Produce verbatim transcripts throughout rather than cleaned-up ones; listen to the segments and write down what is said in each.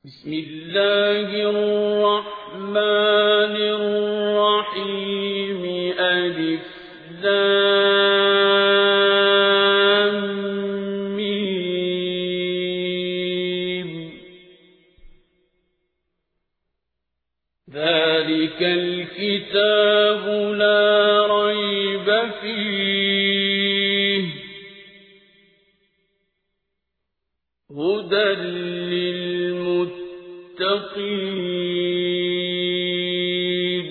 بسم الله الرحمن الرحيم ألف لام ميم ذلك الكتاب لا ريب فيه هدى للمتقين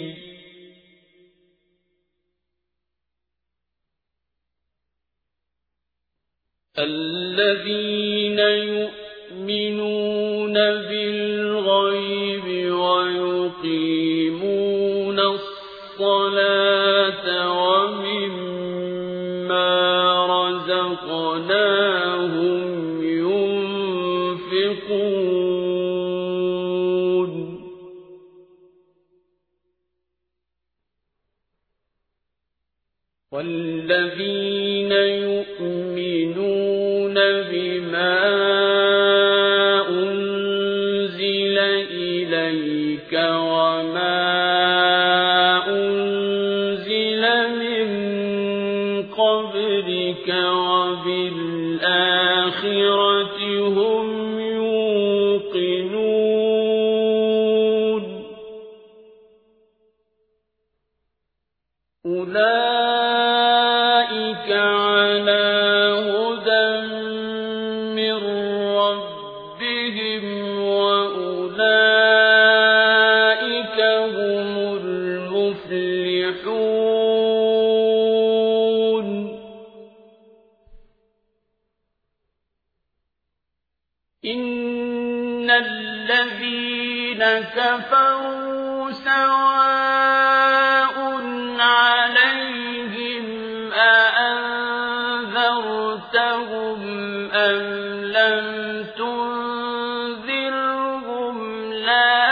الذين يؤمنون بالغيب ويقيمون الصلاة ومما رزقناهم ينفقون والذين يؤمنون بما أنزل إليك وما أنزل من قبلك وبالآخرة هم يوقنون أولئك على هدى من ربهم وأولئك هم المفلحون إن الذين كفروا سواء عليهم أأنذرتهم أم لم تنذرهم لا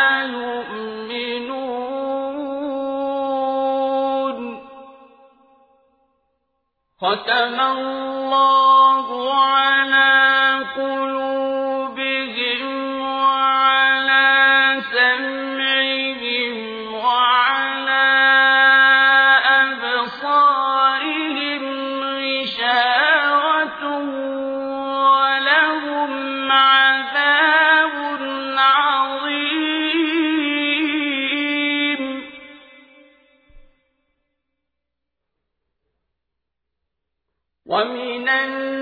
يؤمنون ختم الله على قلوبهم وعلى سمعهم وعلى أبصارهم غشاوة ولهم عذاب عظيم ومن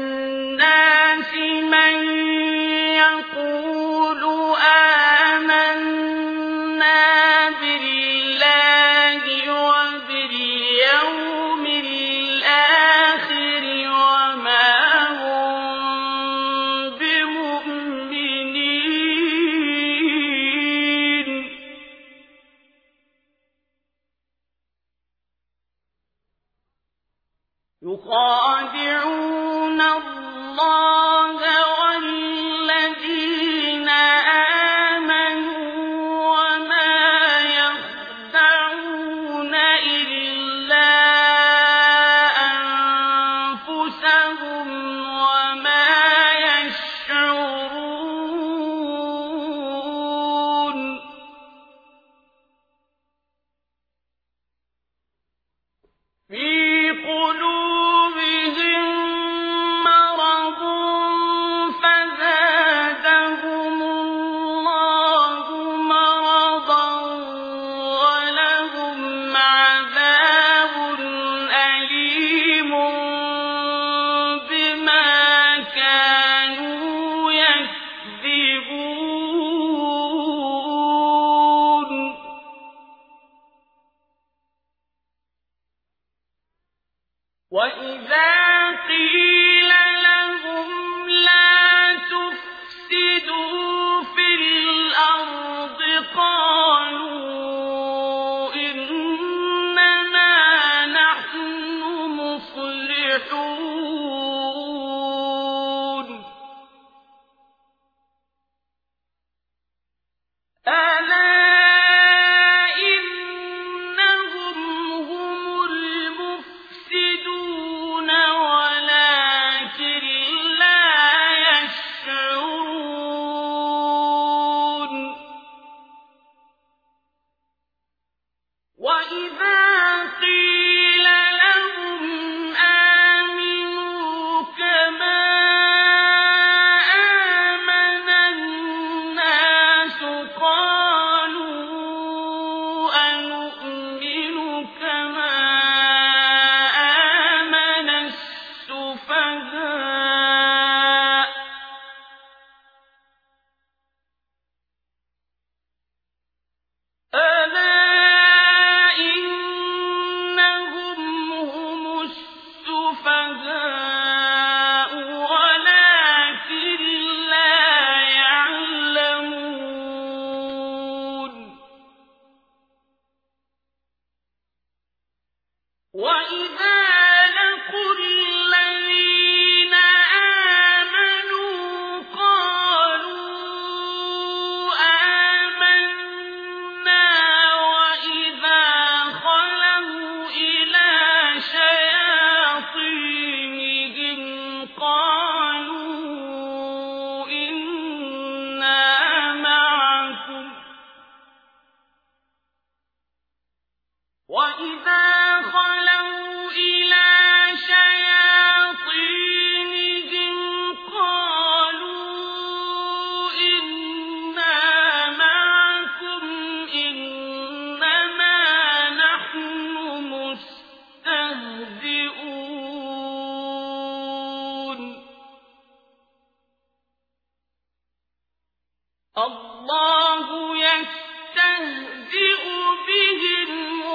الله يستهزئ بهم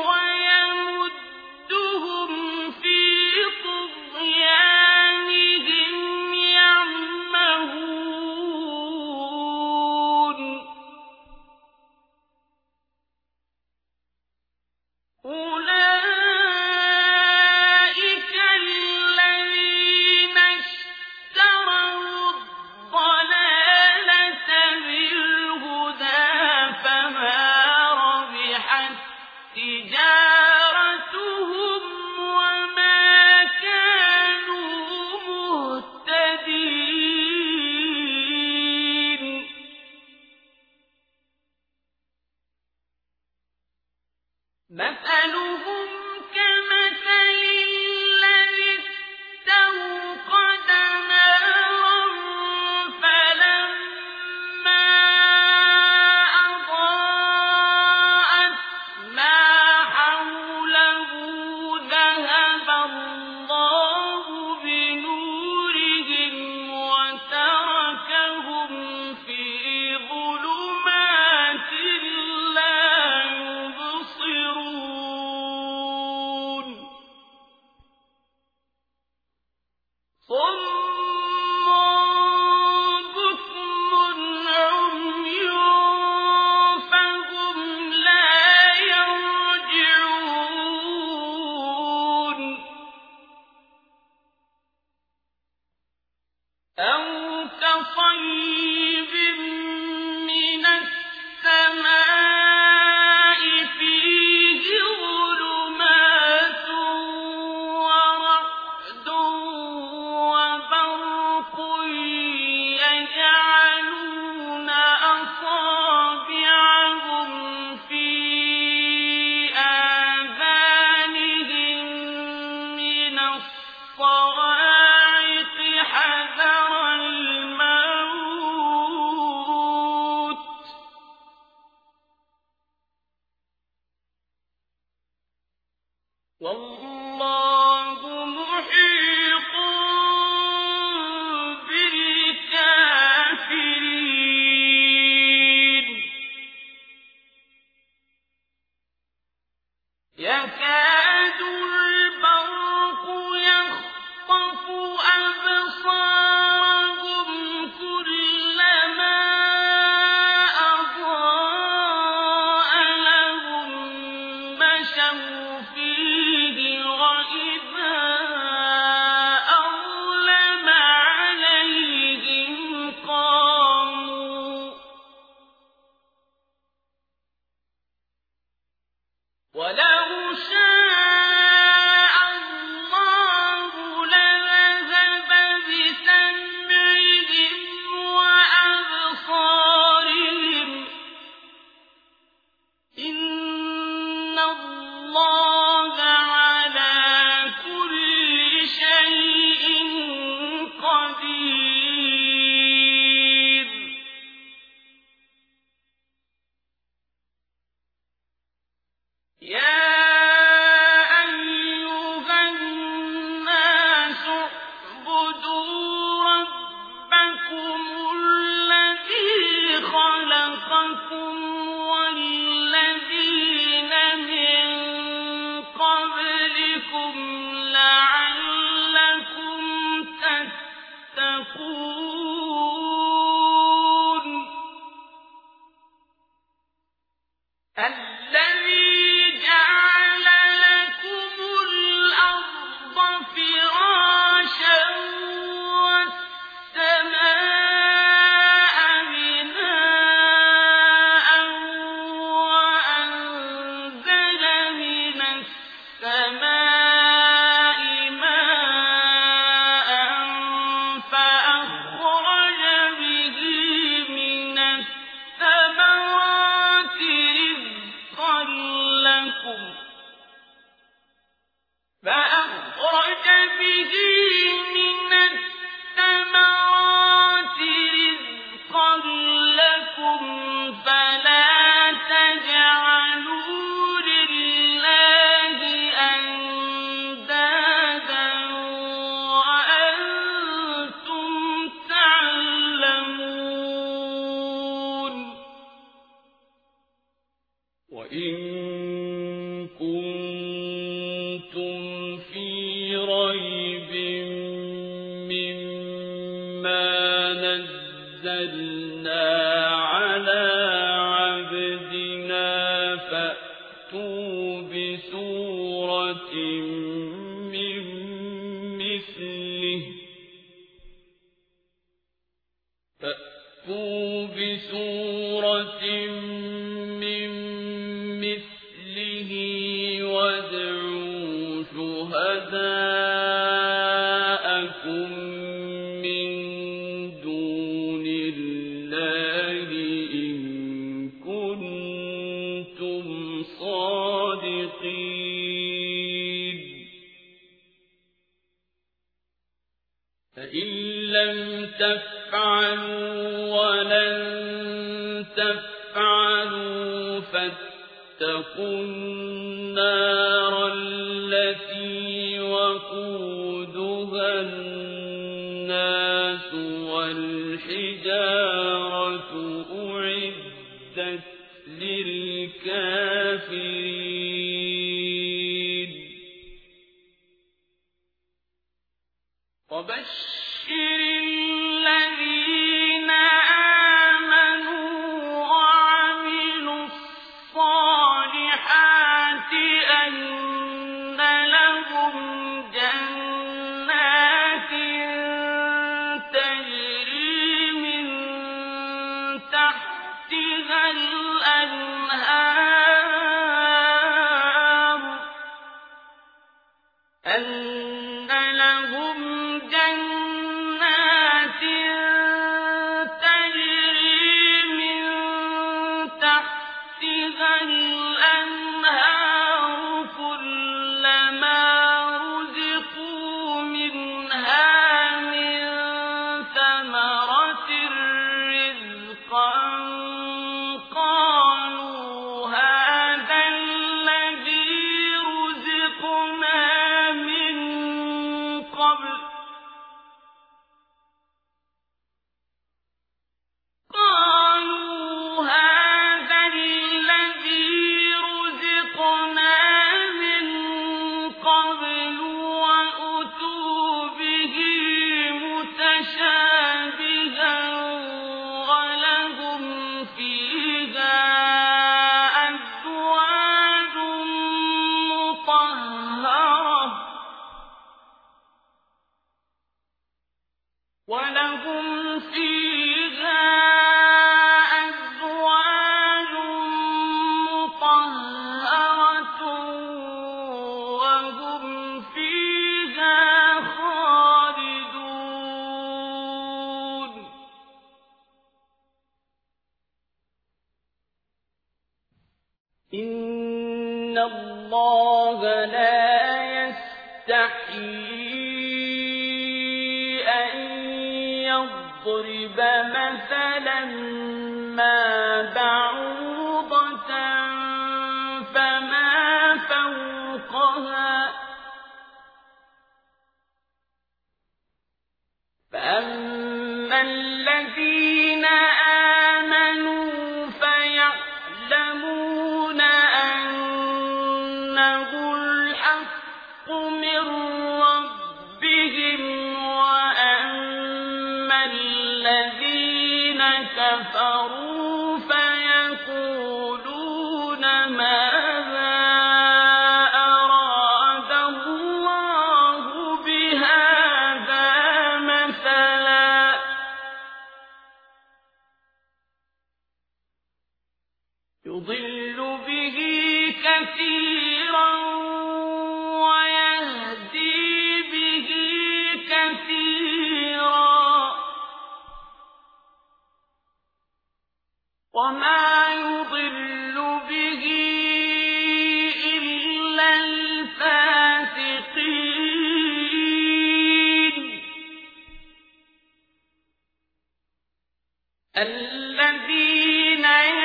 ويمدهم في طغيانهم يعمهون أولئك الذين اشتروا الضلالة بالهدى فما ربحت تجارتهم وما كانوا مهتدين مثلهم كمثل الذي استوقد نارا فلما أضاءت ما حوله ذهب الله بنورهم وتركهم في ظلمات لا يبصرون صم بكم عمي فهم لا يرجعون أو كصيب من السماء فيه ظلمات ورعد وبرق يجعلون أصابعهم في آذانهم من الصواعق حذر الموت والله محيط بالكافرين يكاد البرق يخطف أبصارهم كلما أضاء لهم مشوا فيه وإذا أظلم عليهم قاموا ولو شاء الله لذهب بسمعهم وأبصارهم إن الله على كل شيء قدير يا أيها الناس اعبدوا ربكم الذي خلقكم والذين من قبلكم لعلكم تتقون الذي جعل لكم الأرض فراشا والسماء بناء وأنزل من السماء ماء فأخرج به من الثمرات رزقا وإن كنتم في ريب مما نزلنا على عبدنا فأتوا بسورة من مثله فأتوا بسورة من مثله وادعوا شهداءكم من دون الله إن كنتم صادقين فإن لم تفعلوا ولن تفعلوا فاتقوا النار التي وقودها الناس والحجارة أعدت للكافرين وبشر الذين آمنوا وعملوا الصالحات أن لهم جنات تجري من تحتها الأنهار أن لهم جنات تجري من تحتها الأنهار كلما رزقوا منها من ثمرة رزقا قالوا هذا الذي رزقنا من قبل قالوا هذا الذي رزقنا من قبل وأتوا به متشابها ولهم فيها أزواج مطهرة ولهم فيها أزواج مطهرة وهم فيها خالدون إن الله لا يستحيي أن يضرب مثلا ما بعوضة فما فوقها فأما الذين آمنوا فيعلمون أنه الحق من ربهم وأما الذين كفروا فيقولون ماذا أراد الله بهذا مثلا يضل به كثيرا ويهدي به كثيرا وما يضل به إلا الفاسقين الذين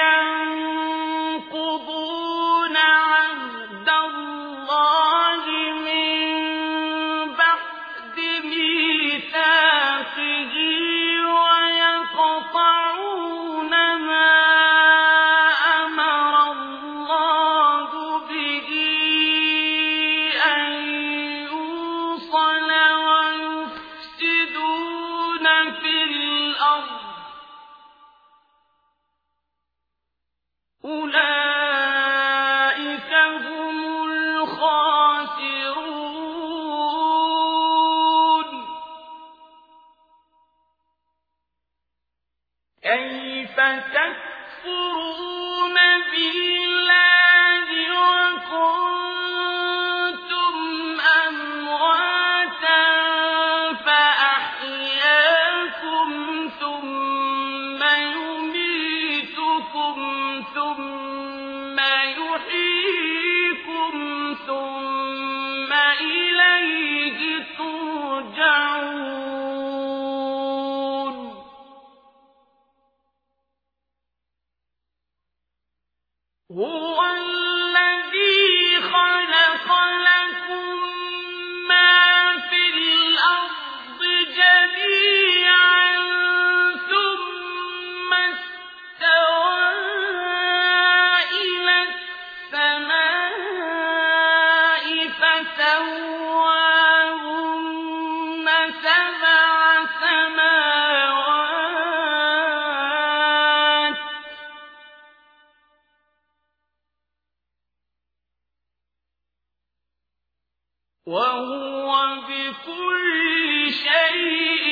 ينقضون عهد الله من بعد ميثاقه ويقطعون ما أولئك هم الخاسرون كيف تكفرون بالله وكنتم أمواتا فأحياكم ثم يميتكم ثم يحييكم ثم إليه ترجعون هو الذي خلق لكم ما في الأرض جميعا ثم استوى إلى السماء فسواهن سبع سماوات وهو بكل شيء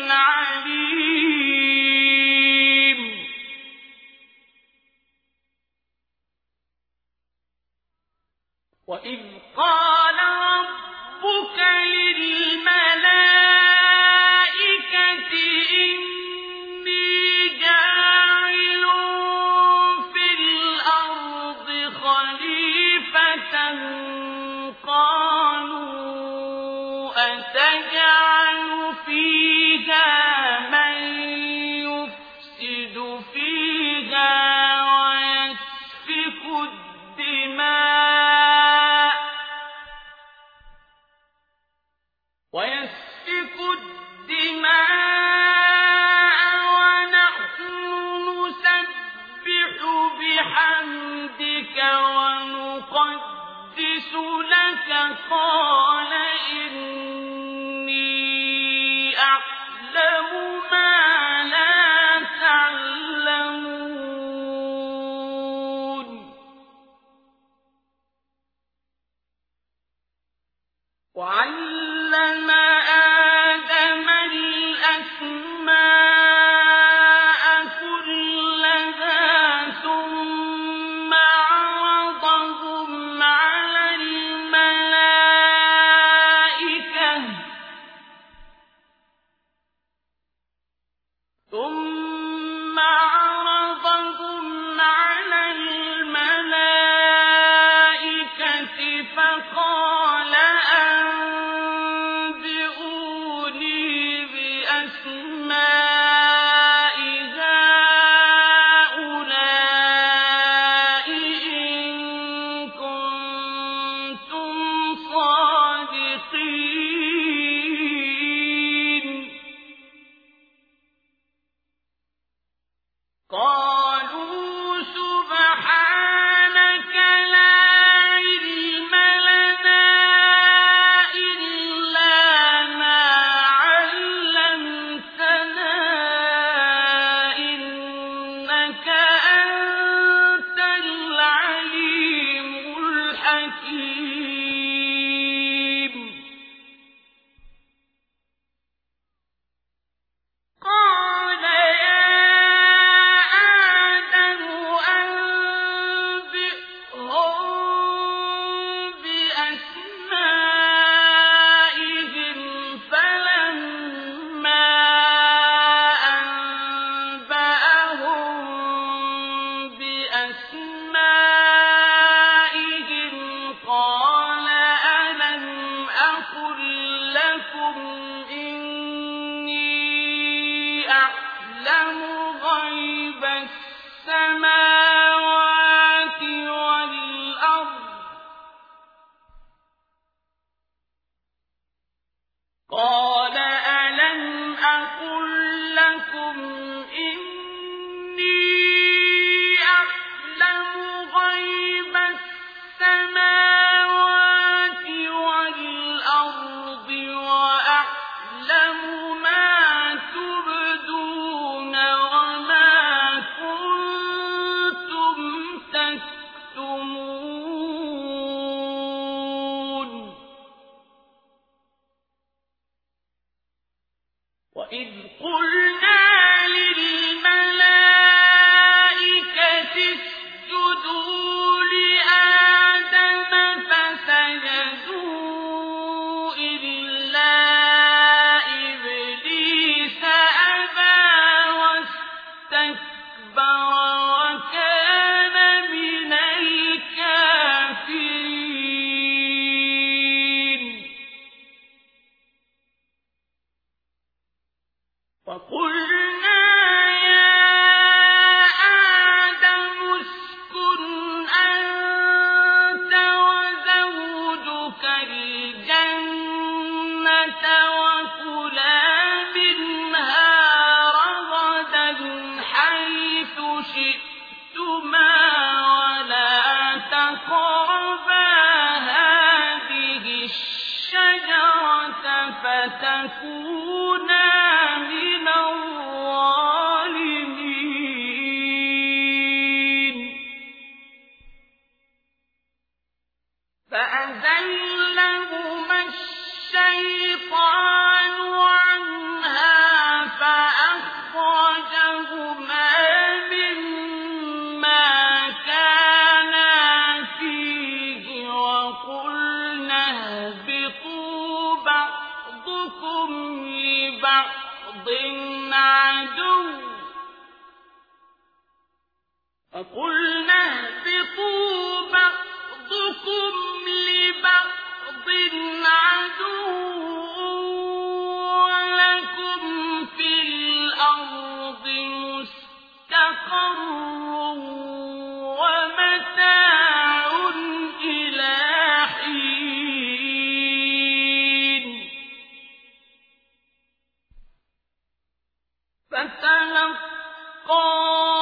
عليم وإذ قال ربك للملائكة إني جاعل في الأرض خليفة قالوا أتجعل فيها من يفسد فيها ويسفك الدماء ويسفك الدماء ونحن نسبح بحمدك ونقدس لك قال إني أعلم ما لا تعلمون وعلم آدم الأسماء كلها ثم عرضهم على الملائكة تكونا من الظالمين فأزلهما الشيطان عنها فأخرجهما مما كانا فيه وقلنا اهبطوا بعضكم لبعض عدو وقلنا اهبطوا بعضكم لبعض عدو ولكم في الأرض مستقر ومتاع إلى حين فتلقى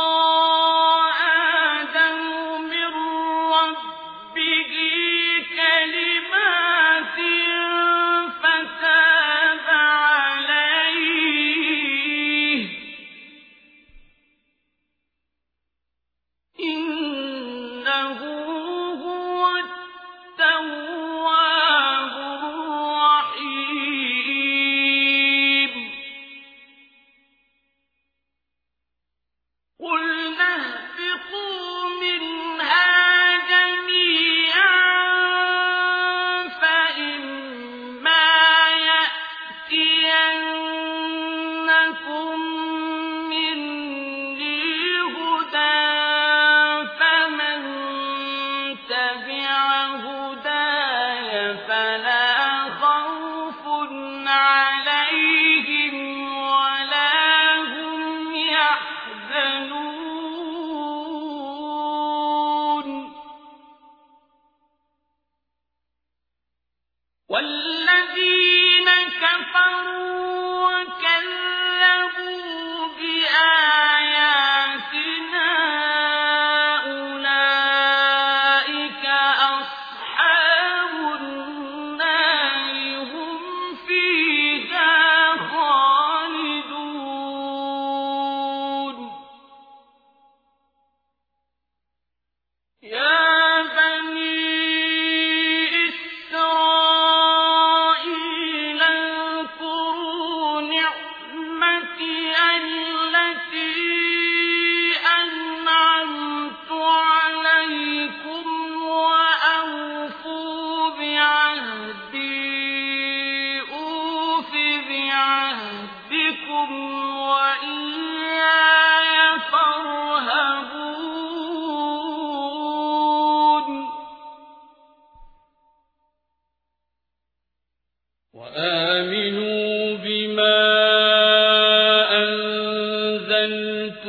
والذين كفروا وكذبوا بآياتنا أولئك أصحاب النار هم فيها خالدون يا وآمنوا بما أنزلت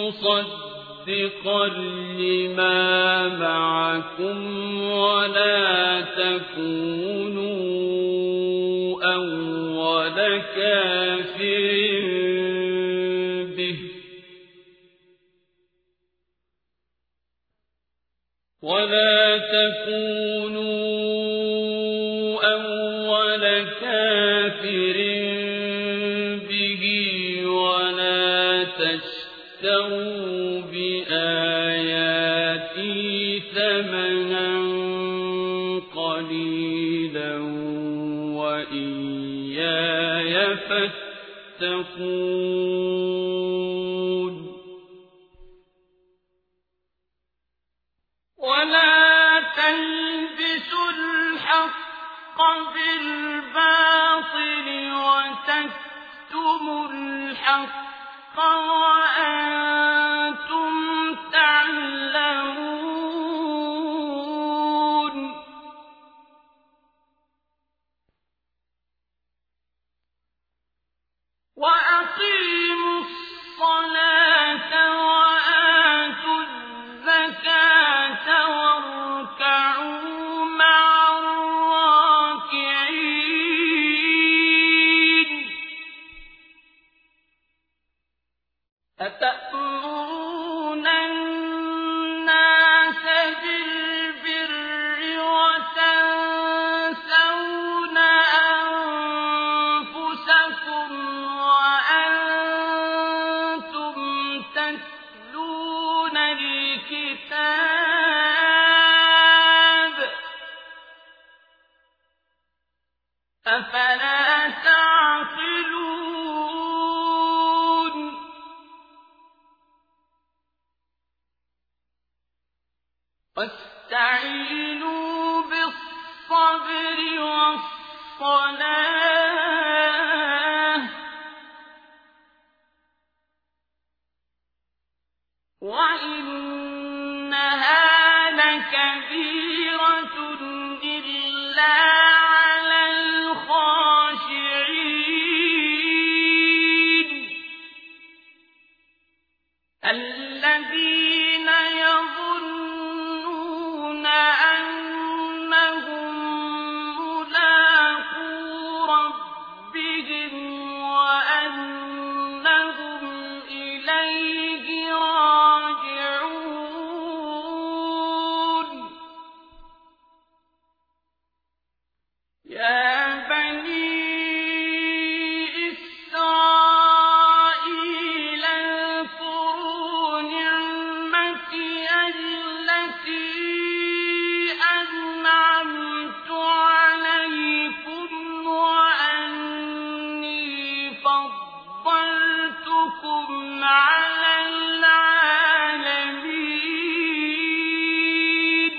مصدقا لما معكم ولا تكونوا أول كافر به ولا تكونوا كافر به ولا تشتروا بآياتي ثمنا قليلا وإياي فاتقون ولا تلبسوا الحق بالباطل وتكتموا الحق وأنتم تعلمون وأقيموا الصلاة وآتوا الزكاة واركعوا مع الراكعين أتأمرون الكتاب أفلا تعقلون واستعينوا بالصبر والصلاة وإنها لكبيرة إلا على الخاشعين الذين يظنون أنهم ملاقو ربهم وأنهم إليه راجعون يا بني إسرائيل اذكروا نعمتي التي أنعمت عليكم وأني فضلتكم على العالمين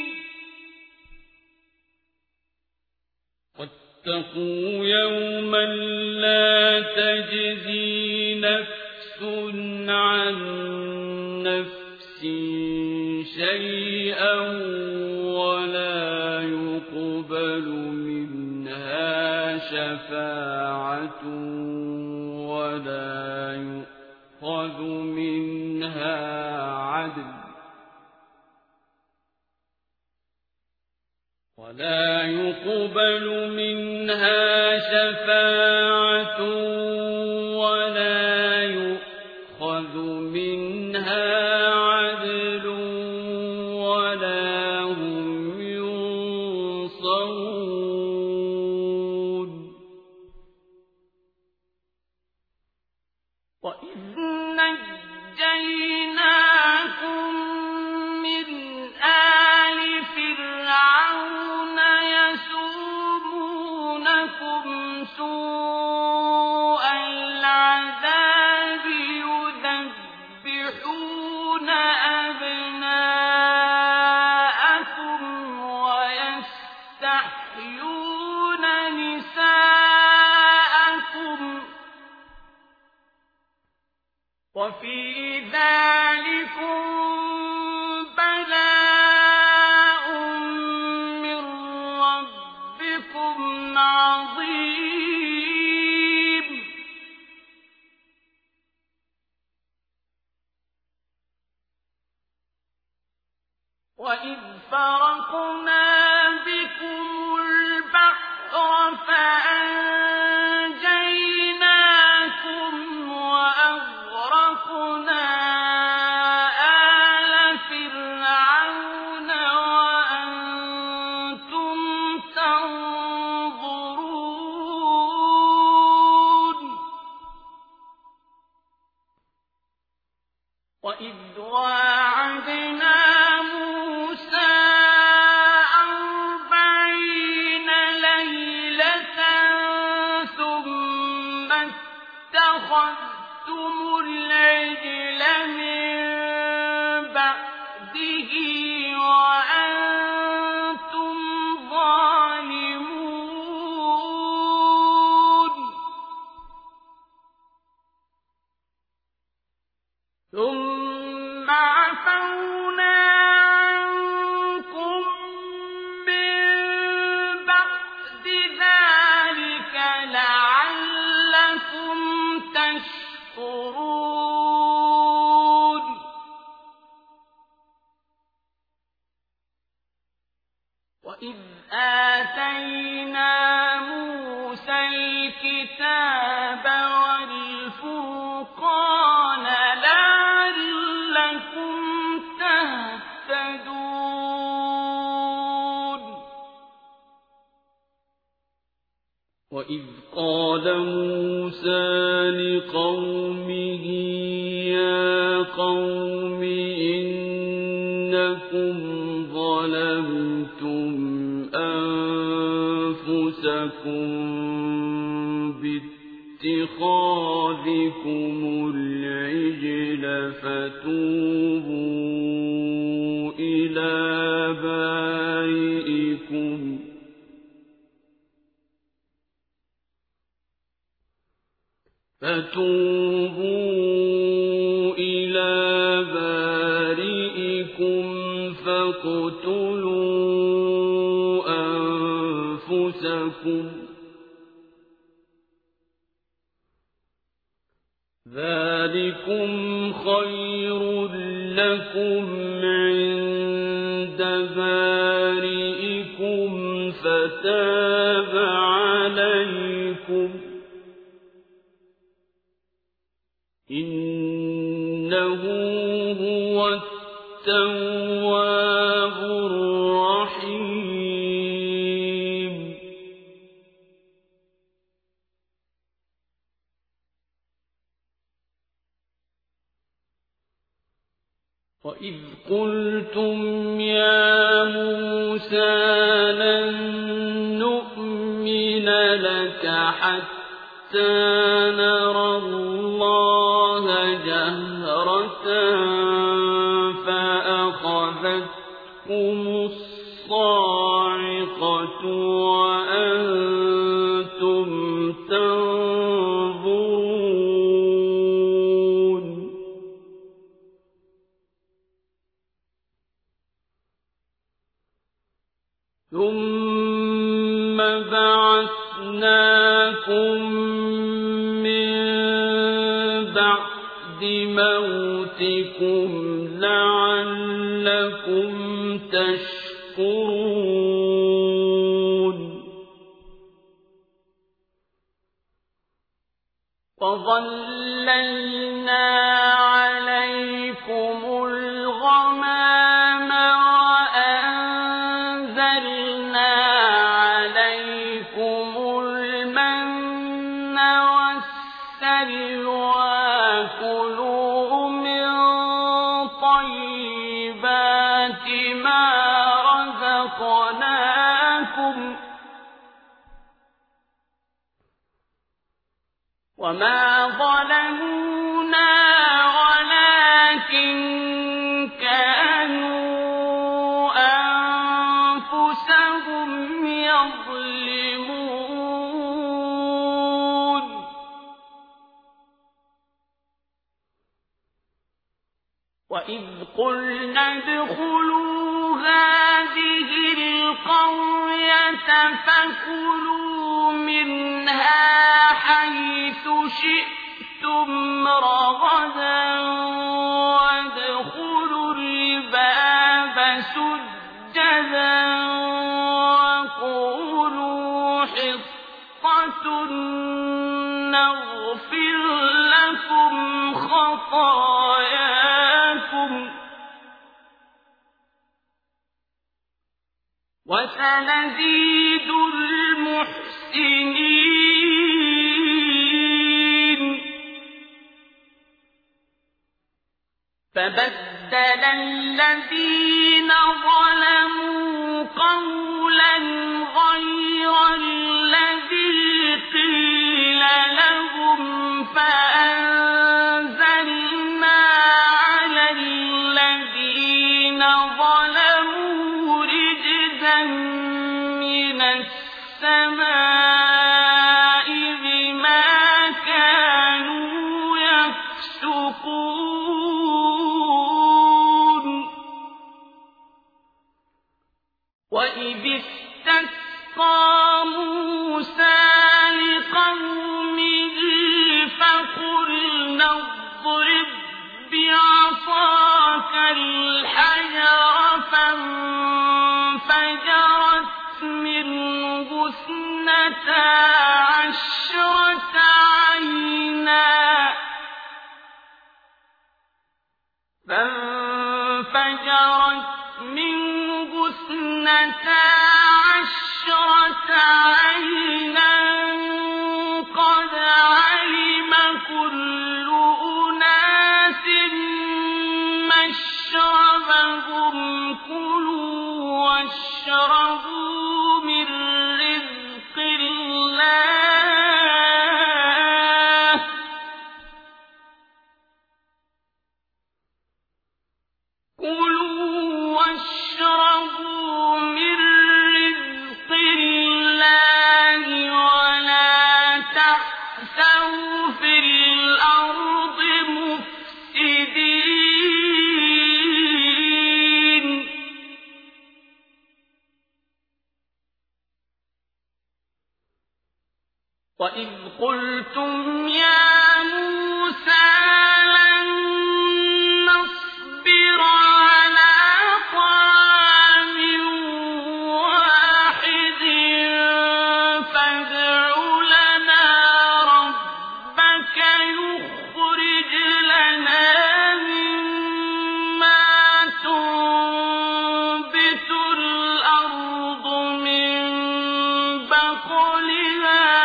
واتقوا يوما لا تجزي نفس عن نفس شيئا ولا يقبل منها شفاعة ولا يؤخذ منها عدل ولا يقبل منها شفاعة ولا يؤخذ منها عدل ولا هم ينصرون وإذ نجيناكم من آل فرعون يسومونكم سوء العذاب يذبحون أبناءكم ويستحيون نساءكم وفي ذلكم بلاء من ربكم عظيم وإذ فرقنا بكم البحر فأنجيناكم وأغرقنا آل فرعون وأنتم تنظرون وإذ واعدنا موسى أربعين ليلة ثم اتخذتم العجل من بعده وأنتم ظالمون ثم عفونا عنكم من بعد ذلك لعلكم تشكرون وإذ آتينا موسى الكتاب والفرقان لعلكم تهتدون وإذ قال موسى لقومه يا قوم إن إنكم ظلمتم أنفسكم باتخاذكم العجل فتوبوا إلى بارئكم فتوبوا إلى بارئكم فاقتلوا أنفسكم ذلكم خير لكم عند بارئكم فتاب عليكم إنه هو التواب الرحيم. وإذ قلتم يا موسى لن نؤمن لك حتى نرى الله جهرة فأخذتكم الصاعقة وأنتم تنظرون ثم بعثناكم من بعد موتكم لعلكم تشكرون وظللنا عليكم الغمام وأنزلنا عليكم المن والسلوى كلوا من طيبات ما رزقناكم وما ظلمونا ولكن كانوا أنفسهم يظلمون وإذ قلنا ادخلوا هذه القرية فكلوا منها حيث شئتم رغدا وادخلوا الباب سجدا وقولوا حطة نغفر لكم خطاياكم وسنزيد المحسنين فبدل الذين ظلموا قولا غير الذي قيل لهم فأنزلنا على الذين ظلموا رجزا من السماء بما كانوا يفسقون وإذ استسقى موسى لقومه فقلنا اضرب بعصاك الحجر فانفجرت منه اثنتا عشرة عينا فانفجرت منه اثنتا عشرة عينا قد علم كل أناس مشربهم لهم كلوا واشربوا من رزق الله كلوا واشربوا من رزق الله ولا تحسوا في الأرض مفسدين وإذ قلتم يا موسى لن نصبر على طعام واحد فادع لنا ربك يخرج لنا مما تنبت الأرض من بقلها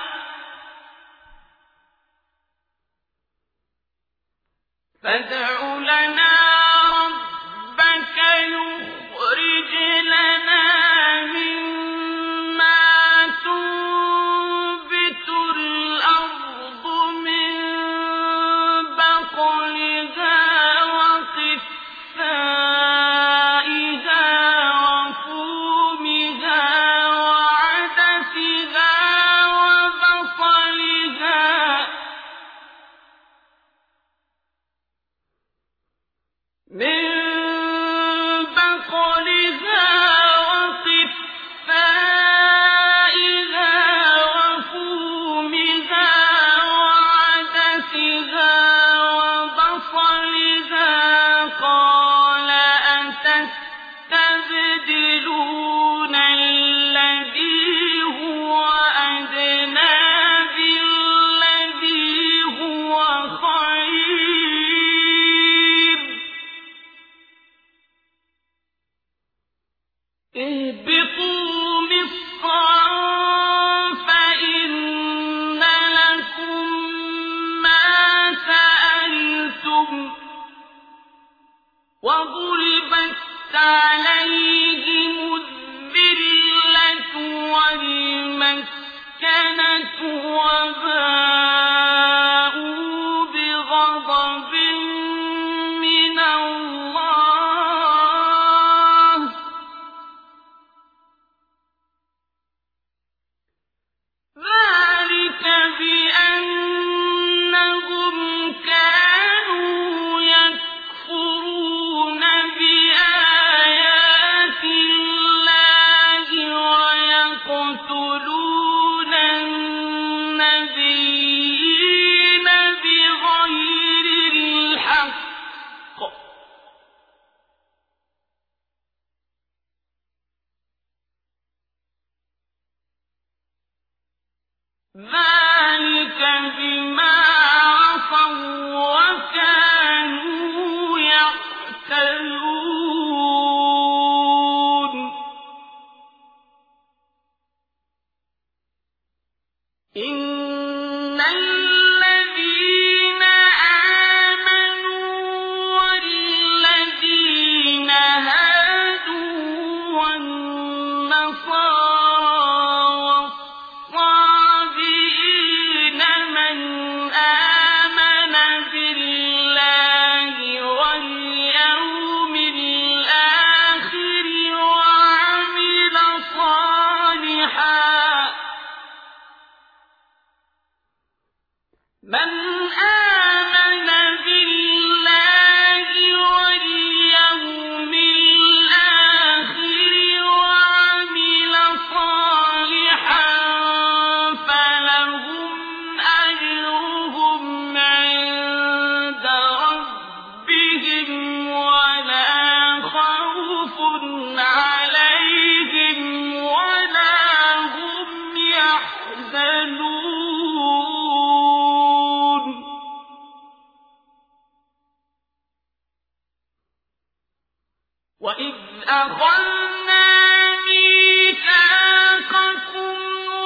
فادع لنا ربك يخرج لنا مما تنبت الأرض من بقلها وقثائها وفومها وعدسها وبصلها من بقلها وقثائها وفومها وعدسها وبصلها قال أتستبدلون الذي هو أدنى بالذي هو خير اهبطوا مصرا فإن لكم ما سألتم وضربت عليهم الذلة والمسكنة وباءوا بغضب من الله ذلك بأنهم كانوا يكفرون بآيات الله ويقتلون النبيين بغير الحق ذلك بما عصوا وكانوا يعتدون إن الذين آمنوا والذين هادوا والنصارى والصابئين من آمن بالله واليوم الآخر وعمل صالحا من آمن بالله واليوم الآخر وعمل صالحا فلهم أجرهم عند ربهم ولا خوف عليهم ولا هم يحزنون وإذ أخذنا ميثاقكم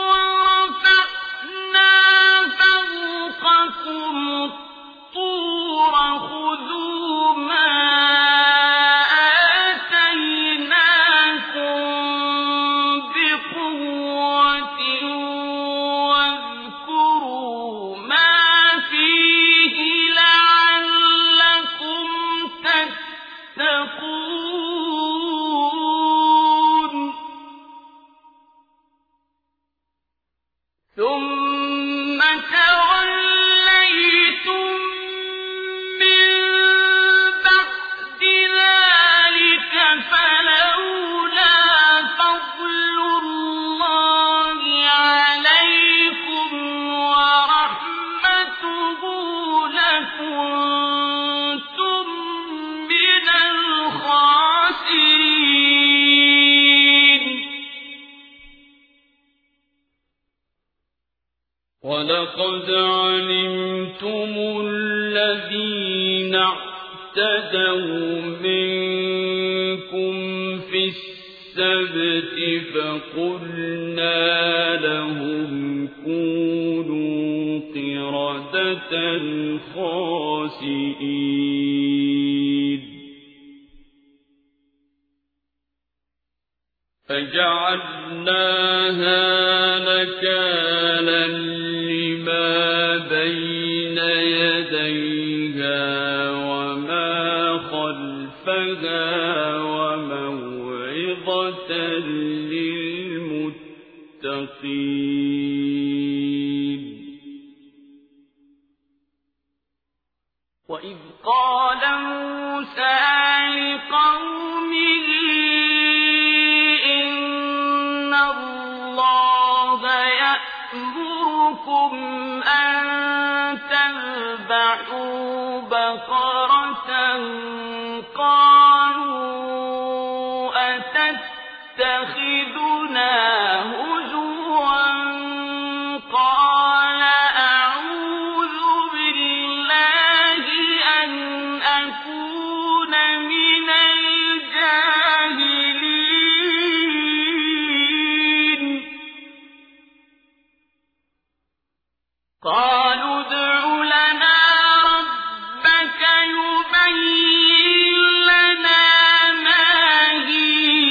ورفعنا فوقكم الطور خذوا ما وَلَقَدْ عَلِمْتُمُ الَّذِينَ اعْتَدَوْا مِنكُمْ فِي السَّبْتِ فَقُلْنَا لَهُمْ كُونُوا قِرَدَةً خَاسِئِينَ فَجَعَلْنَاهَا نَكَالًا لِمَا بَيْنَ يَدَيْهَا وَمَا خَلْفَهَا وَمَوْعِظَةً لِلْمُتَّقِينَ. وَإِذْ قَالَ مُوسَى لِقَوْمِهِ إِنَّ اللَّهَ يَأْمُرُكُمْ أَن تَذْبَحُوا بَقَرَةً قَالُوا أَتَتَّخِذُنَا هُزُوًا قَالَ أَعُوذُ بِاللَّهِ أَنْ أَكُونَ مِنَ الْجَاهِلِينَ. قَالُوا ادْعُ لَنَا رَبَّكَ يُبَيِّن لَّنَا مَا هِيَ.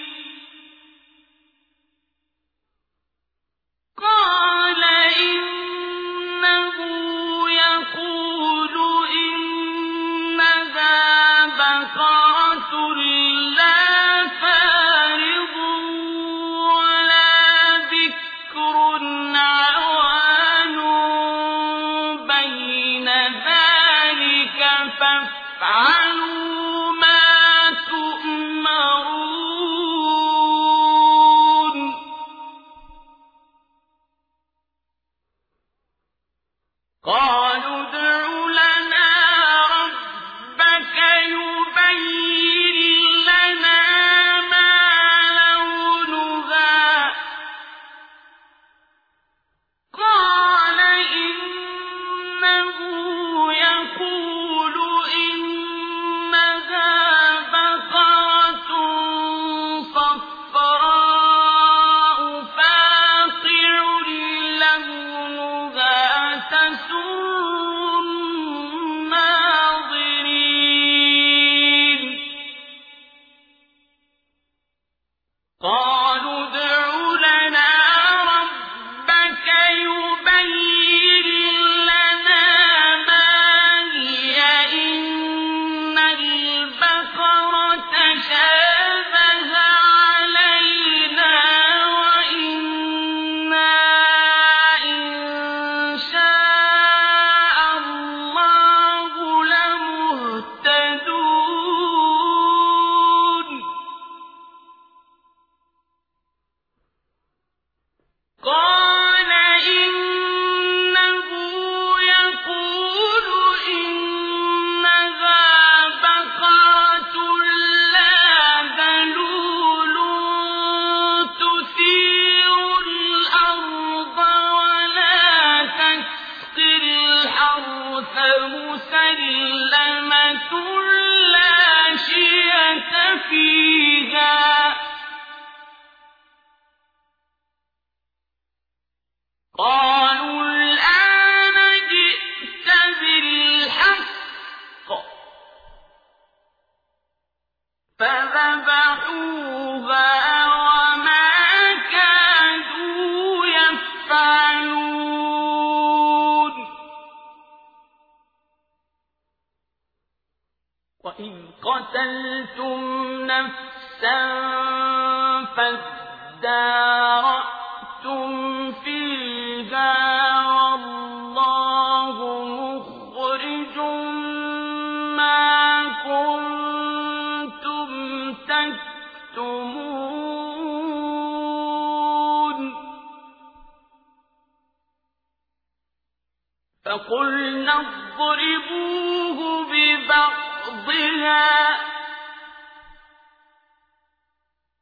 قَالَ إِنَّهُ يَقُولُ إِنَّهَا بَقَرَةٌ لَّا فَارِضٌ وَلَا بِكْرٌ عَوَانٌ بَيْنَ ذَٰلِكَ فَافْعَلُوا مَا تُؤْمَرُونَ. قَالُوا ادْعُ لَنَا رَبَّكَ يُبَيِّن لَّنَا مَا لَوْنُهَا. قَالَ إِنَّهُ يَقُولُ إِنَّهَا بَقَرَةٌ صَفْرَاءُ فَاقِعٌ لَّوْنُهَا تَسُرُّ النَّاظِرِينَ. قَالُوا ادْعُ لَنَا رَبَّكَ يُبَيِّن لَّنَا مَا هِيَ إِنَّ الْبَقَرَةَ شَابَهَ عَلَيْنَا وَإِنَّا إِن شَاءَ اللَّهُ لَمُهْتَدُونَ. قَالَ إِنَّهُ يَقُولُ إِنَّهَا بَقَرَةٌ لَّا ذَلُولٌ تُثِيرُ الْأَرْضَ وَلَا تَسْقِي الْحَرْثَ مُسَلَّمَةٌ لَّا شِيَةَ فِيهَا. قَالُوا الْآنَ جِئْتَ بِالْحَقِّ. فَذَبَحُوهَا وَمَا كَادُوا يَفْعَلُونَ. وَإِذْ قَتَلْتُمْ نَفْسًا فَادَّارَأْتُمْ فِيهَا وَاللَّهُ مُخْرِجٌ مَّا كُنتُمْ تَكْتُمُونَ. فَقُلْنَا اضْرِبُوهُ بِبَعْضِهَا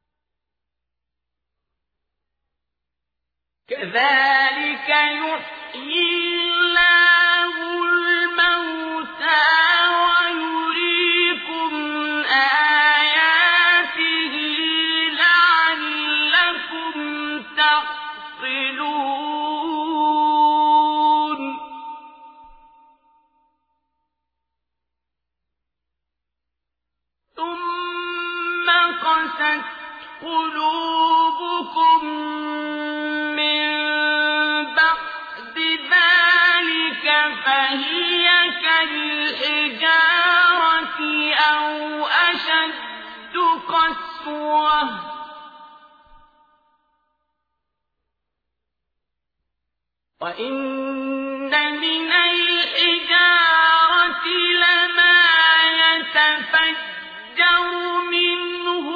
كَذَٰلِكَ يُحْيِي وَإِنَّ مِنَ الْحِجَارَةِ لَمَا يَتَفَجَّرُ مِنْهُ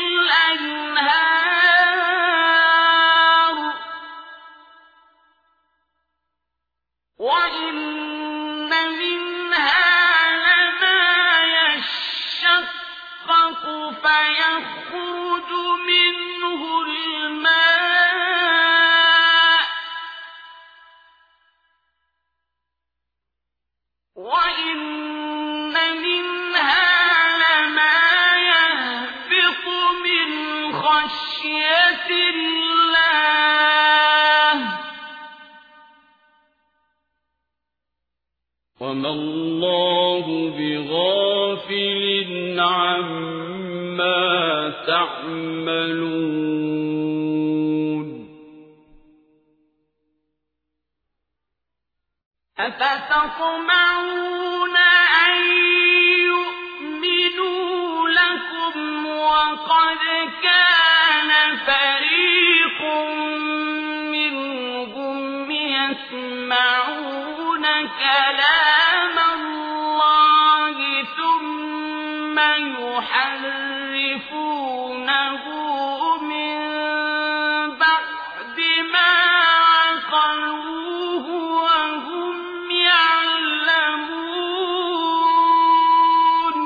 الْأَنْهَارُ وَإِنَّ مِنْهَا لَمَا يَشَّقَّقُ فَيَخْرُجُ مِنْهُ الْمَاءُ وَإِنَّ مِنْهَا لَمَا يَهْبِطُ مِنْ خَشْيَةِ اللَّهِ وَمَا اللَّهُ بِغَافِلٍ عَمَّا تَعْمَلُونَ أَفَتَطْمَعُونَ أَن يُؤْمِنُوا لَكُمْ وَقَدْ كَانَ فَرِيقٌ مِّنْهُمْ يَسْمَعُونَ كَلَامَ اللَّهِ ثُمَّ يُحَرِّفُونَهُ مِن بَعْدِ مَا عَقَلُوهُ وَهُمْ يَعْلَمُونَ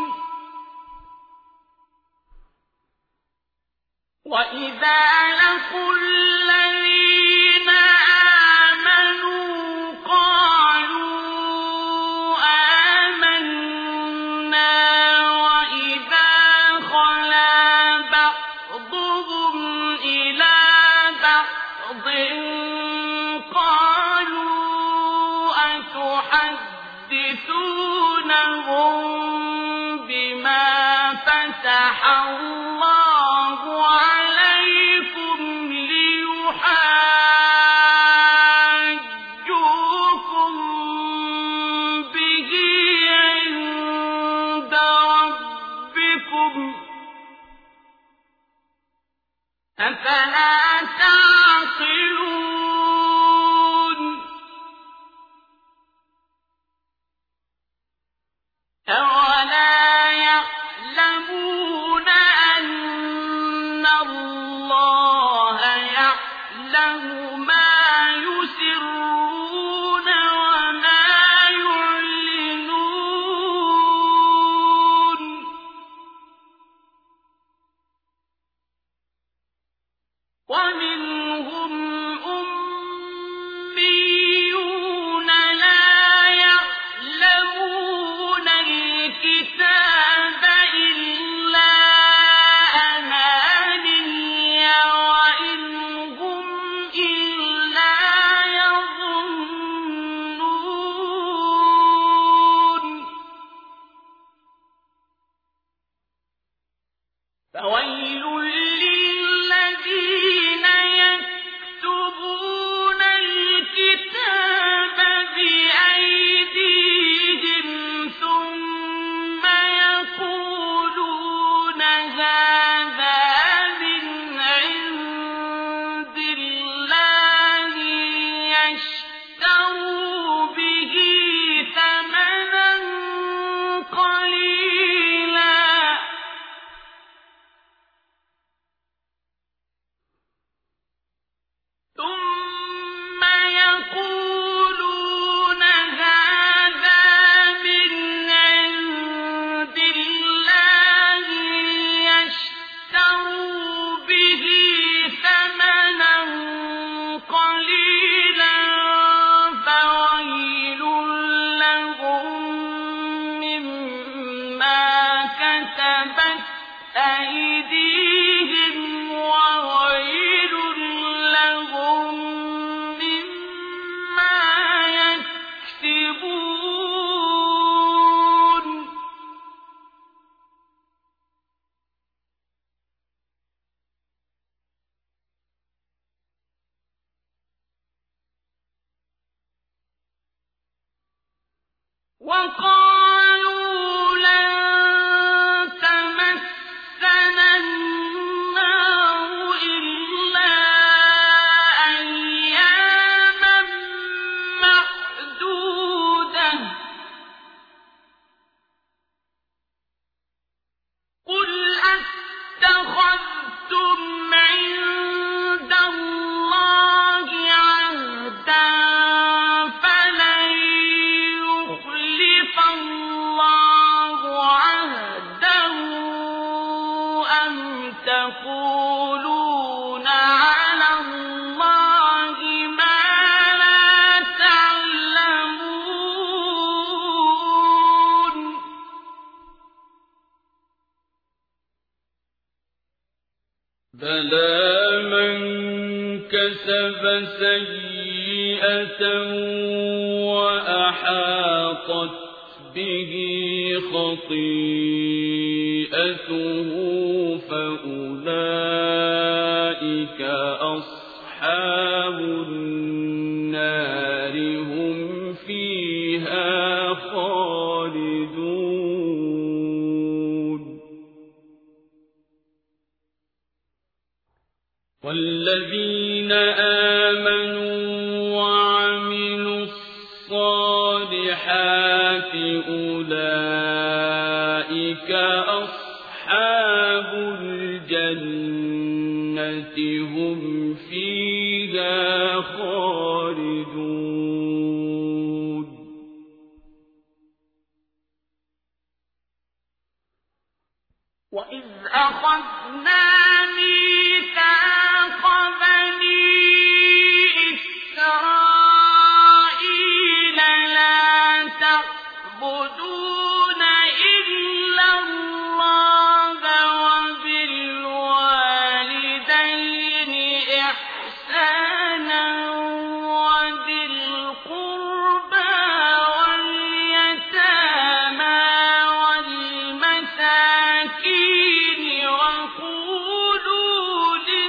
وَإِذَا لَقُوا الَّذِينَ آمَنُوا قَالُوا آمَنَّا وَإِذَا خَلَا بَعْضُهُمْ إِلَىٰ بَعْضٍ قَالُوا أَتُحَدِّثُونَهُم بِمَا فَتَحَ اللَّهُ عَلَيْكُمْ لِيُحَاجُّوكُم بِهِ عِندَ رَبِّكُمْ ۚ أَفَلَا تَعْقِلُونَ أَوَلَا يَعْلَمُونَ أَنَّ اللَّهَ يَعْلَمُ مَا يُسِرُّونَ وَمَا يُعْلِنُونَ وَمِنْهُمْ أُمِّيُّونَ لَا يَعْلَمُونَ الْكِتَابَ إِلَّا أَمَانِيَّ وَإِنْ هُمْ إِلَّا يَظُنُّونَ فَوَيْلٌ لِّلَّذِينَ يَكْتُبُونَ الْكِتَابَ بِأَيْدِيهِمْ ثُمَّ يَقُولُونَ هَٰذَا مِنْ عِندِ اللَّهِ لِيَشْتَرُوا بِهِ ثَمَنًا قَلِيلًا أيديهم وويل لهم مما يكسبون وقالوا لن تمسنا النار إلا أياما معدودة قل أتخذتم عند الله عهدا فلن يخلف الله عهده أم تقولون على الله ما لا تعلمون بلى من كسب سيئة وأحاطت به خطيئته فأولئك أصحاب النار هم فيها خالدون والذين آمنوا وعملوا الصالحات أولئك أصحاب الجنة هم فيها خالدون وإذ أخذنا ميثاق بني إسرائيل لا تعبدون إلا الله وبالوالدين إحسانا وذي القربى واليتامى والمساكين وقولوا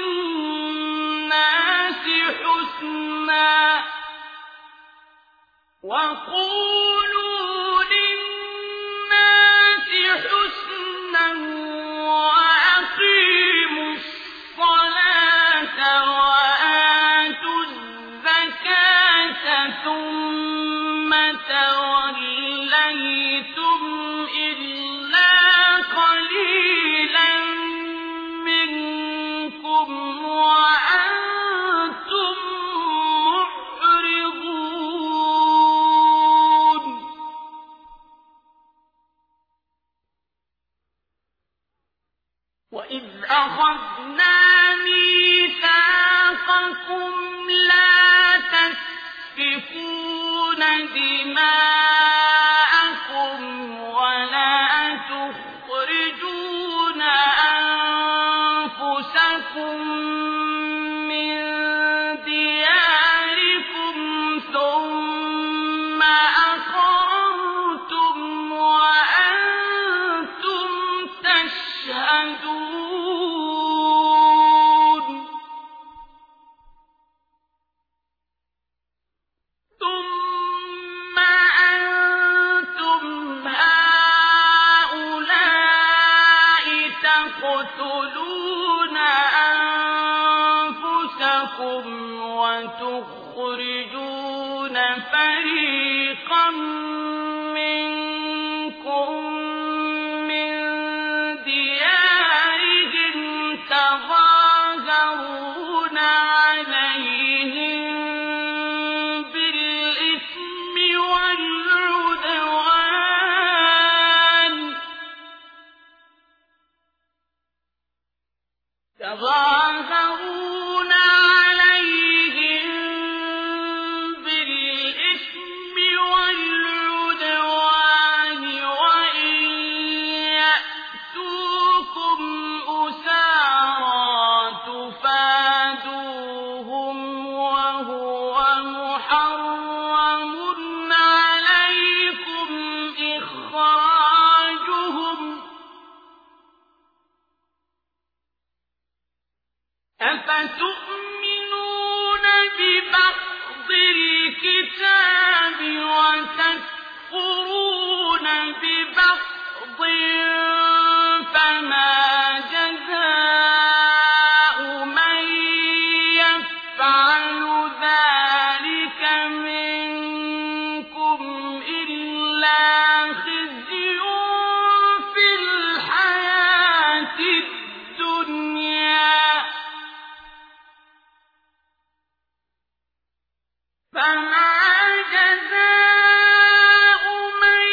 للناس حسنا وقولوا للناس حسنا وأقيموا الصلاة وآتوا الزكاة ثم توليتم إلا قليلا منكم وأنتم معرضون وإذ أخذنا ميثاقكم لا تسفكون دماءكم ولا تخرجون أنفسكم من دياركم ثم أقررتم وأنتم تشهدون ثم أنتم هؤلاء تقتلون أنفسكم وتخرجون فريقا منكم من ديارهم تظاهرون عليهم بالإثم والعدوان تظاهرون عليهم بالإثم والعدوان وإن يأتوكم أفتؤمنون ببعض الكتاب وتكفرون ببعض فما جزاء من يفعل ذلك منكم إلا خزي في الحياة الدنيا فما جزاء من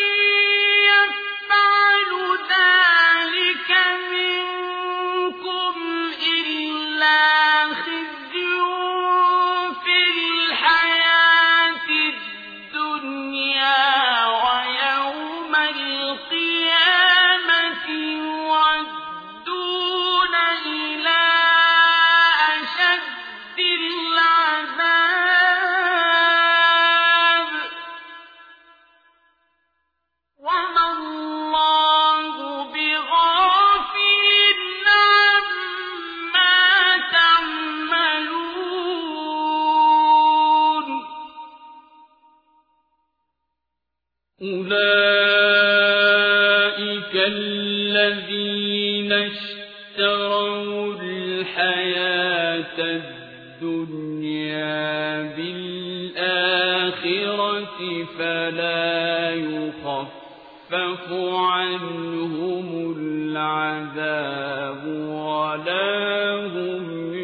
يفعل ذلك منكم إلا خزي في الحياة الدنيا ويوم القيامة يردون إلى أشد العذاب وما الله بغافل عما تعملون أولئك الذين اشتروا الحياة الدنيا بالآخرة فلا يخفف عنهم العذاب ولا هم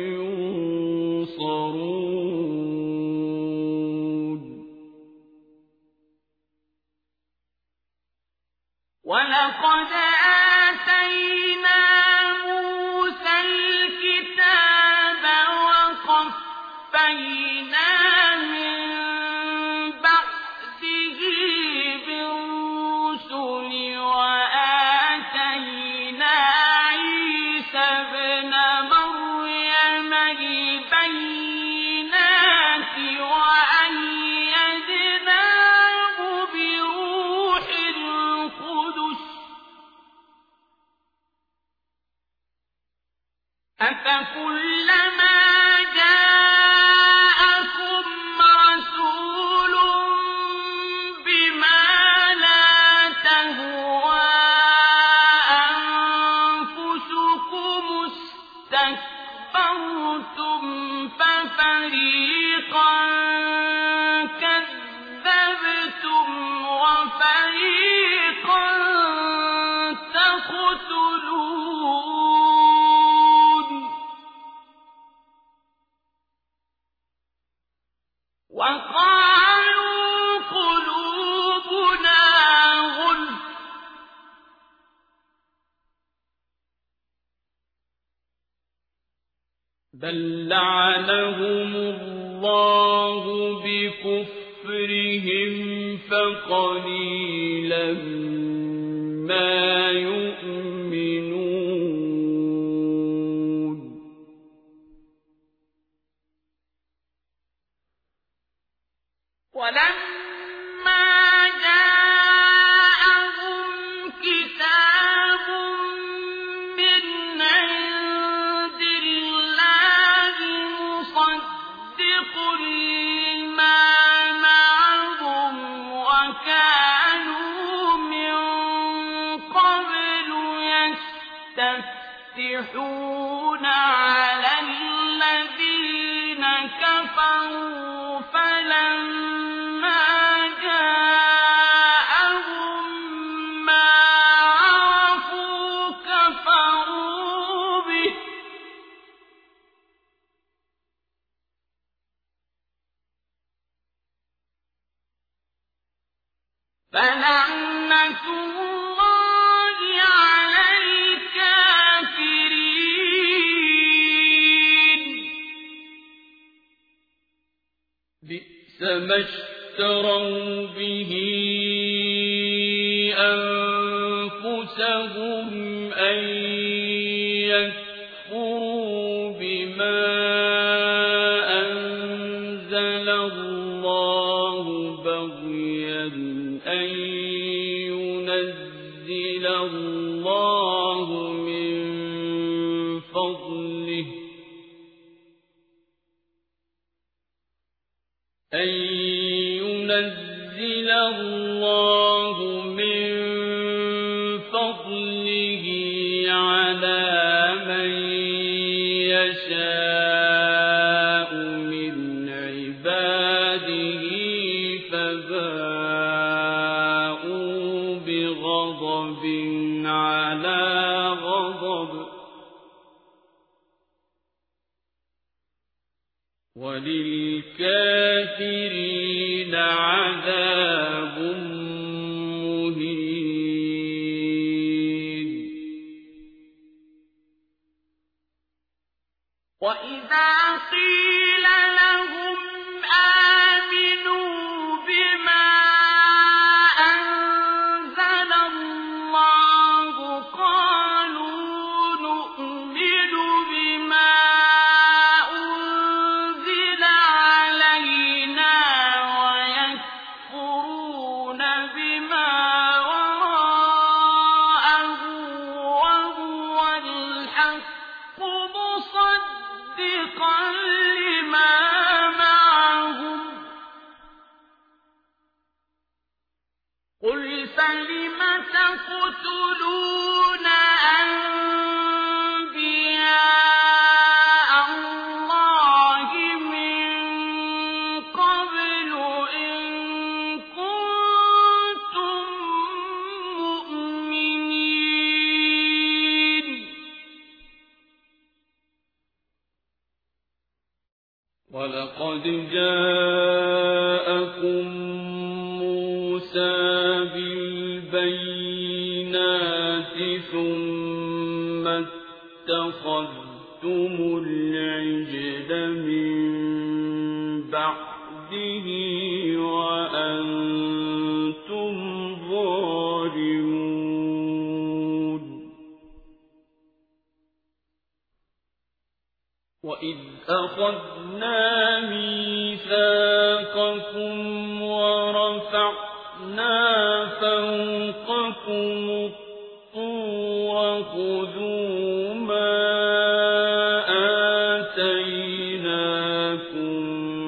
ينصرون ولقد آتينا موسى الكتاب وقفينا من بعده بالرسل وآتينا عيسى ابن مريم البينات وأيدناه بروح القدس أفكلما جاءكم رسول بما لا تهوى أنفسكم استكبرتم ففريقا كذبتم وفريقا تقتلون وقالوا قلوبنا غلف بل لعنهم الله بكفرهم فقليلا ما يؤمنون ولما جاءهم كتاب من عند الله مصدق لما معهم وكانوا من قبل يستفتحون على الذين كفروا فلما جاءهم ما عرفوا كفروا به فلعنة الله على الكافرين بئس ما اشتروا به أنفسهم أن يكفروا بما أنزل الله بغيا أن ينزل الله من فضله أن ينزل الله من فضله على من يشاء من عباده فباءوا بغضب على غضب وللكافرين عذاب مهين. وإذا قيل لهم آمنوا بما أنزل الله قالوا نؤمن بما أنزل علينا ويكفرون بما وراءه وهو الحق مصدقا لما معهم قل فلم تقتلون أنبياء الله من قبل إن كنتم مؤمنين ولقد جاءكم موسى بالبينات ثم اتخذتم العجل من بعده وأنتم ظالمون. وإذ أخذنا ميثاقكم ورفعنا فوقكم الطور خذوا ما آتيناكم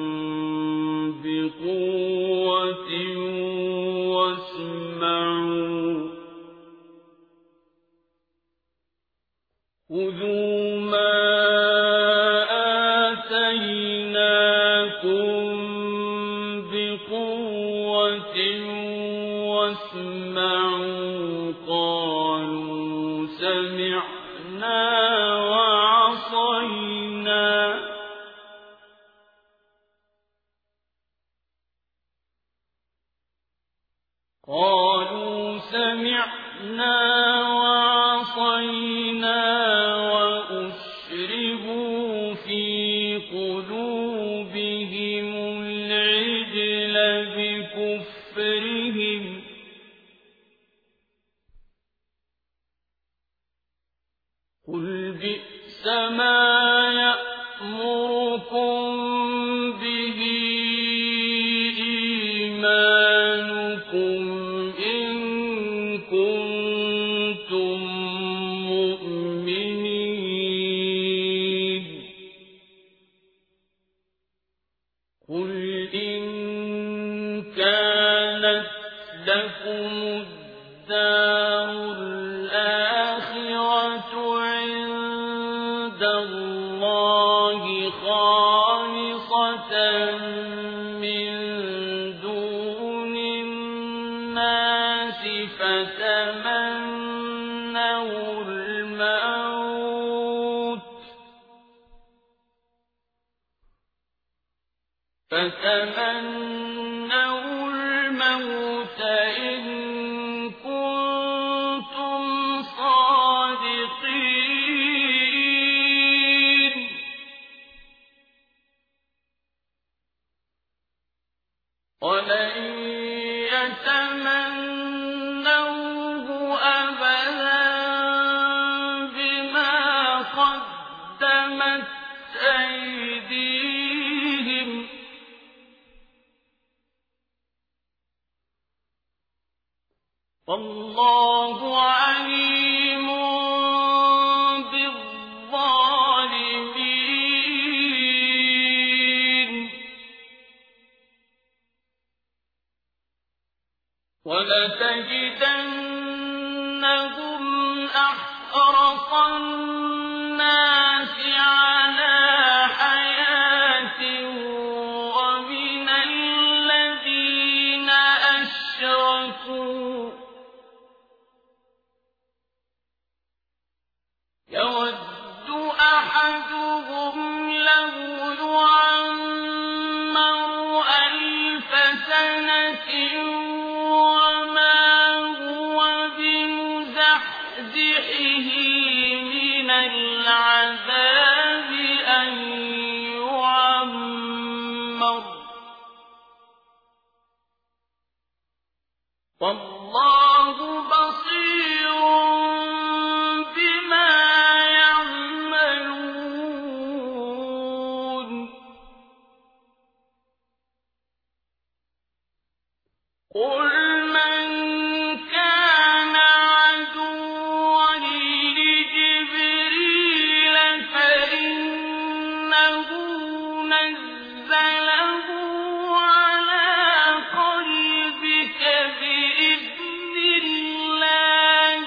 بقوة واسمعوا خذوا ما بقوة واسمعوا قالوا سمعنا وعصينا قالوا سمعنا وعصينا وأشربوا في قلوبهم العجل بكفرهم قل بئس ما يأمركم به إيمانكم إن كنتم مؤمنين قل إن كانت لكم الدار الآخرة عند الله خالصة من دون الناس فتمنوا الموت فتمنوا الموت إن كنتم صادقين ولن يتمنوه أبدا بما قدمت أيديهم والله عليم بالظالمين ولتجدنهم أحرص الناس على حياة ومن الذين أشركوا يود أحدهم لو يعمر ألف سنة وما هو بمزحزحه من العذاب أن يعمر والله بصير بما يعملون قل من كان عدوا لجبريل فإنه نزله على قلبك بإذن الله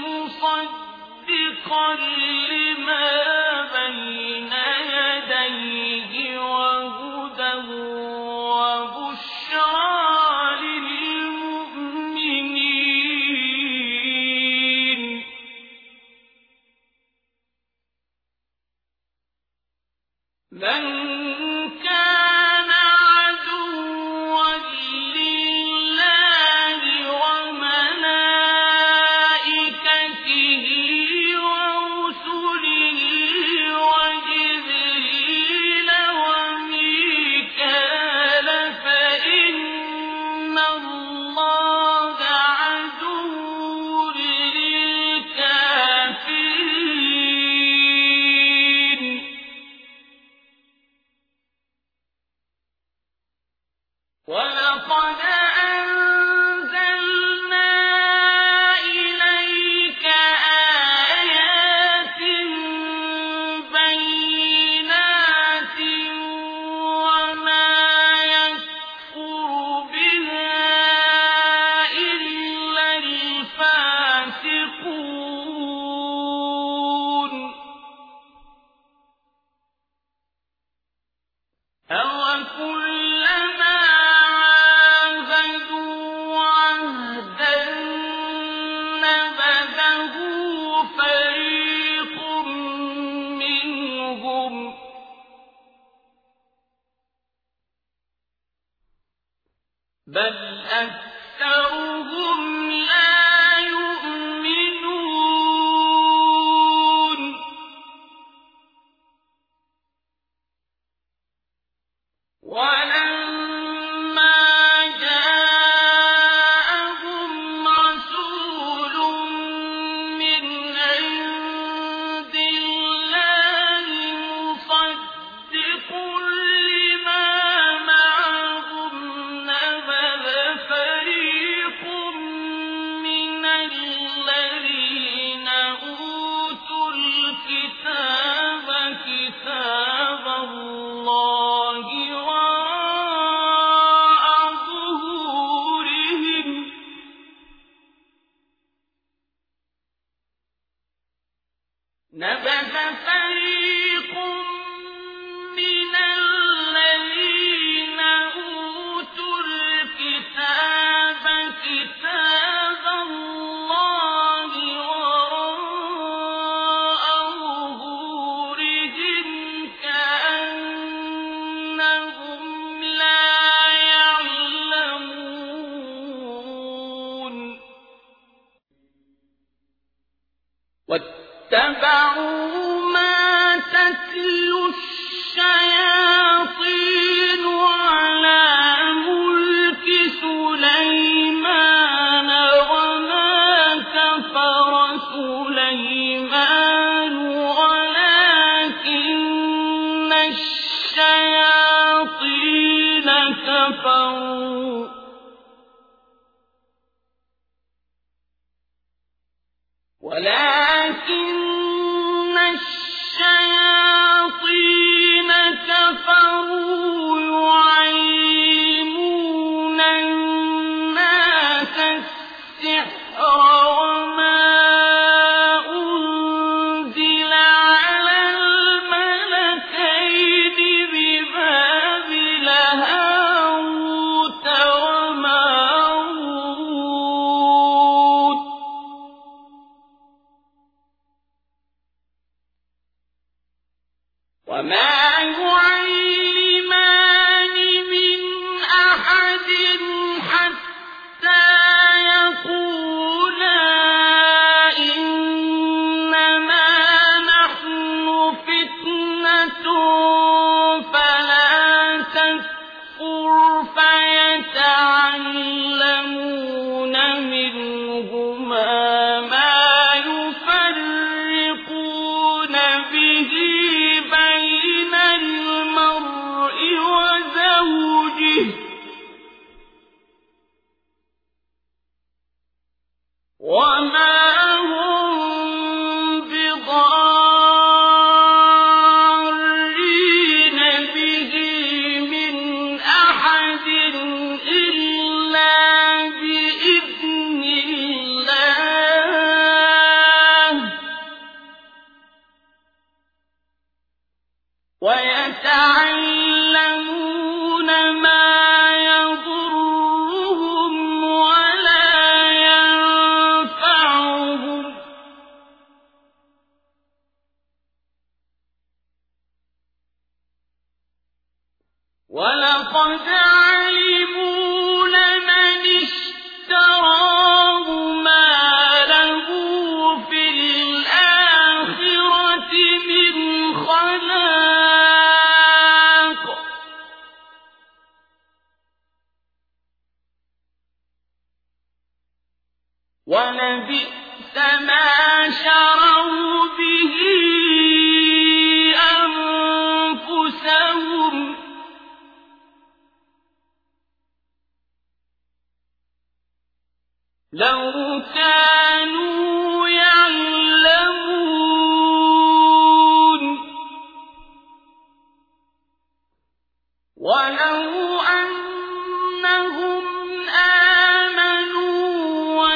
مصدقا لما بين يديه وهدى وبشرى للمؤمنين من كان عدوا لله وملائكته ورسله وجبريل وميكال فإن الله عدو للكافرين ولقد أنزلنا إليك آيات بينات وما يكفر بها إلا الفاسقون أوكلما عاهدوا عهدا نبذه فريق منهم بل أكثرهم لا يؤمنون ولما جاءهم رسول من عند الله مصدق لما معهم نبذ فريق من الذين أوتوا الكتاب كتاب الله وراء ظهورهم نبذ فريق من الذين أوتوا الكتاب كتاب الله وراء ظهورهم كأنهم لا يعلمون واتبعوا ما تتلو الشياطين على ملك سليمان وما كفر سليمان ولكن الشياطين كفروا ولكن الشياطين كفروا يعلمون الناس وما يعلمان من أحد حتى يقولا إنما نحن فتنة فلا تكفر فيتعلمون منهما ما يفرقون به بين المرء وزوجه وما هم بضارين به من أحد إلا بإذن الله ويتعلمون ما يضرهم ولا ينفعهم ولقد علموا لمن اشتراه ما له في الآخرة من خلاق ولبئس ما شروا به أنفسهم لو كانوا يعلمون ولو أنهم آمنوا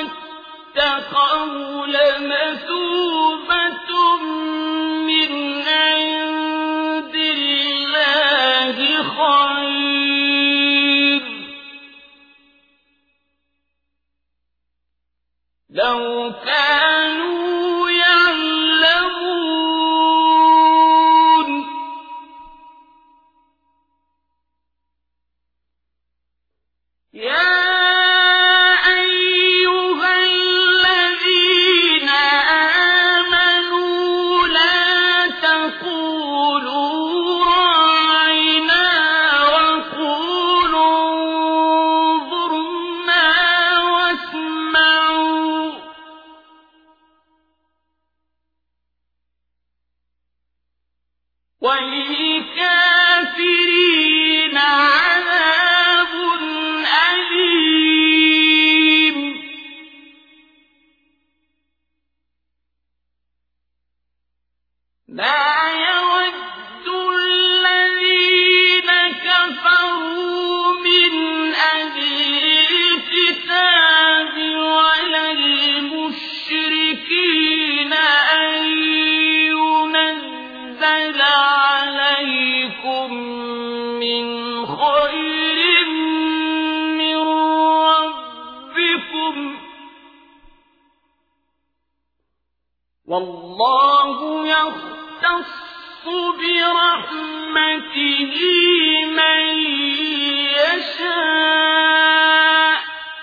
واتقوا لمثوبة من عند الله خير لو كانوا يعلمون يا أيها الذين آمنوا لا تقولوا راعنا وقولوا انظرنا واسمعوا وللكافرين عذاب أليم ما يود الذين كفروا من أهل الكتاب ولا المشركين أن ينزل عليكم من خير من ربكم والله يختص برحمته من يشاء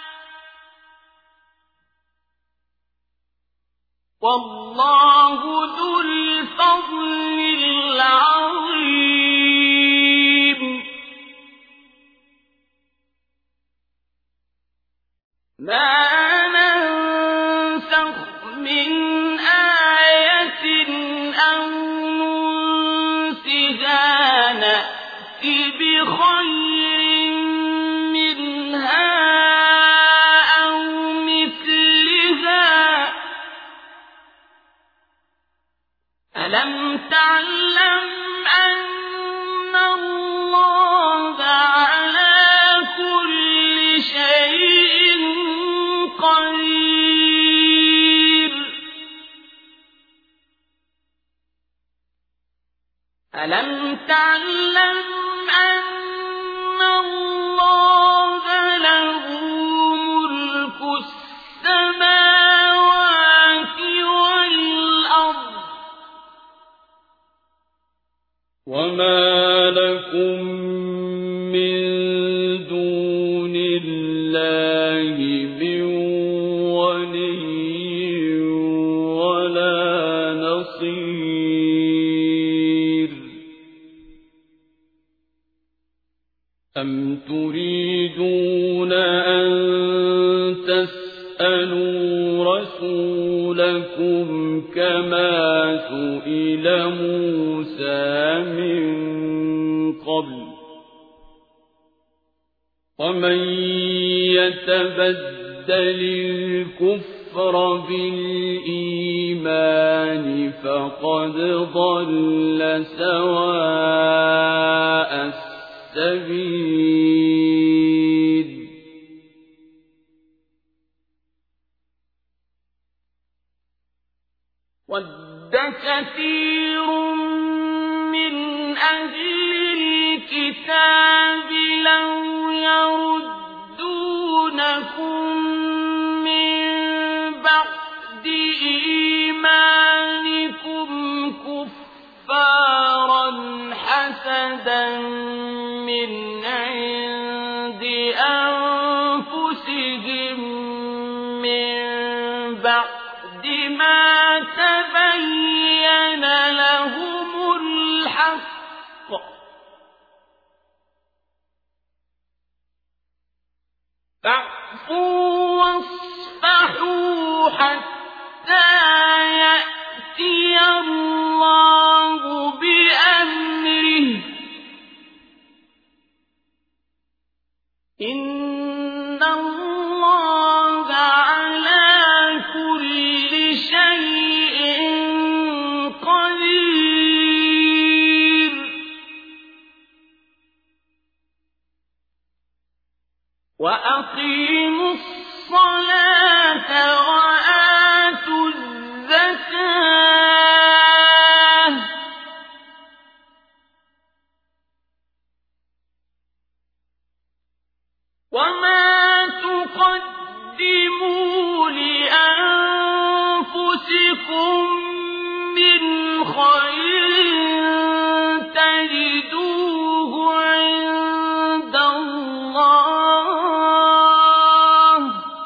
والله ذو الفضل العظيم ما ننسخ من آية أو ننسها نأت بخير منها أو مثلها ألم تعلم أن الله على كل شيء قدير ألم تعلم أن الله له ملك السماوات والأرض وما لكم من دون الله من ولي ولا نصير أم تريدون أن تسألوا رسولكم كما سئل موسى من قبل ومن يتبدل الكفر بالإيمان فقد ضل سواء السبيل ود كثير من أهل الكتاب لو يردونكم من بعد إيمانكم كفارا حسدا من عند أنفسهم من بعد ما تبين لهم الحق فاعفوا واصفحوا حتى يأتي الله بأمره إن الله على كل شيء قدير وأقيموا الصلاة وآتوا الزكاة وما تقدموا لأنفسكم من خير تجدوه عند الله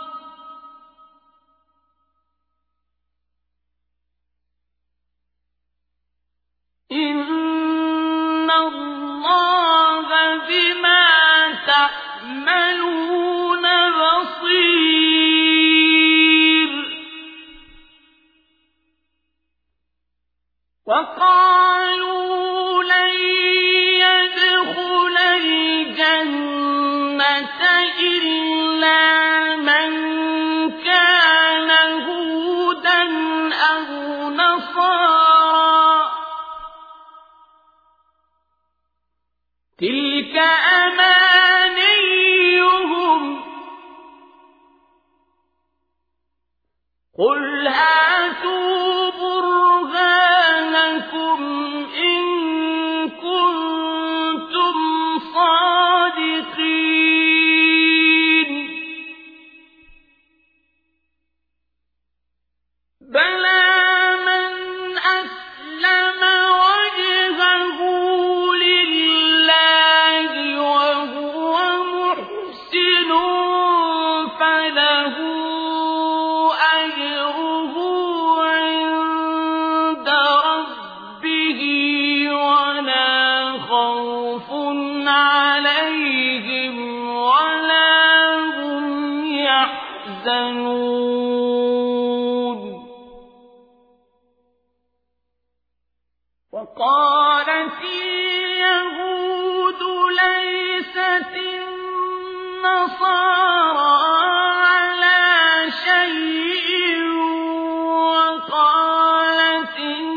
إن الله بما تعملون بصير وقالوا لن يدخل الجنة إلا من كان هودا أو نصارى تلك أمانيهم قل هاتوا برهانكم إن كنتم صادقين بلى من أسلم وجهه لله وهو محسن فله أجره عند ربه ولا خوف عليهم ولا هم يحزنون وقالت اليهود ليست النصارى على شيء وقالت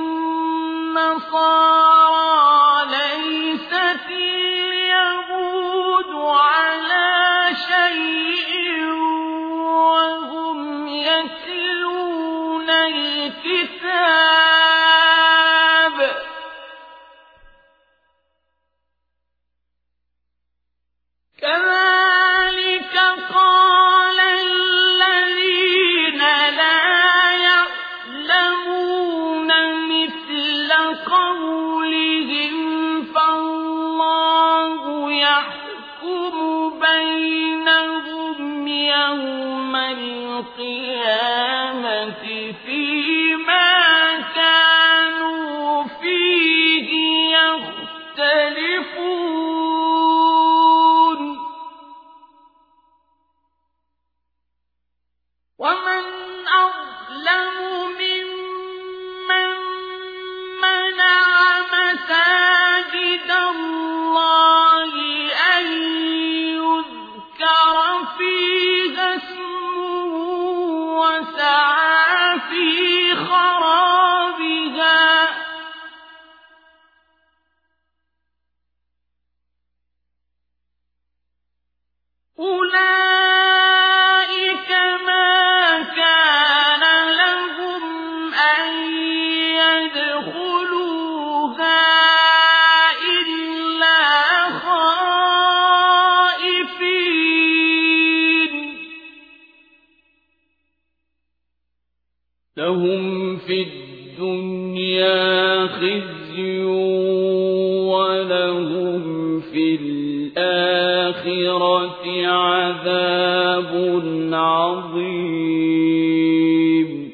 النصارى ليست اليهود على شيء وهم يتلون الكتاب كذلك قال لهم في الدنيا خزي ولهم في الآخرة عذاب عظيم.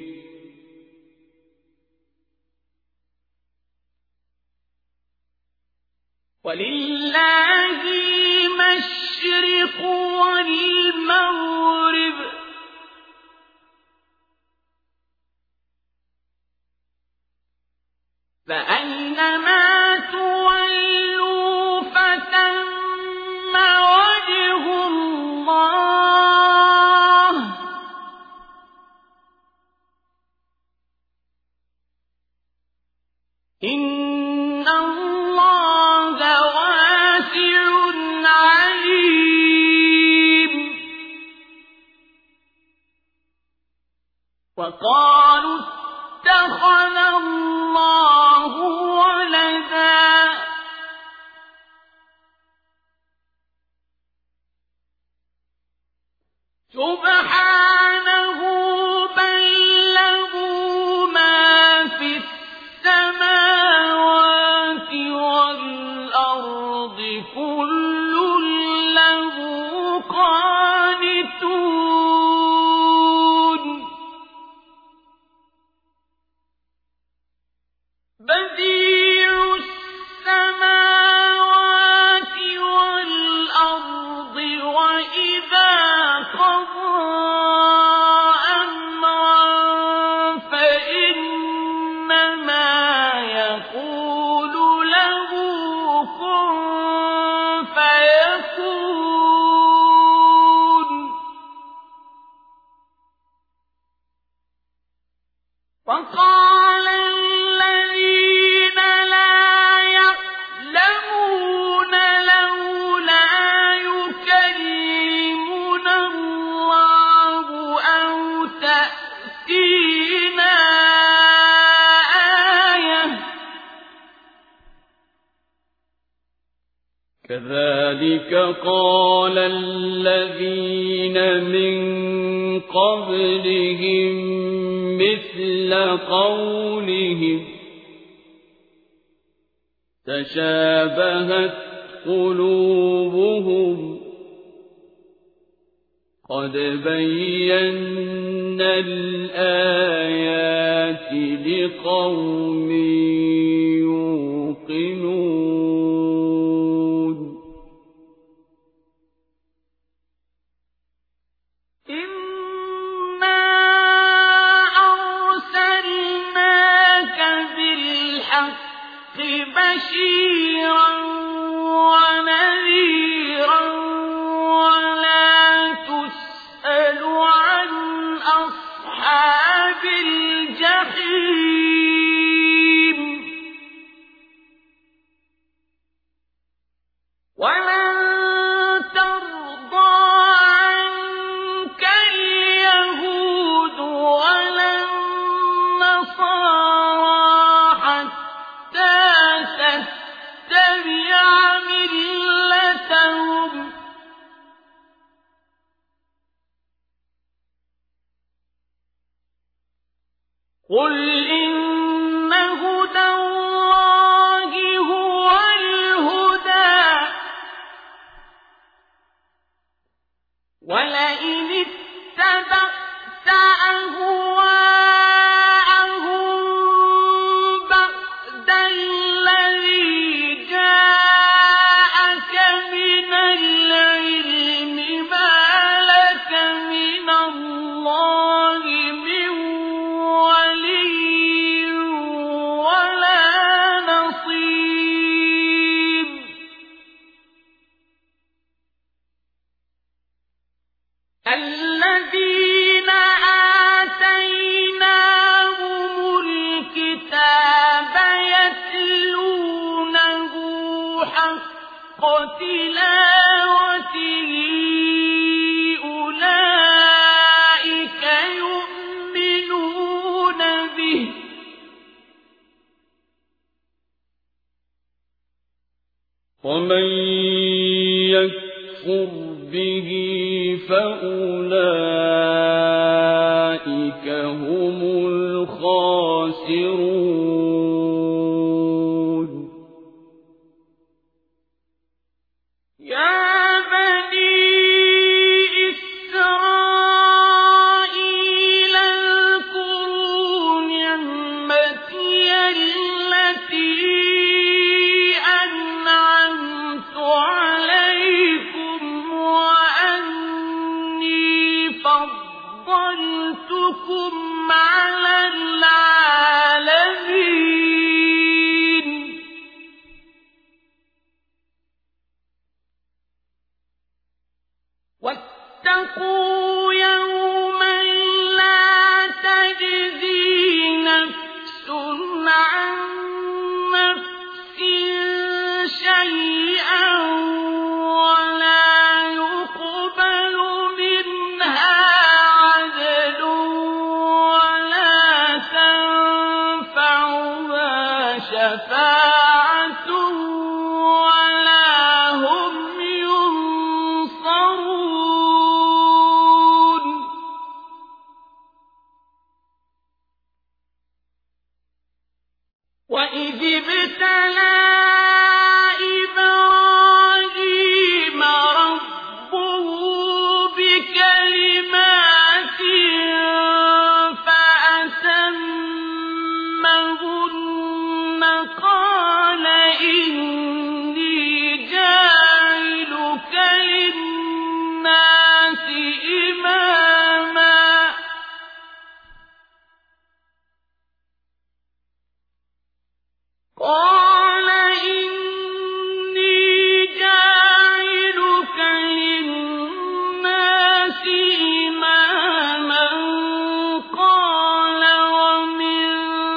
ولله المشرق والمغرب فأينما تولوا فثم وجه الله إن الله واسع عليم. وقالوا اتخذ الله ولدا سبحانه بل له ما في السماوات والأرض كل له قانتون. بديع السماوات والأرض وإذا قضى أمرا فإنما يقول له كن فيكون. وقال الذين لا يعلمون لولا يكلمنا الله أو تأتينا آية كذلك قال الذين من قبلهم مثل قولهم تشابهت قلوبهم قد بينا الآيات لقوم يوقنون. إنا أرسلناك بالحق بشيرا ونذيرا ولا تسأل عن أصحاب الجحيم. ولن ترضى عنك اليهود ولا النصارى حتى تتبع ملتهم قل إن هدى الله هو الهدى ولئن اتبعت أهواءهم بعد الذي جاءك من العلم ما لك من الله من ولي ولا نصير. الذين آتيناهم الكتاب يتلونه حق تلاوته أولئك يؤمنون به ومن يكفر به فأولئك أولئك هم الخاسرون. يا بني إسرائيل اذكروا نعمتي التي أنعمت عليكم وأني فضلتكم على العالمين. واتقوا يوما لا تجزي نفس عن نفس شيئا ولا يقبل منها عدل ولا تنفعها شفاعة ولا هم ينصرون. وإذ ابتلى إبراهيم ربه بكلمات فأتمهن قال إني جاعلك للناس إماما قال إني جاعلك للناس إماما قال ومن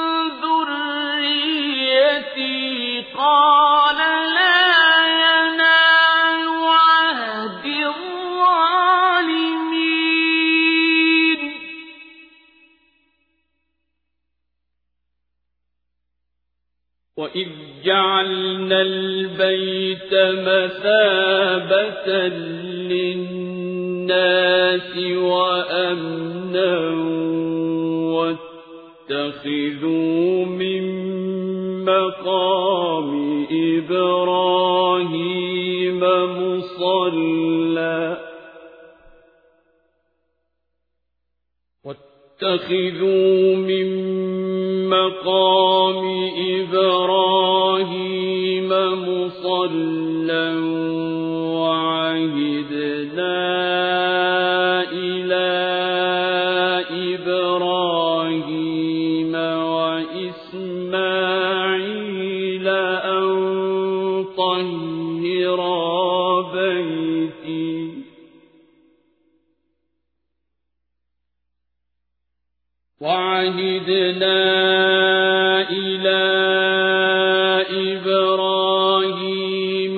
ذريتي قال لا ينال عهد الظالمين. وإذ جعلنا البيت مثابة للناس وأمنا واتخذوا من مقام إبراهيم مصلى واتخذوا من مقام إبراهيم مصلى وعهدنا إلى إبراهيم وإسماعيل أن طهرا بيتي وعهدنا إلى إبراهيم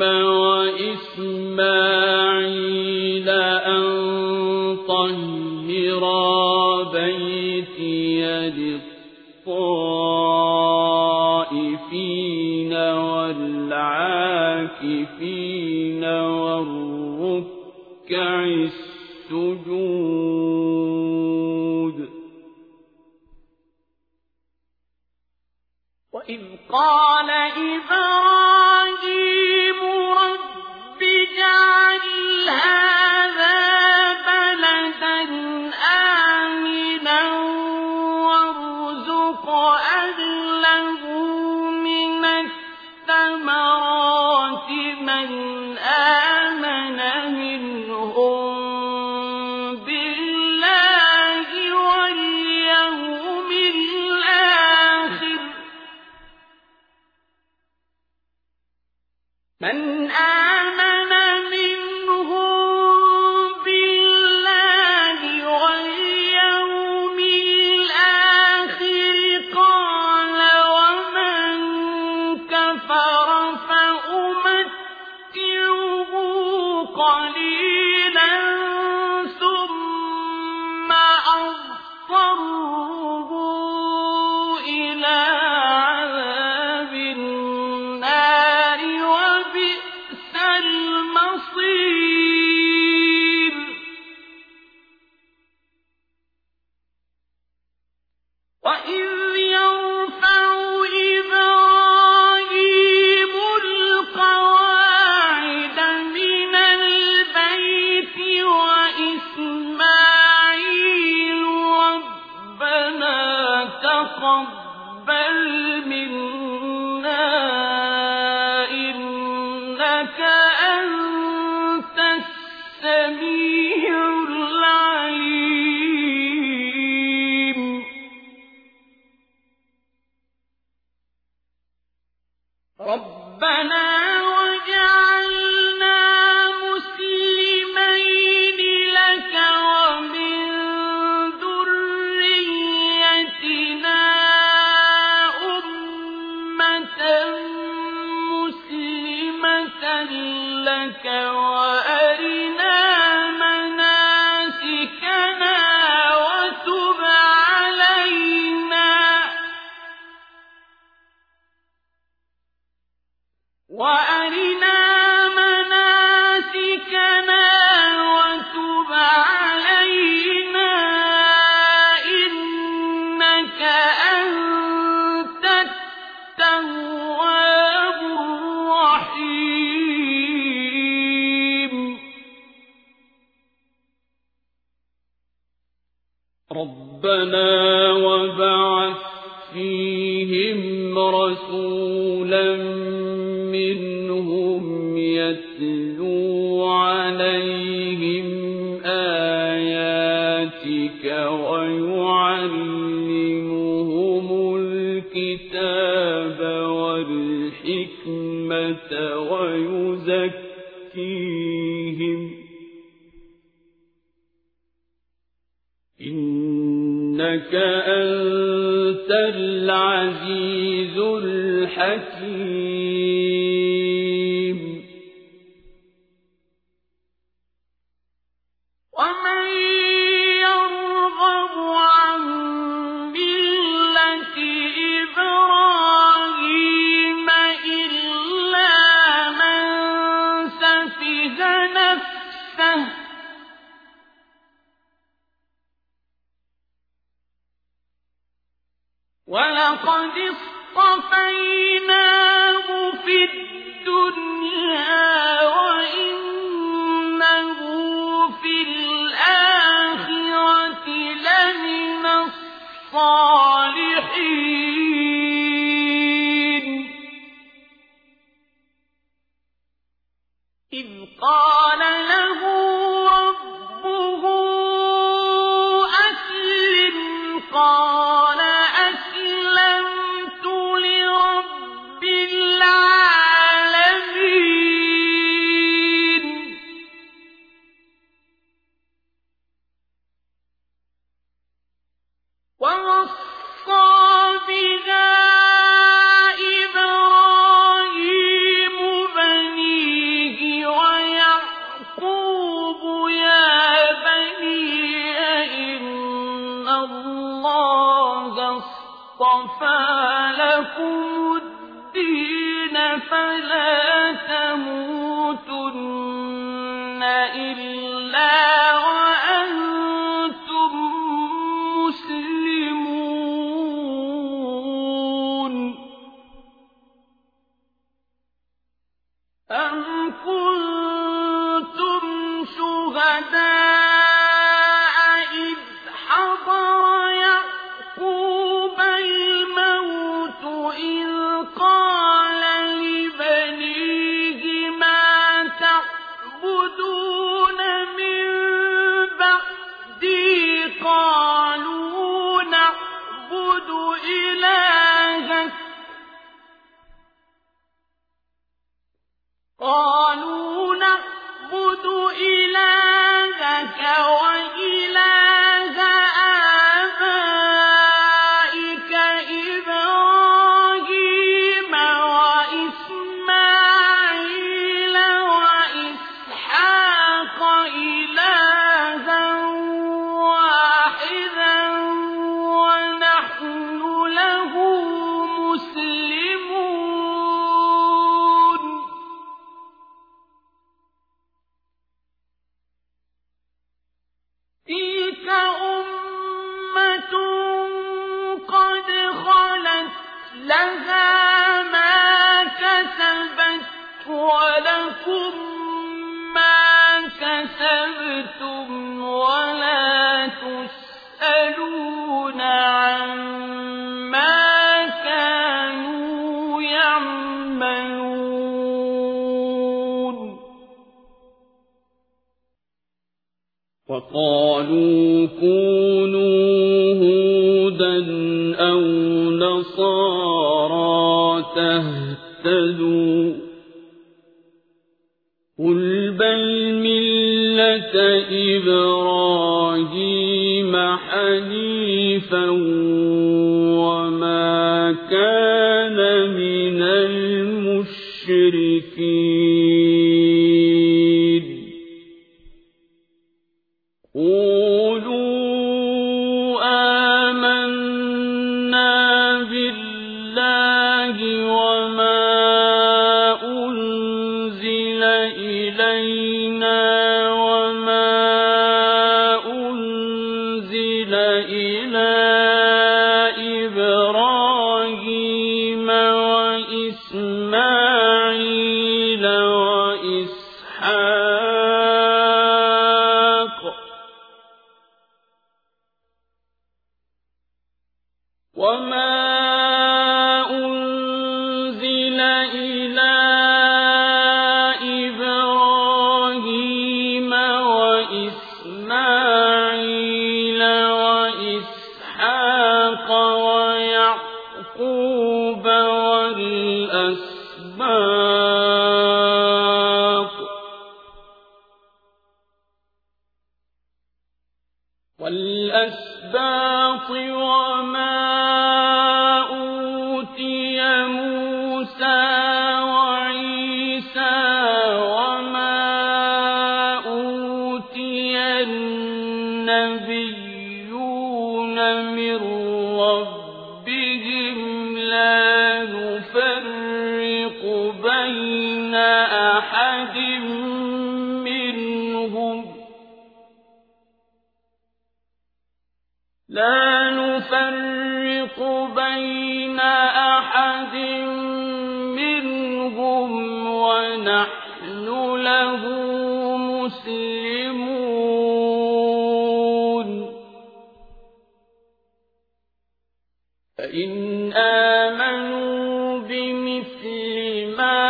وإسماعيل أن طهرا بيتي للطائفين والعاكفين والركع السجود. وإذ قال إبراهيم رب اجعل هذا بلدا آمنا وارزق أهله من الثمرات من آمن منهم بالله واليوم الآخر من آمن منهم بالله واليوم الآخر قال ومن كفر فأمتعه قليلا ثم أضطره إلى عذاب النار وبئس لك وأرنا مناسكنا وتب علينا وأرنا مناسكنا وتب علينا إنك أنت التواب الرحيم ربنا وابعث فيهم رسولا منهم يتلو عليهم آياتك ويعلمهم الكتاب والحكمة ويزكيهم إنك أنت العزيز الحكيم ومن يرغب عن ملة إبراهيم إلا من سفه نفسه ولقد اصطفيناه في الدنيا وإنه في الآخرة لمن الصالحين إذ قال له ربه أسلم قال أسلمت لرب العالمين ووصى بها إبراهيم بنيه ويعقوب يا بني إن الله اصطفى لكم الدين فلا تموتن إلا وأنتم مسلمون أم كنتم شهداء إذ حضر يعقوب الموت إذ قال لبنيه ما تعبدون من بعدي قالوا نعبد إلهك قالوا نعبد إلهك وإله آبائك إبراهيم وإسماعيل وإسحاق إلها واحدا ونحن له مسلمون تلك أمة قد خلت لها ما كسبت ولكم ما كسبتم ولا تسألون عما كانوا يعملون وقالوا كونوا هودا أو نصارى تهتدوا قل بل ملة إبراهيم حنيفا وما كان من المشركين المشركين قولوا آمنا بالله وما أنزل إلينا وما أنزل إلى إبراهيم وإسماعيل وإسحاق وما أنزل إلى إبراهيم وإسماعيل وإسحاق ويعقوب والأسباط والأسباط وما أوتي موسى وعيسى وما أوتي النبيون من ربهم لا نفرق بين أحد منهم لا نفرق بين أحد منهم ونحن له مسلمون فإن آمنوا بمثل ما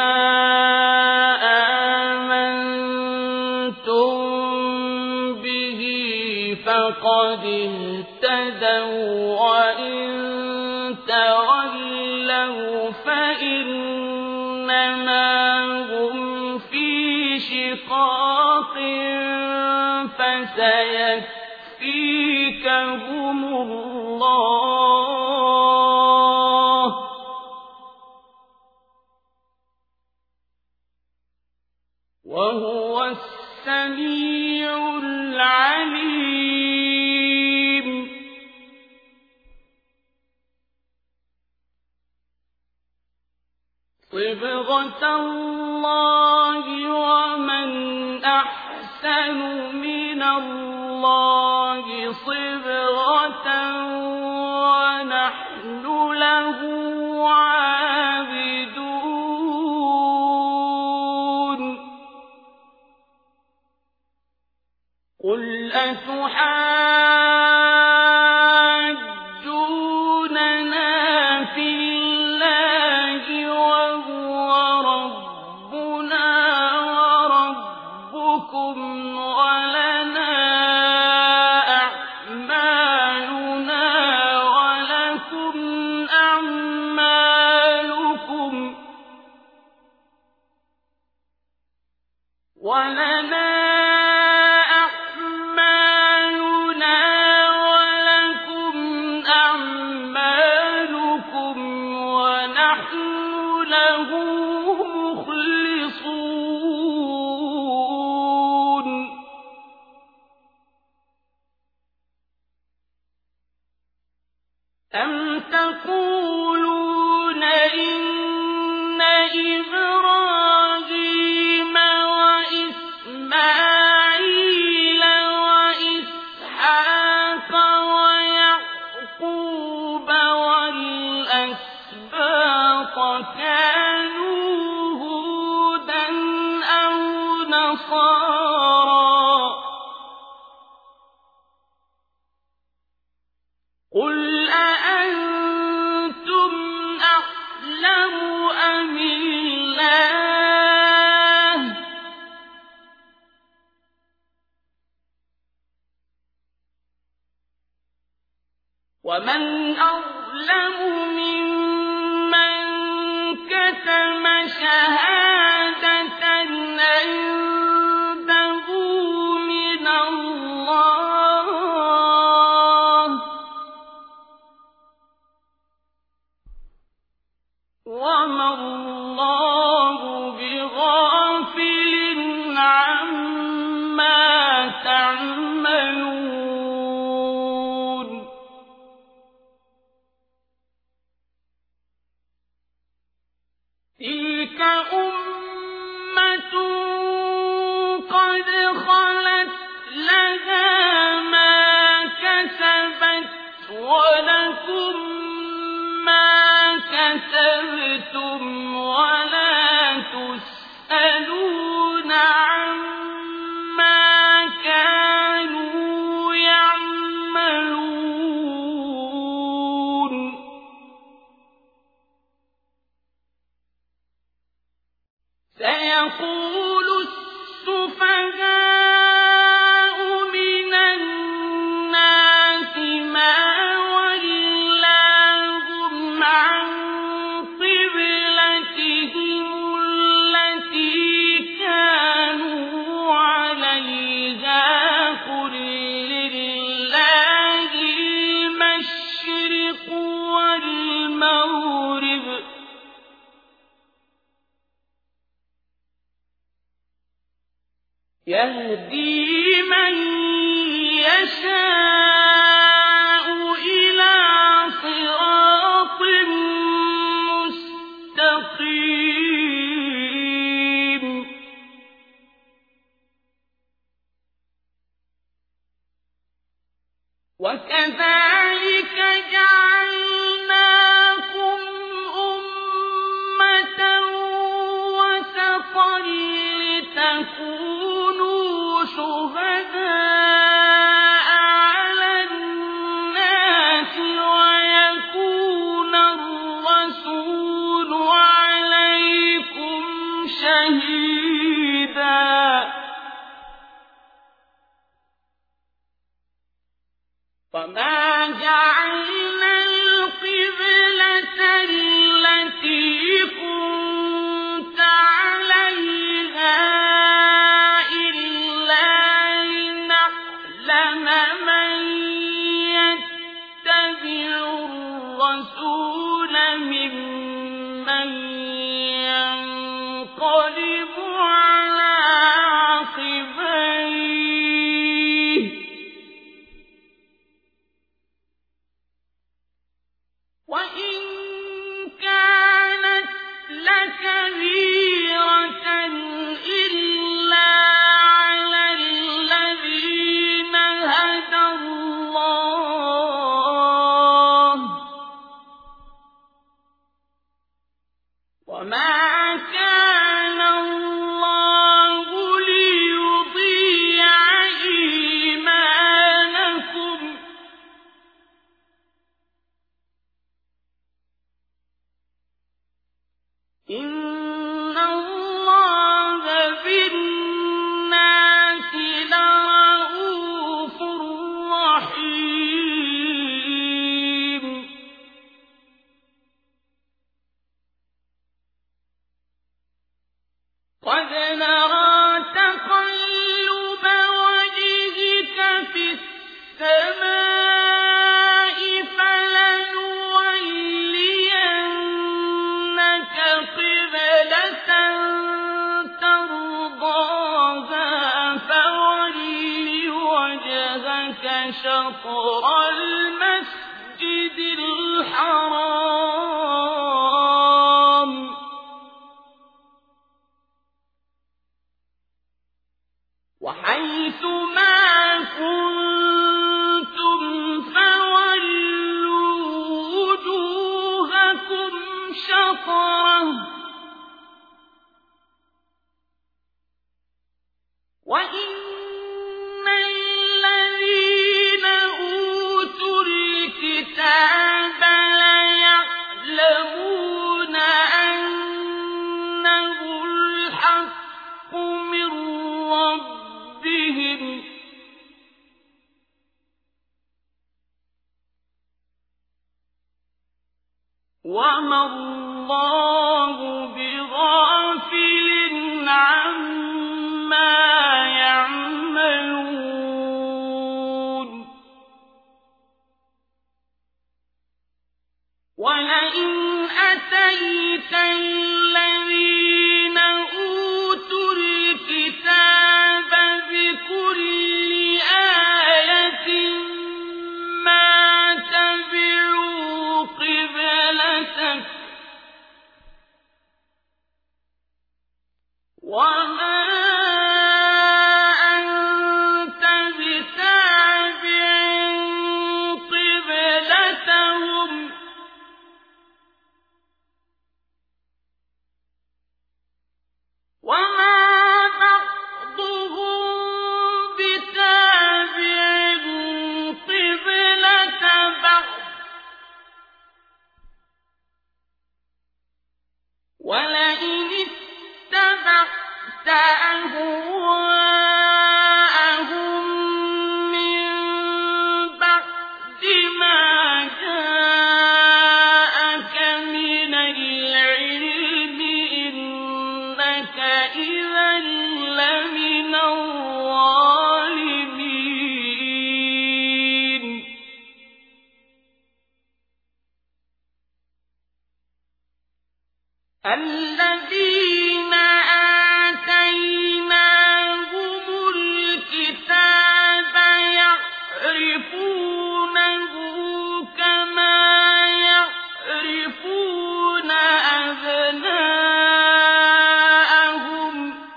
آمنتم به فقد اهتدوا وإن تولوا فإنما هم في شقاق فسيكفيكهم الله وهو السميع العليم صبغة الله ومن أحسن من الله صبغة ونحن له عابدون قل أتحاجوننا في الله وهو ربنا وربكم ولنا أعمالنا ولكم أعمالكم ولنا أم تقولون إن إبراهيم وإسماعيل وإسحاق ويعقوب والأسباط كانوا هودا أو نصارى قل أأنتم أعلم أم الله ومن أظلم ممن كتم شهادة عنده من الله وما الله أَنتُمْ وَلَا تُسْأَلُونَ عَمَّا كَانُوا يَعْمَلُونَ سَيَقُولُ السُّفَهَاءُ مِنَ النَّاسِ مَا وَلَّاهُمْ عَن قِبْلَتِهِمُ الَّتِي كَانُوا عَلَيْهَا قُل لِّلَّهِ الْمَشْرِقُ وَالْمَغْرِبُ يَهْدِي مَن يَشَاءُ إِلَىٰ صِرَاطٍ مُّسْتَقِيمٍ وَكَذَٰلِكَ جَعَلْنَاكُمْ أُمَّةً وَسَطًا لِّتَكُونُوا شُهَدَاءَ عَلَى النَّاسِ وَيَكُونَ الرَّسُولُ عَلَيْكُمْ شَهِيدًا وَمَا جَعَلْنَا الْقِبْلَةَ الَّتِي كُنتَ عَلَيْهَا إِلَّا لِنَعْلَمَ مَن يَتَّبِعُ الرَّسُولَ مِمَّن يَنقَلِبُ عَلَىٰ عَقِبَيْهِ ۚ وَإِن كَانَتْ لَكَبِيرَةً إِلَّا عَلَى الَّذِينَ هَدَى اللَّهُ ۗ وَمَا كَانَ اللَّهُ لِيُضِيعَ إِيمَانَكُمْ ۚ إِنَّ اللَّهَ بِالنَّاسِ لَرَءُوفٌ رَّحِيمٌ قَدْ نَرَىٰ تَقَلُّبَ وَجْهِكَ فِي السَّمَاءِ فَلَنُوَلِّيَنَّكَ قِبْلَةً تَرْضَاهَا فَوَلِّ وَجْهَكَ شَطْرَ الْمَسْجِدِ الْحَرَامِ ۚ وَحَيْثُ مَا كُنتُمْ فَوَلُّوا وُجُوهَكُمْ شَطْرَهُ ۗ وَإِنَّ الَّذِينَ أُوتُوا الْكِتَابَ لَيَعْلَمُونَ أَنَّهُ الْحَقُّ مِن رَّبِّهِمْ ۗ وَمَا اللَّهُ بِغَافِلٍ عَمَّا يَعْمَلُونَ وَلَئِنْ أَتَيْتَ الَّذِينَ أُوتُوا الْكِتَابَ بِكُلِّ آيَةٍ مَّا تَبِعُوا قِبْلَتَكَ وَمَا أَنتَ بِتَابِعٍ قِبْلَتَهُمْ أهواءهم من بعد ما جاءك من العلم إنك إذا لمن الظالمين الذين آتيناهم الكتاب يعرفونه كما يعرفون أبناءهم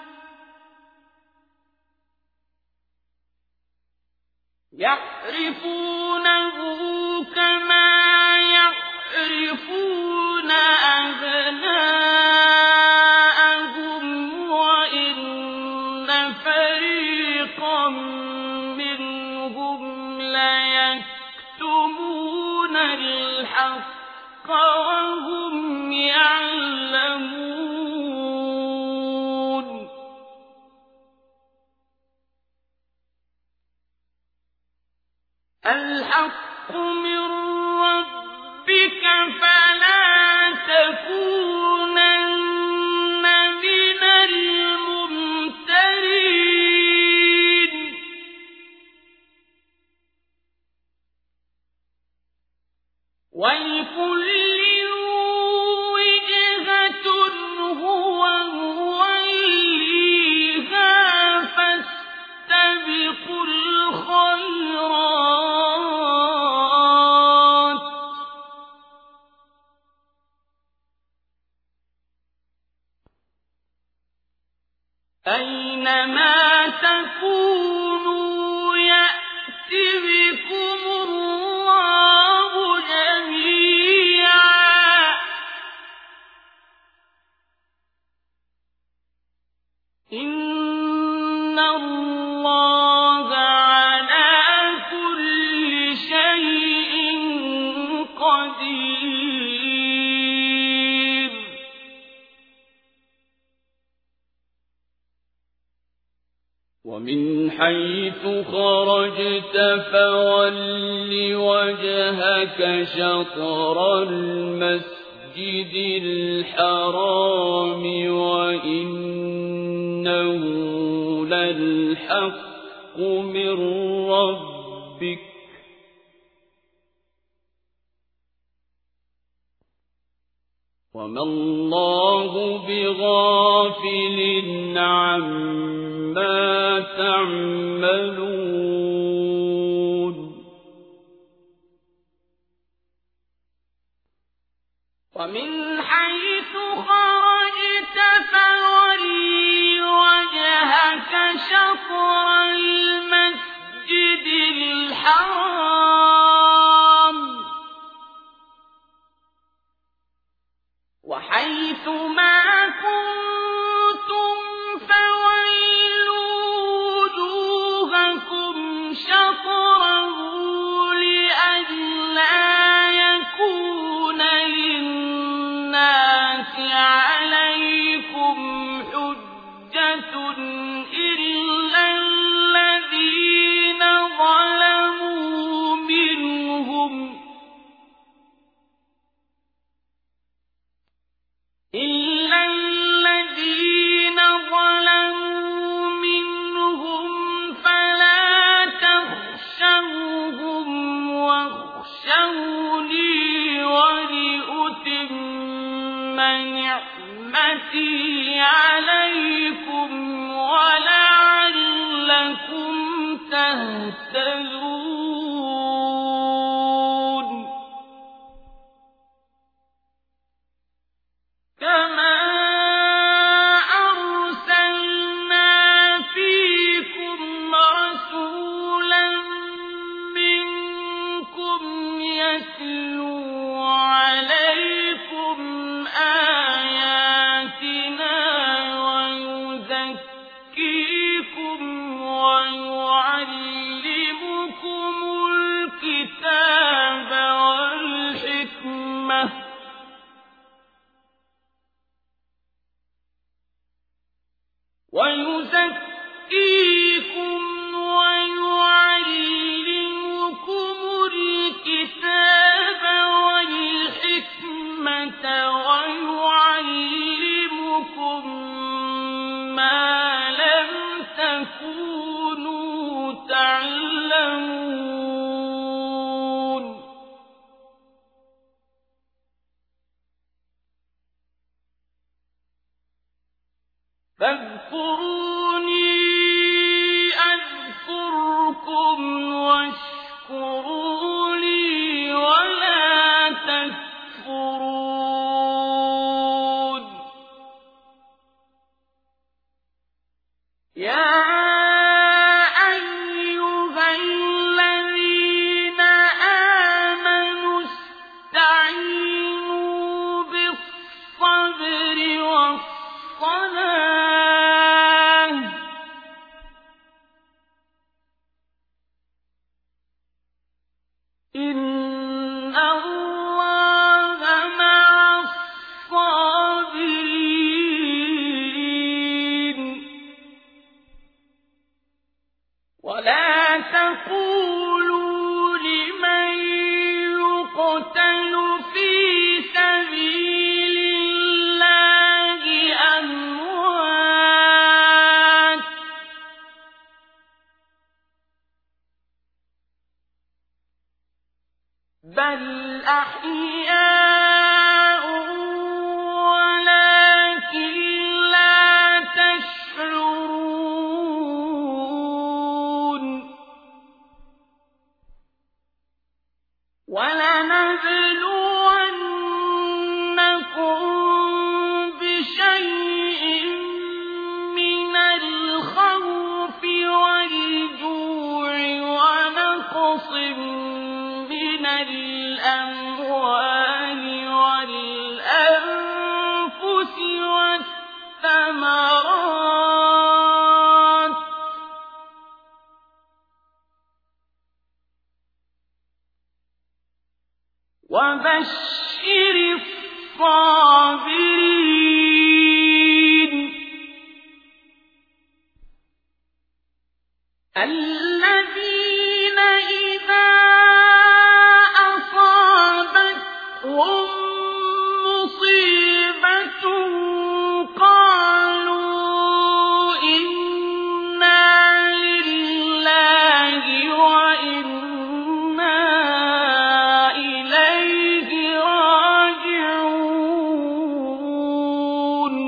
يعرفونه كما يعرفون أبناءهم وإن فريقا منهم ليكتمون الحق وهم يعلمون الحق من ربك فلا تكونن من الممترين ولكل وجهة هو موليها فاستبقوا الخيرات أينما تكونوا يأت بكم الله جميعا إن الله على كل شيء قدير ومن حيث خرجت فول وجهك شطر المسجد الحرام وإنه للحق من ربك وما الله بغافل عما تعملون ومن حيث خرجت فولي وجهك شطر المسجد الحرام وحيث ما كنتم فولوا وجوهكم شطره لئلا يكون للناس عليكم حجة إلا الذين ظلموا منهم إلا الذين ظلموا منهم فلا تخشوهم واخشوني ولأتم نعمتي عليكم ولعلكم تهتدون كما أرسلنا فيكم رسولا منكم يتلو عليكم آياتنا ويزكيكم ويعلمكم ويزكيكم ويعلمكم الكتاب والحكمة ويعلمكم ما لم تكونوا تعلمون فاذكروني أذكركم واشكروا لي ولا تكفرون يا أيها الذين آمنوا استعينوا بالصبر والصلاة إن الله مع الصابرين ولا تقولوا لمن يقتل في سبيل الله أموات بل أحياء ولكن لا تشعرون ولنبلونكم بشيء من الخوف والجوع ونقص من الأموال والأنفس والثمرات وبشر الصابرين الذين إذا أصابتهم مصيبة قالوا إنا لله وإنا إليه راجعون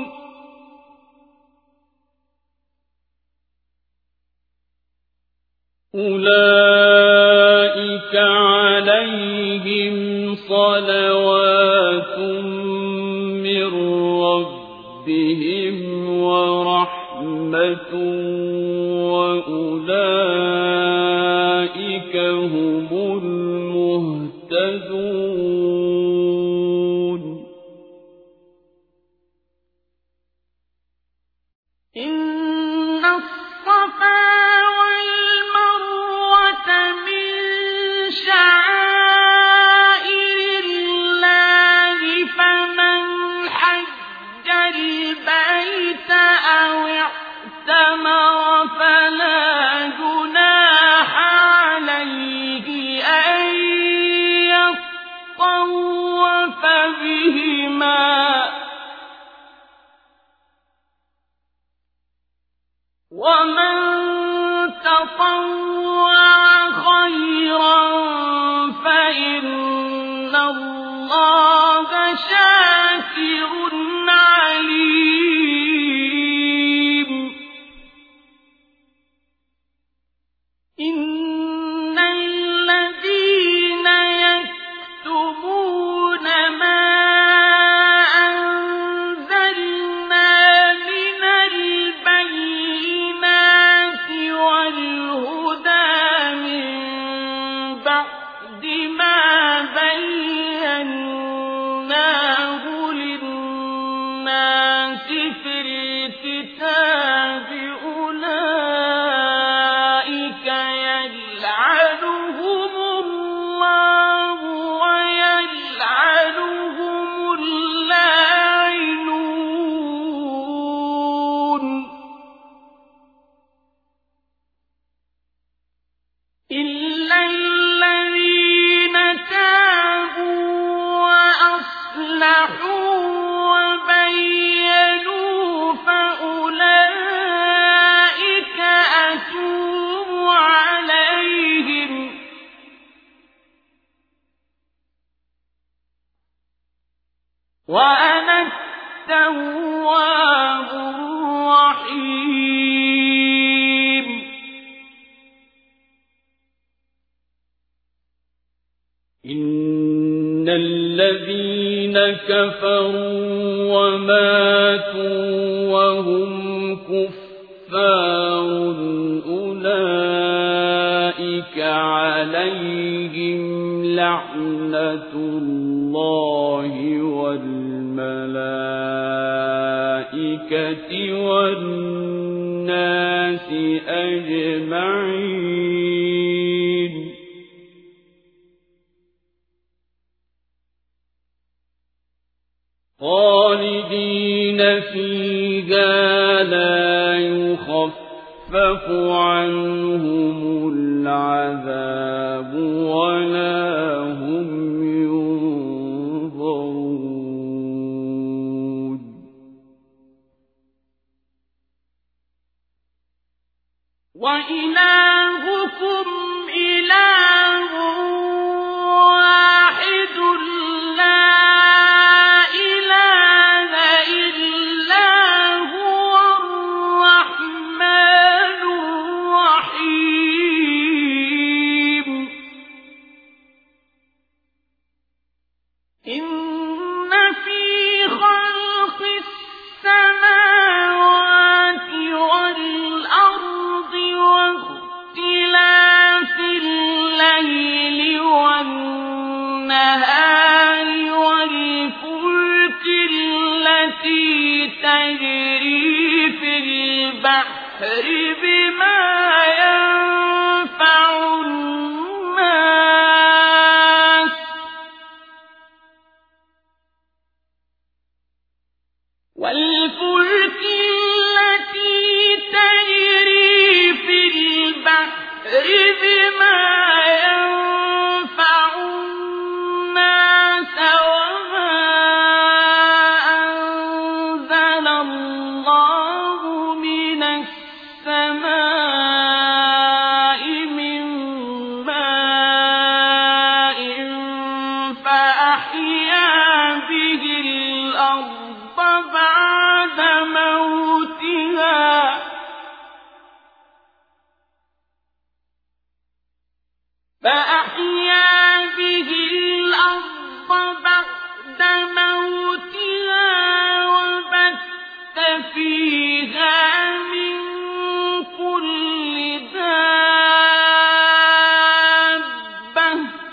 أولئك عليهم صلوات من ربهم ورحمة وأولئك هم المهتدون إن الصفا والمروة من شعائر الله فمن حج البيت أو اعتمر فلا جناح عليه أن يطوف بهما ومن تطوع خيرا فإن الله شاكر عليم إن الذين يكتمون ما والهدى الرحيم إن الذين كفروا وماتوا وهم كفار أولئك عليهم لعنة الله والملائكة والناس أجمعين خالدين فيها لا يخفف عنهم العذاب ولا هم ينظرون وإلهكم إله واحد لا إله إلا هو الرحمن الرحيم إن في خلق السماوات والأرض واختلاف الليل والنهار والفلك التي تجري في البحر بما ينفع الناس والفلك التي تجري في البحر بما ينفع الناس وما أنزل الله من السماء من ماء فأحيا به الأرض بعد موتها فأحيا به الأرض بعد موتها وبث فيها من كل دابة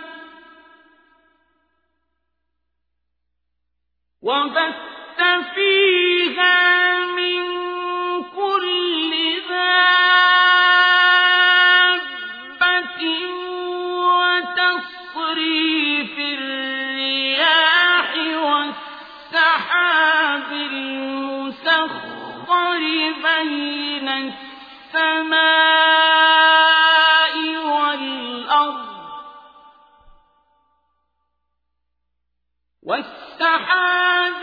وبث فيها من كل دابة وتصريف الرياح والسحاب المسخر بين السماء والأرض والسحاب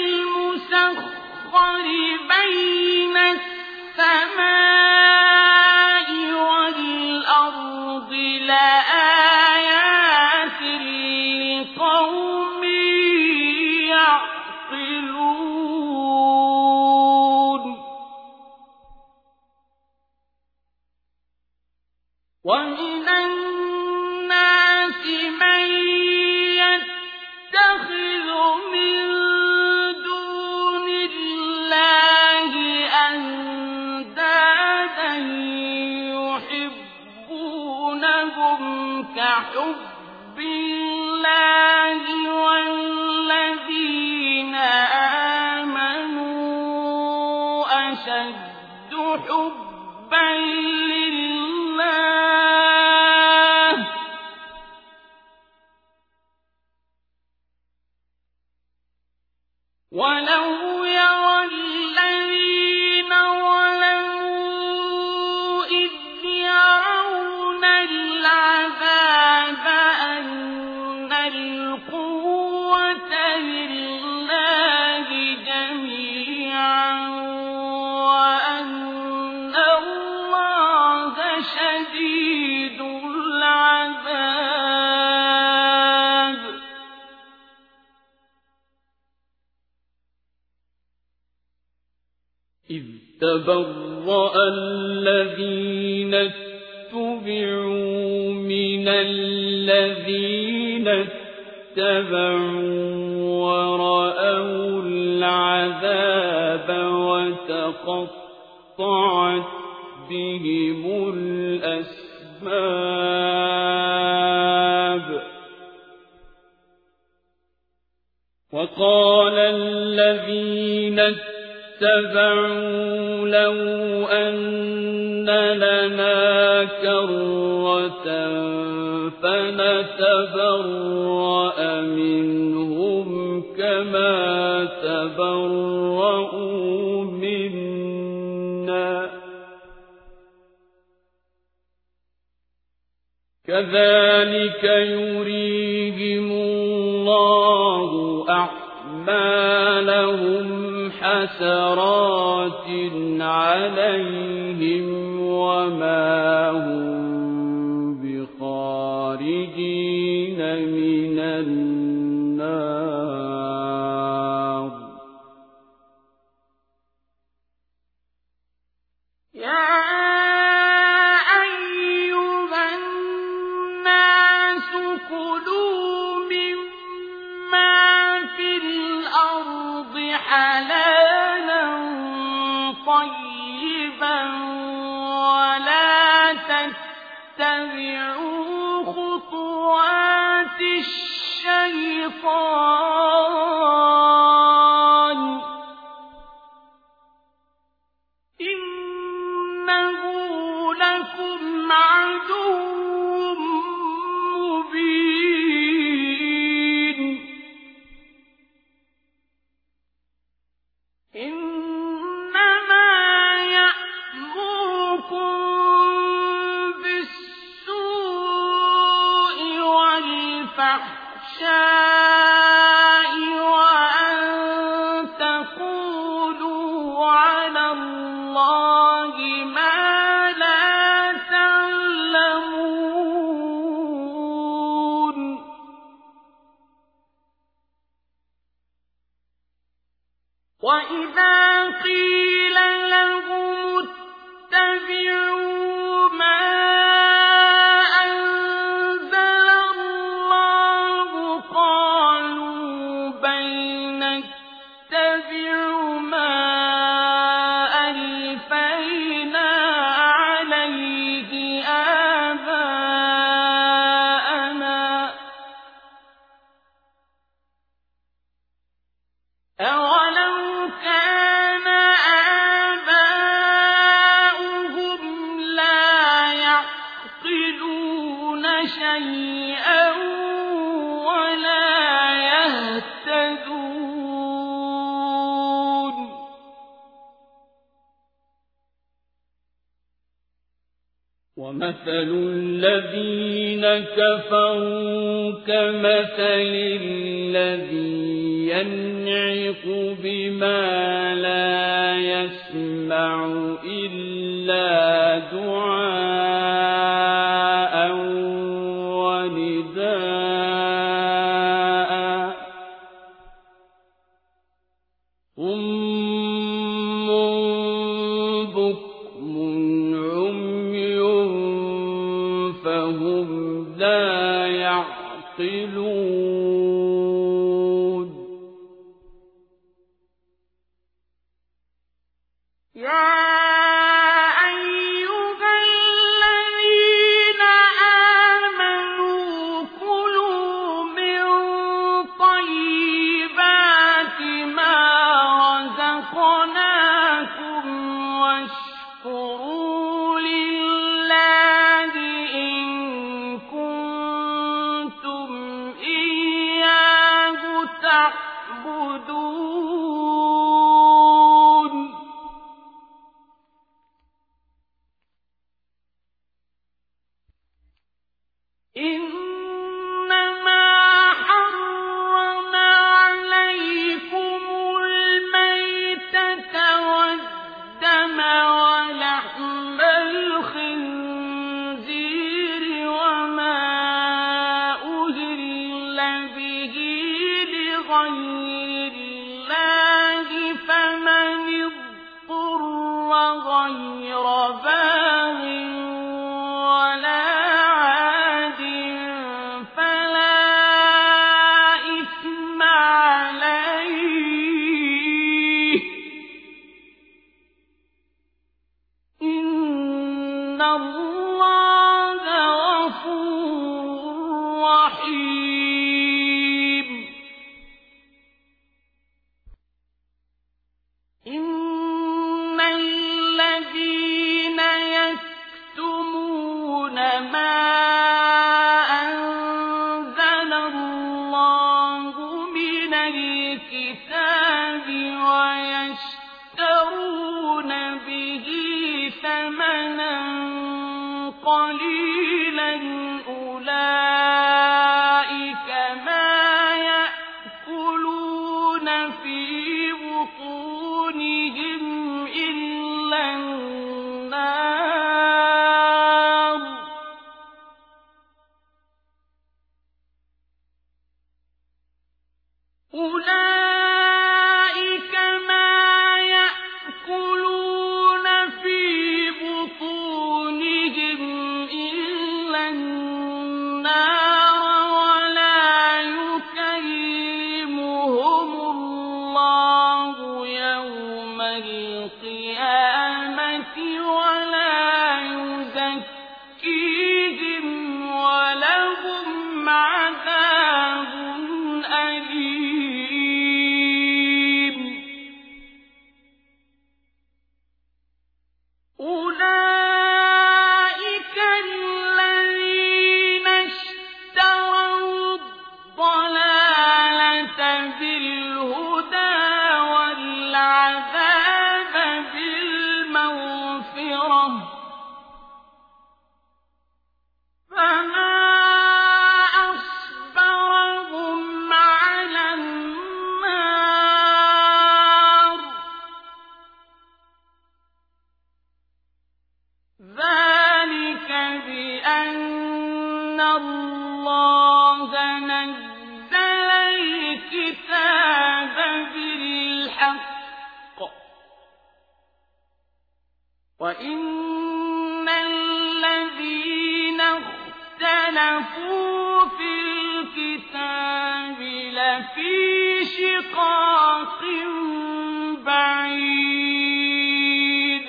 المسخر بين السماء والأرض لآيات لقوم يعقلون ومن الناس من يتخذ من دون الله أندادا يحبونهم كحب الله والذين آمنوا أشد حبا لله ولو يرى الذين ظلموا إذ يرون العذاب أن القوة لله جميعا وأن الله شديد العذاب تبرأ الذين اتبعوا من الذين اتبعوا ورأوا العذاب وتقطعت بهم الأسباب وقال الذين اتبعوا لو أن لنا كرة فنتبرأ منهم كما تبرؤوا منا كذلك يريهم الله أعمالهم حسرات عليهم وما هم بخارجين من النار يا أيها الناس كلوا مما في الأرض حلالا طيبا ولا تتبعوا خطوات الشيطان إنه لكم عدو مبين إنما يأمركم بالسوء والفحشاء وأن تقولوا على الله ما لا تعلمون وإذا قيل لهم اتبعوا ما أنزل الله قالوا بل نتبع ما ألفينا عليه آباءنا أولو كان آباؤهم لا يعقلون شيئا ولا يهتدون ومثل الذين كفروا كمثل الذي ينعق بما لا يسمع إلا دعاء ونداء صم بكم عمي فهم لا يعقلون يا أيها الذين آمنوا كلوا من طيبات ما رزقناكم واشكروا لله إن كنتم إياه غَيْرَ بَاغٍ وَلَا عَادٍ فَلَا إِثْمَ عَلَيْهِ ۚ إِنَّ اللَّهَ غَفُورٌ رَّحِيمٌ. إِنَّ الَّذِينَ يَكْتُمُونَ مَا أَنزَلَ اللَّهُ مِنَ الْكِتَابِ وَيَشْتَرُونَ بِهِ ثَمَنًا قَلِيلًا أُولَٰئِكَ مَا يَأْكُلُونَ فِي بُطُونِهِمْ إِلَّا النَّارَ ۖ أُولَٰئِكَ مَا يَأْكُلُونَ فِي بُطُونِهِمْ إِلَّا النَّارَ وَلَا يُكَلِّمُهُمُ اللَّهُ يَوْمَ الْقِيَامَةِ وَلَا يُزَكِّيهِمْ وَلَهُمْ عَذَابٌ أَلِيمٌ. أُولَٰئِكَ الَّذِينَ اشْتَرَوُا الضَّلَالَةَ بِالْهُدَىٰ وَالْعَذَابَ بِالْمَغْفِرَةِ ۚ فَمَا أَصْبَرَهُمْ عَلَى النَّارِ ۚ ذَٰلِكَ بِأَنَّ اللَّهَ نَزَّلَ الْكِتَابَ بِالْحَقِّ وَإِنَّ الَّذِينَ اخْتَلَفُوا فِي الْكِتَابِ لَفِي شِقَاقٍ بَعِيدٍ.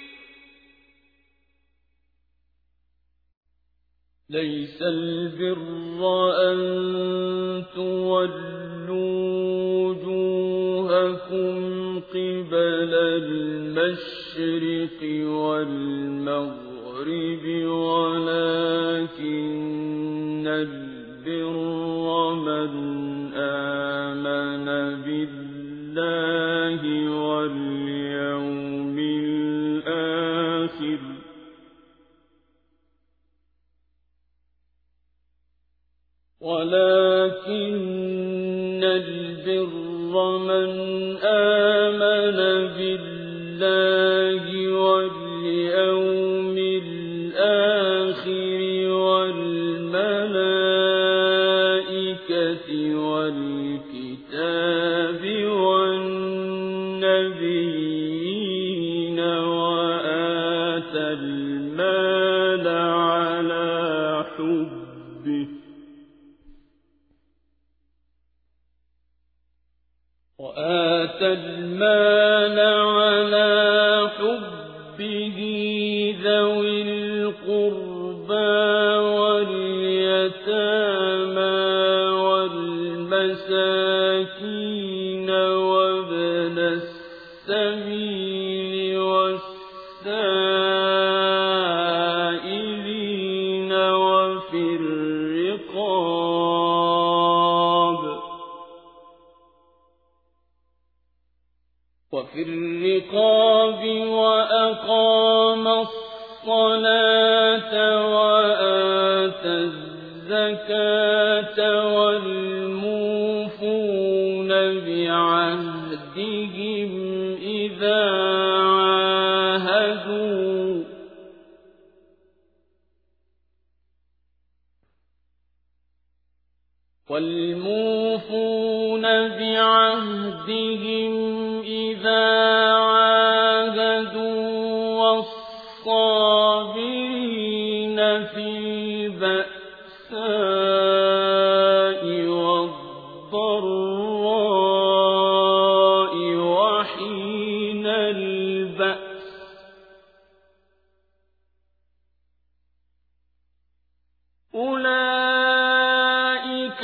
لَيْسَ الْبِرَّ أَن تُوَلُّوا وُجُوهَكُمْ قِبَلَ الْمَشْرِقِ وَالْمَغْرِبِ وَلَٰكِنَّ الْبِرَّ مَنْ آمَنَ بِاللَّهِ وَالْيَوْمِ الْآخِرِ ولكن البر من آمن بالله واليوم الآخر والملائكة والكتاب والنبيين وآتى المال على حبه وآتى المال على حبه ذوي القربى واليتامى والمساكين وابن السبيل والسائلين وفي الرقاب وفي الرقاب وأقام الصلاة وآتى الزكاة والموفون بعهدهم إذا عاهدوا والموفون بعهدهم إذا عاهدوا الصابرين في البأساء والضراء وحين البأس أولئك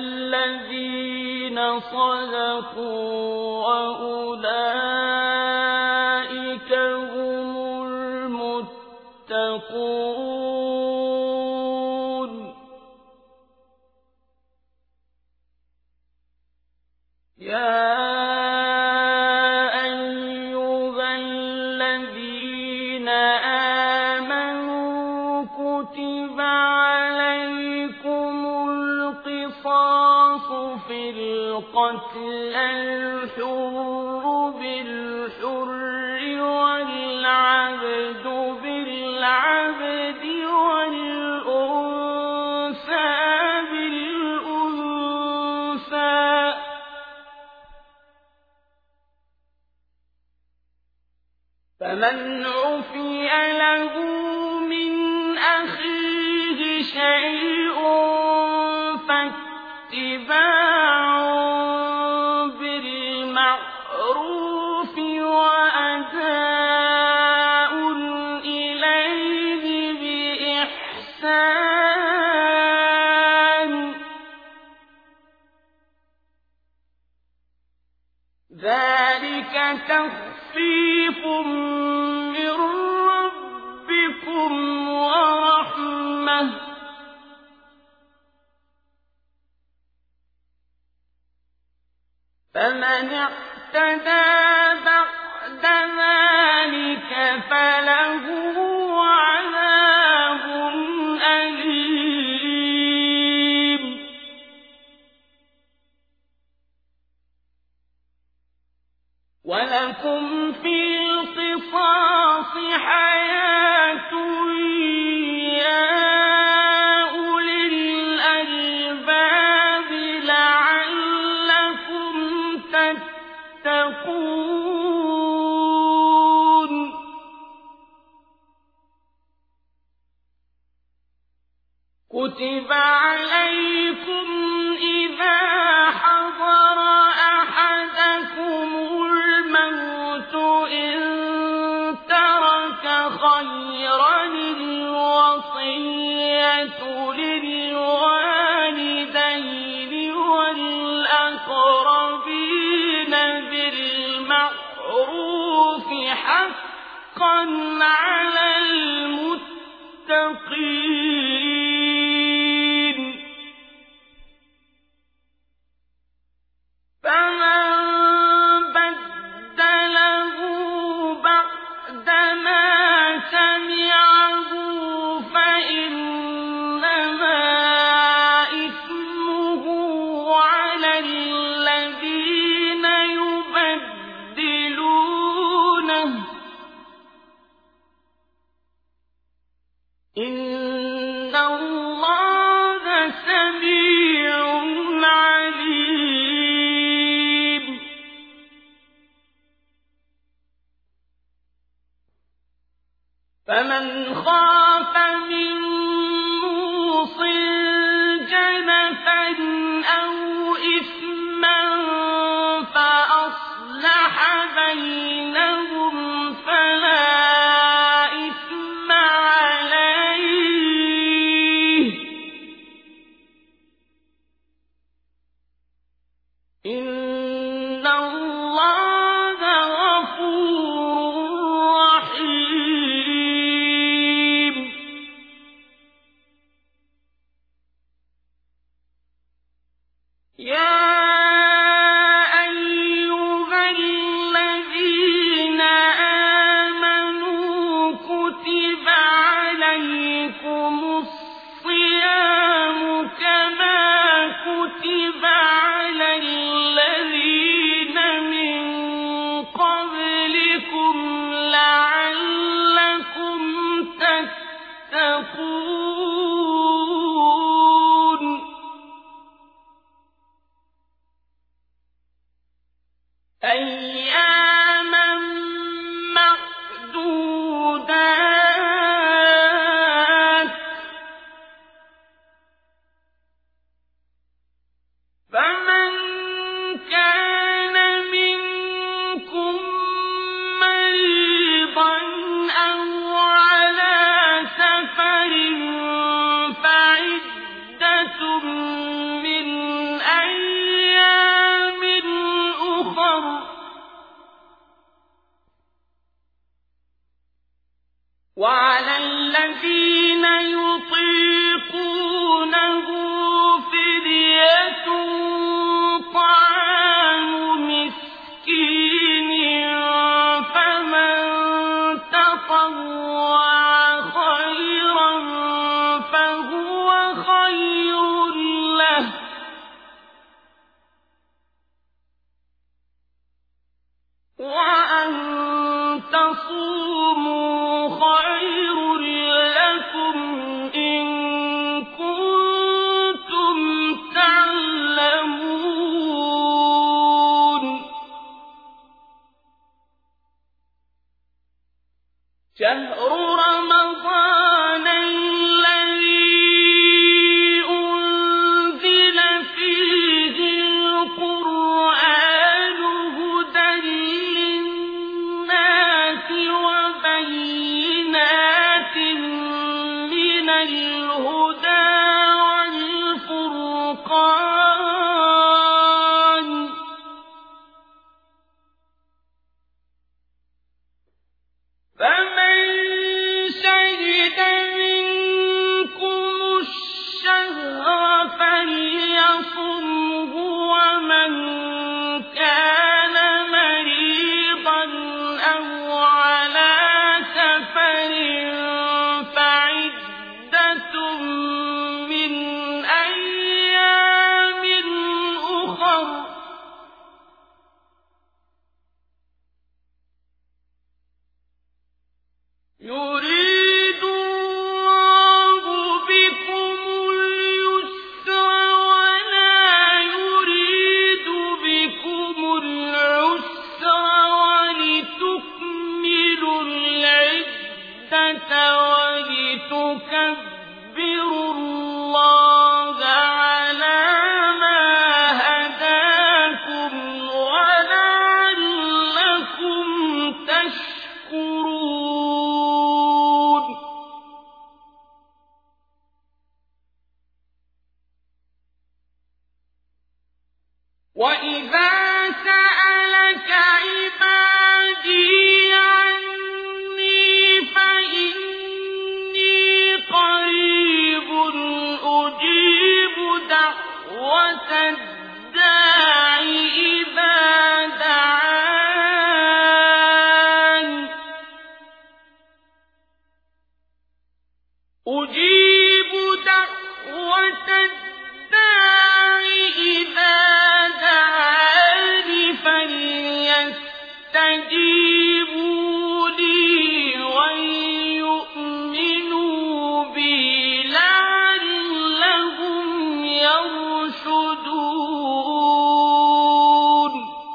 الذين صدقوا وأولئك هم المتقون يا أيها الذين آمنوا كتب عليكم القصاص في القتل الحر بالحر والعبد بالعبد والأنثى بالأنثى فمن عفي له من أخيه شيء فاتباع بالمعروف وأداء إليه بإحسان ذلك تخفيف من ربكم ورحمة فمن اعتدى بعد ذلك فله عذاب أليم ولكم في القصاص حياة يا أولي الألباب لعلكم تتقون كتب عليكم إذا حضر أحدكم الموت إن ترك خيرا الوصية للوالدين والأقربين بالمعروف حقا على المتقين فمن بدله بعدما سمعه فإنما إثمه على الذين يبدلونه إن الله سميع عليم فمن خاف من موص جنفا أو إثما فأصلح بينهم فلا إثم عليه إن الله غفور رحيم وعلى الذين يطيقونه فدية طعام مسكين فمن تطوع خيرا فهو خير له وأن تصوموا خير لكم إن كنتم تعلمون شهر رمضان الذي أنزل فيه القرآن هدى للناس وبينات من الهدى والفرقان فمن شهد منكم الشهر فليصمه ومن كان مريضا أو على سفر فعدة من أيام أخر يريد الله بكم اليسر ولا يريد بكم العسر ولتكملوا العدة ولتكبروا الله على ما هداكم ولعلكم تشكرون وإذا سألك عبادي عني فإني قريب أجيب دعوة الداع إذا دعان أجيب دعوة الداع إذا دعان فليستجيبوا لي وليؤمنوا بي لعلهم يرشدون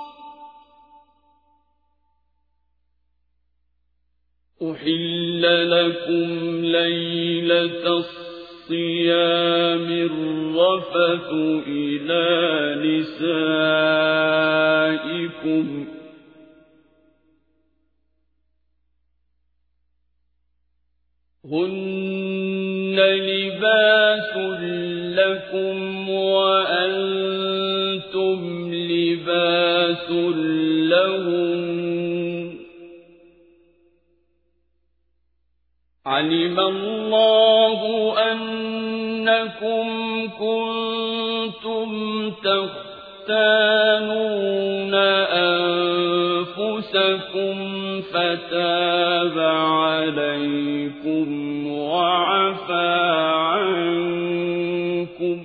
أحل لكم ليلة الصيام الرفث إلى نسائكم هن لباس لكم وأنتم لباس لهم علم الله أنكم كنتم تختانون أنفسكم فتاب عليكم وعفى عنكم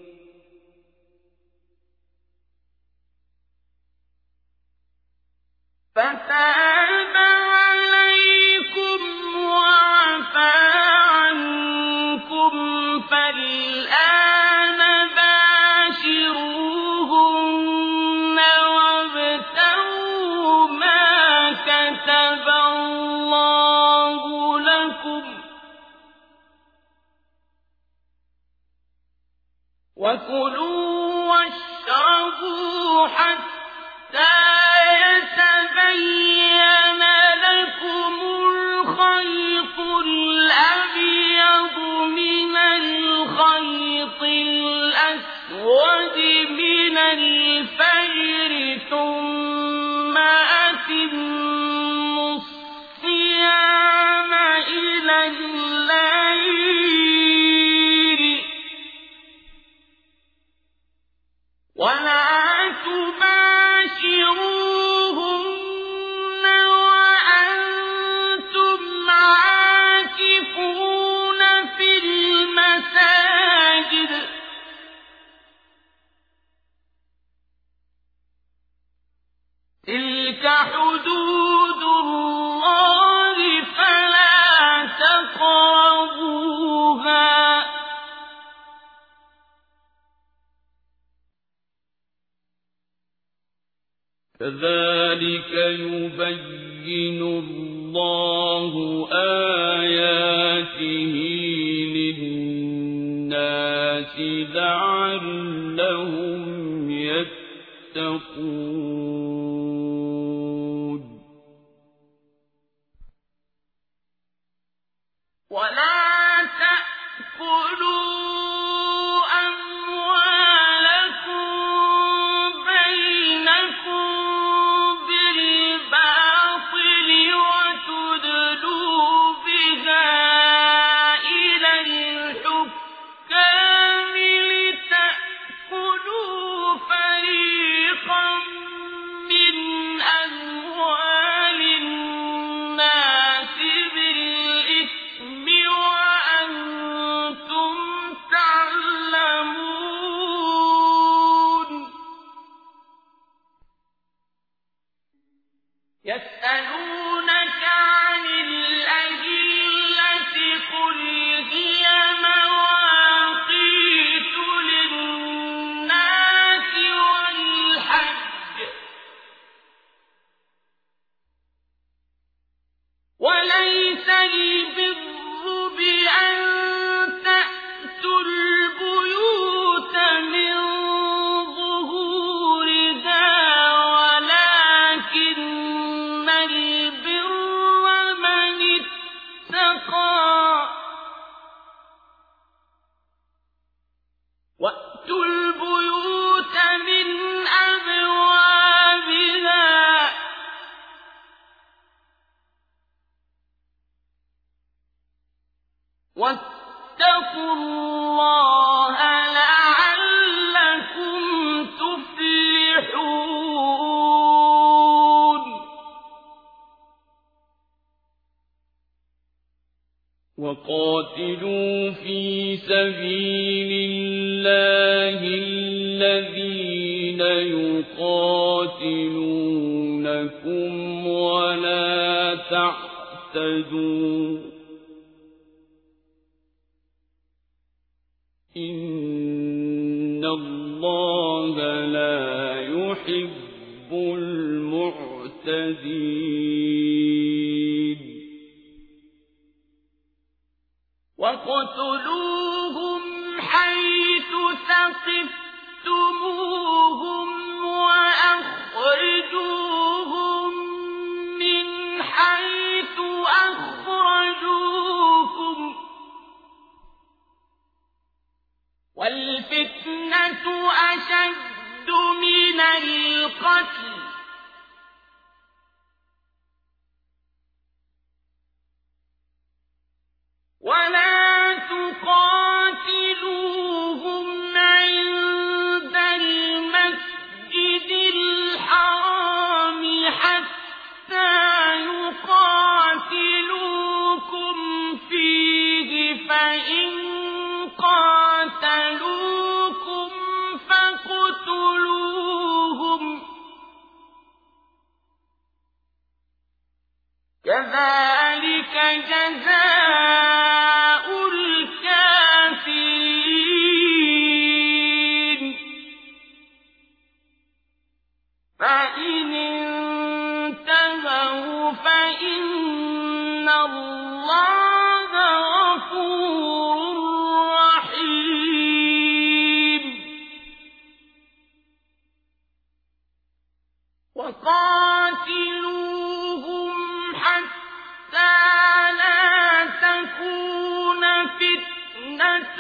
فتاب عليكم وعفى عنكم فالآن باشروهن وابتغوا ما كتب الله لكم وكلوا واشربوا حتى يتبين لكم الخيط الأبيض من الخيط الأسود من الفجر ثم أتموا الصيام إلى كذلك يبين الله آياته للناس لعلهم يتقون. ولا تأكلوا يسألونك عن الأهلة قل هي مواقيت للناس والحج وليس البر بأن تأتوا البيوت من وَأْتُوا الْبُيُوتَ مِنْ أَبْوَابِهَا وَاتَّقُوا اللَّهَ لَعَلَّكُمْ تُفْلِحُونَ. وقاتلوا في سبيل الله الذين يقاتلونكم ولا تعتدوا إن الله لا يحب المعتدين. وَاقْتُلُوهُمْ حَيْثُ ثَقِفْتُمُوهُمْ وَأَخْرِجُوهُمْ مِنْ حَيْثُ أَخْرَجُوكُمْ ۚ وَالْفِتْنَةُ أَشَدُّ مِنَ الْقَتْلِ ۗ وَلَا تُقَاتِلُوهُمْ عِندَ الْمَسْجِدِ الْحَرَامِ حَتَّىٰ يُقَاتِلُوكُمْ فِيهِ ۖ فَإِن قَاتَلُوكُمْ فَاقْتُلُوهُمْ ۗ كَذَٰلِكَ جَزَاءُ الْكَافِرِينَ. فَإِنِ انتَهَوْا فَإِنَّ اللَّهَ غَفُورٌ رَّحِيمٌ. وَقَاتِلُوهُمْ حَتَّىٰ لَا تَكُونَ فِتْنَةٌ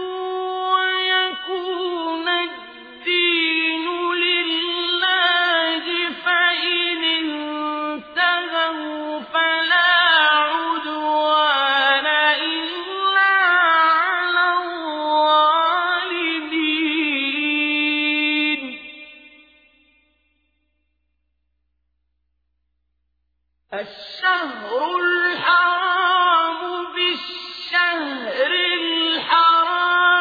وَيَكُونَ الدِّينُ لِلَّهِ ۖ فَإِنِ انتَهَوْا فَلَا عُدْوَانَ إِلَّا عَلَى الظَّالِمِينَ. الشهر الحرام بالشهر الحرام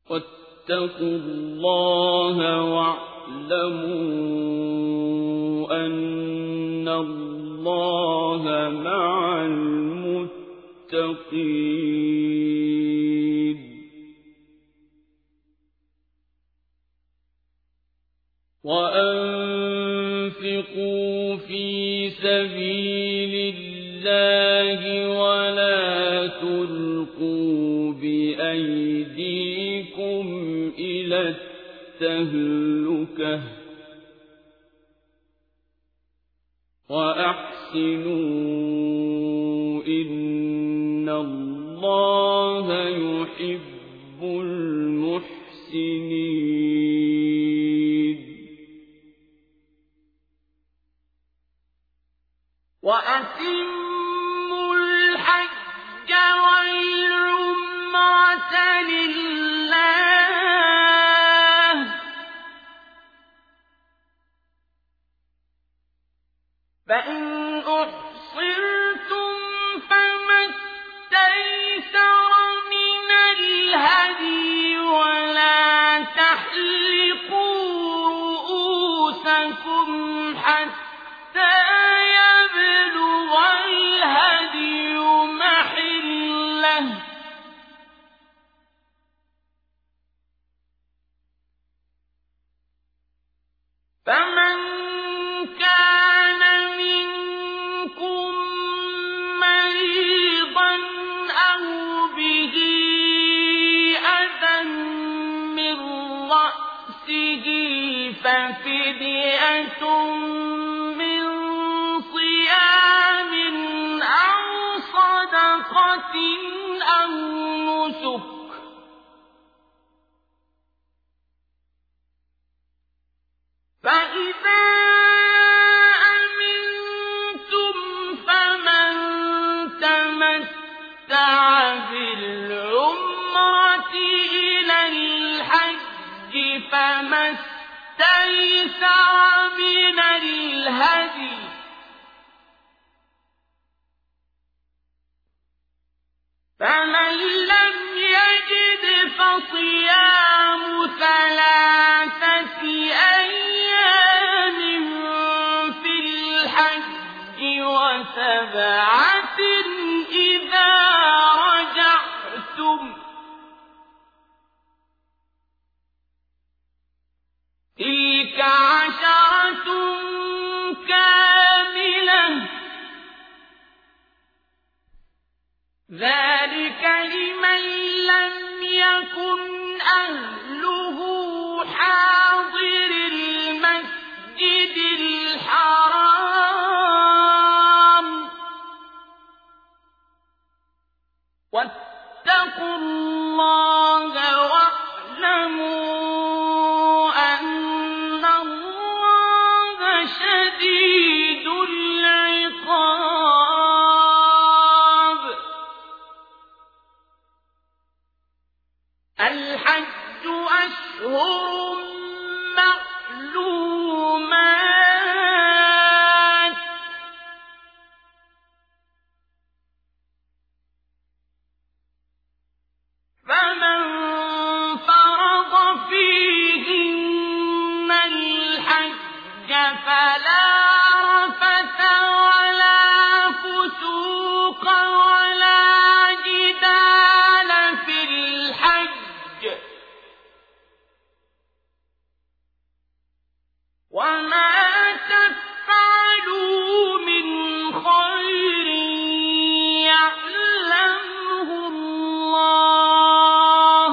واتقوا الله واعلموا أن الله مع المتقين وأنفقوا في سبيل الله ولا تلقوا بأيديكم إلى التهلكة وأحسنوا إن الله يحب المحسنين وأتموا الحج والعمرة لله فإن أحصرتم فما استيسر من الهدي ولا تحلقوا رؤوسكم حتى يبلغ الهدي محله فمن كان منكم مريضا أو به أذى من رأسه ففدية من صيام أو صدقة أو نسك فإذا أمنتم فمن تمتع بالعمرة إلى الحج فما استيسر من الهدي فمن لم يجد فصيام ثلاثة أيام في الحج وسبعة إذا رجعتم تلك عشرة كاملة ذلك لمن لم يكن أهله حاضر المسجد الحرام واتقوا الله واعلموا أن الله شديد العقاب الحج أشهر معلومات فمن فرض فيهن الحج فلا رفث ولا فسوق ولا جدال في الحج وما تفعلوا من خير يعلمه الله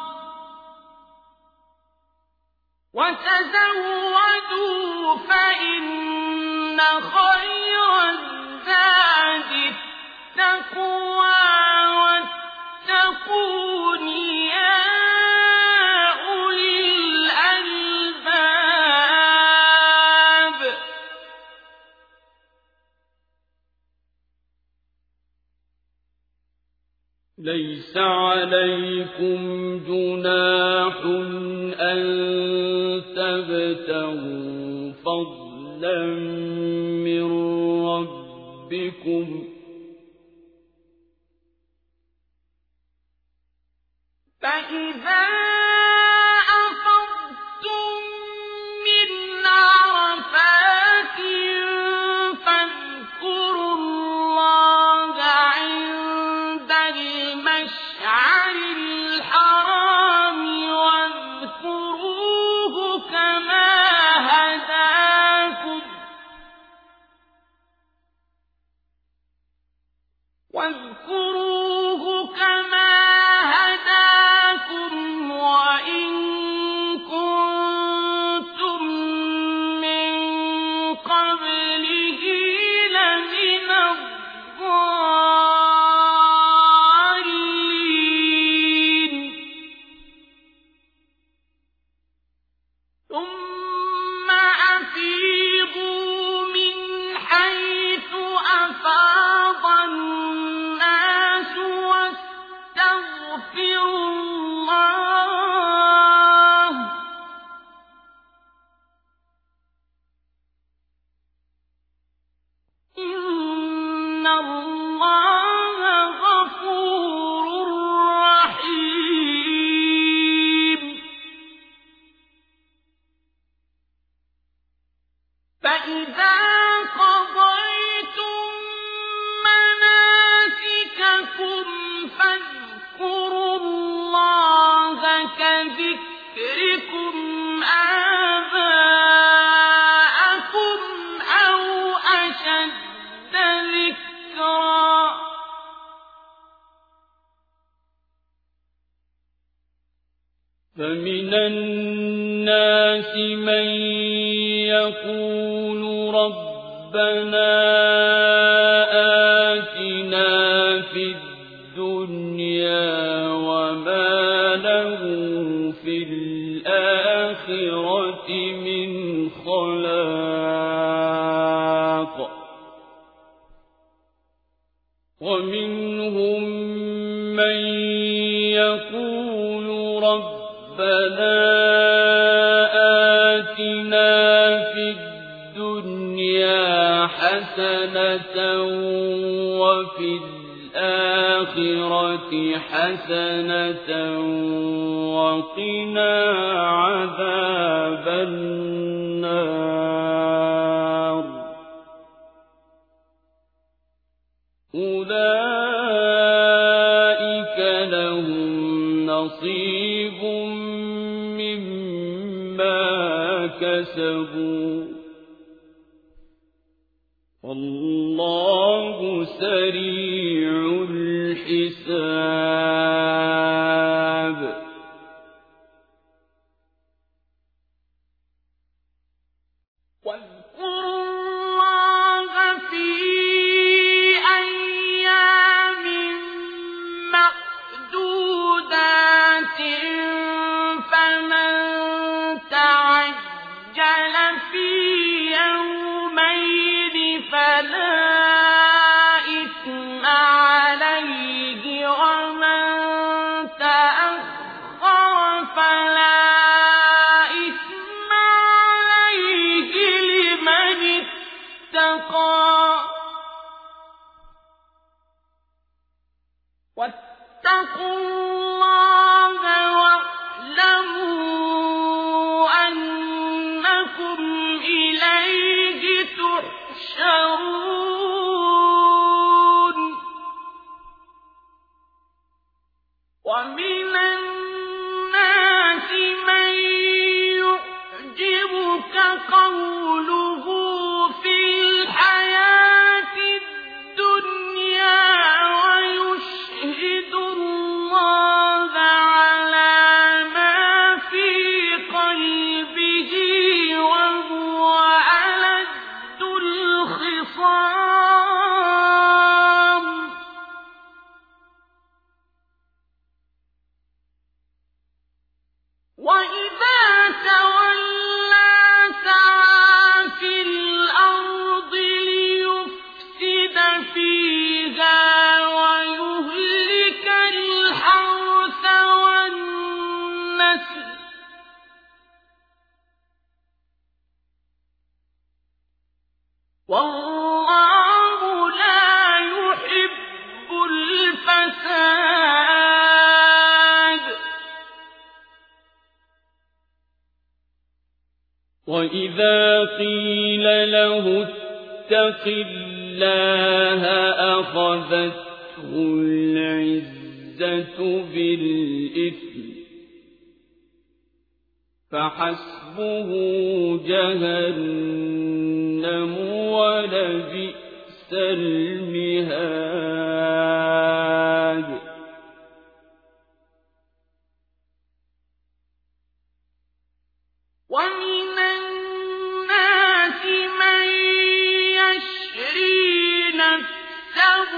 وتزودوا فإن خير الزاد التقوى واتقون يا أولي الألباب ليس عليكم جناح أن تبتغوا فضلا من ربكم فإذا كذكركم آباءكم أو أشد ذكرا فمن الناس من يقول ربنا آتنا في الدنيا وما له في الآخرة من خلاق ومنهم من يقول ربنا آتنا في الدنيا حسنة وفي الآخرة حسنة وقنا عذاب النار أولئك لهم نصيب مما كسبوا والله سريع الحساب واذكروا الله في أيام معدودات فمن تعجل في يومين فلا إثم عليه ومن تأخر فلا إثم عليه لمن اتقى واتقوا الله واعلموا أنكم إليه تحشرون ومن الناس من يعجبك قوله في الحياة الدنيا ويشهد الله على ما في قلبه وهو ألد الخصام وإذا تولى سعى في الأرض ليفسد فيها ويهلك الحرث والنسل والله لا يحب الفساد وإذا قيل له اتق الله أخذته العزة بالإثم فحسبه جهنم ولبئس المهاد ومن الناس من يشري نفسه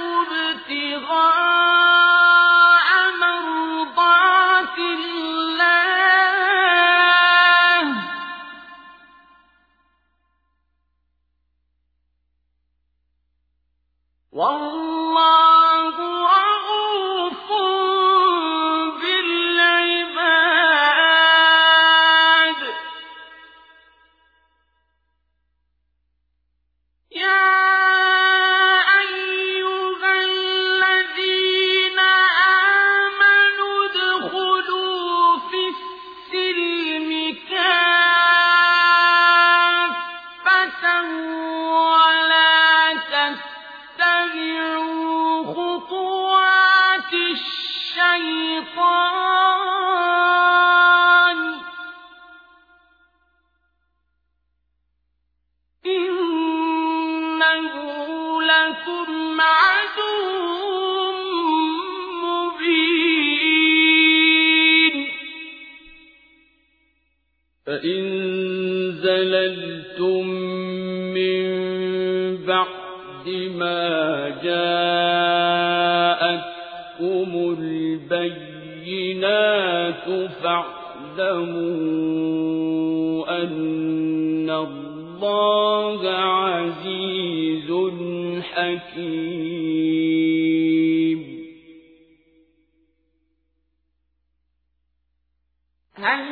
ابتغاء مرضات الله والله فإن زللتم من بعد ما جاءتكم البينات فاعلموا أن الله عزيز حكيم. هل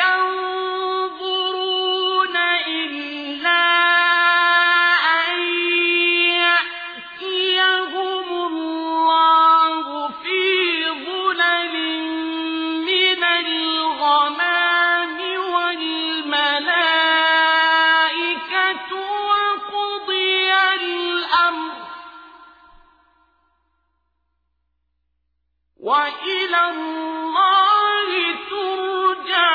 ينظرون إلا أن يأتيهم الله في ظلل من الغمام والملائكة وقضي الأمر وإلى الله ترجع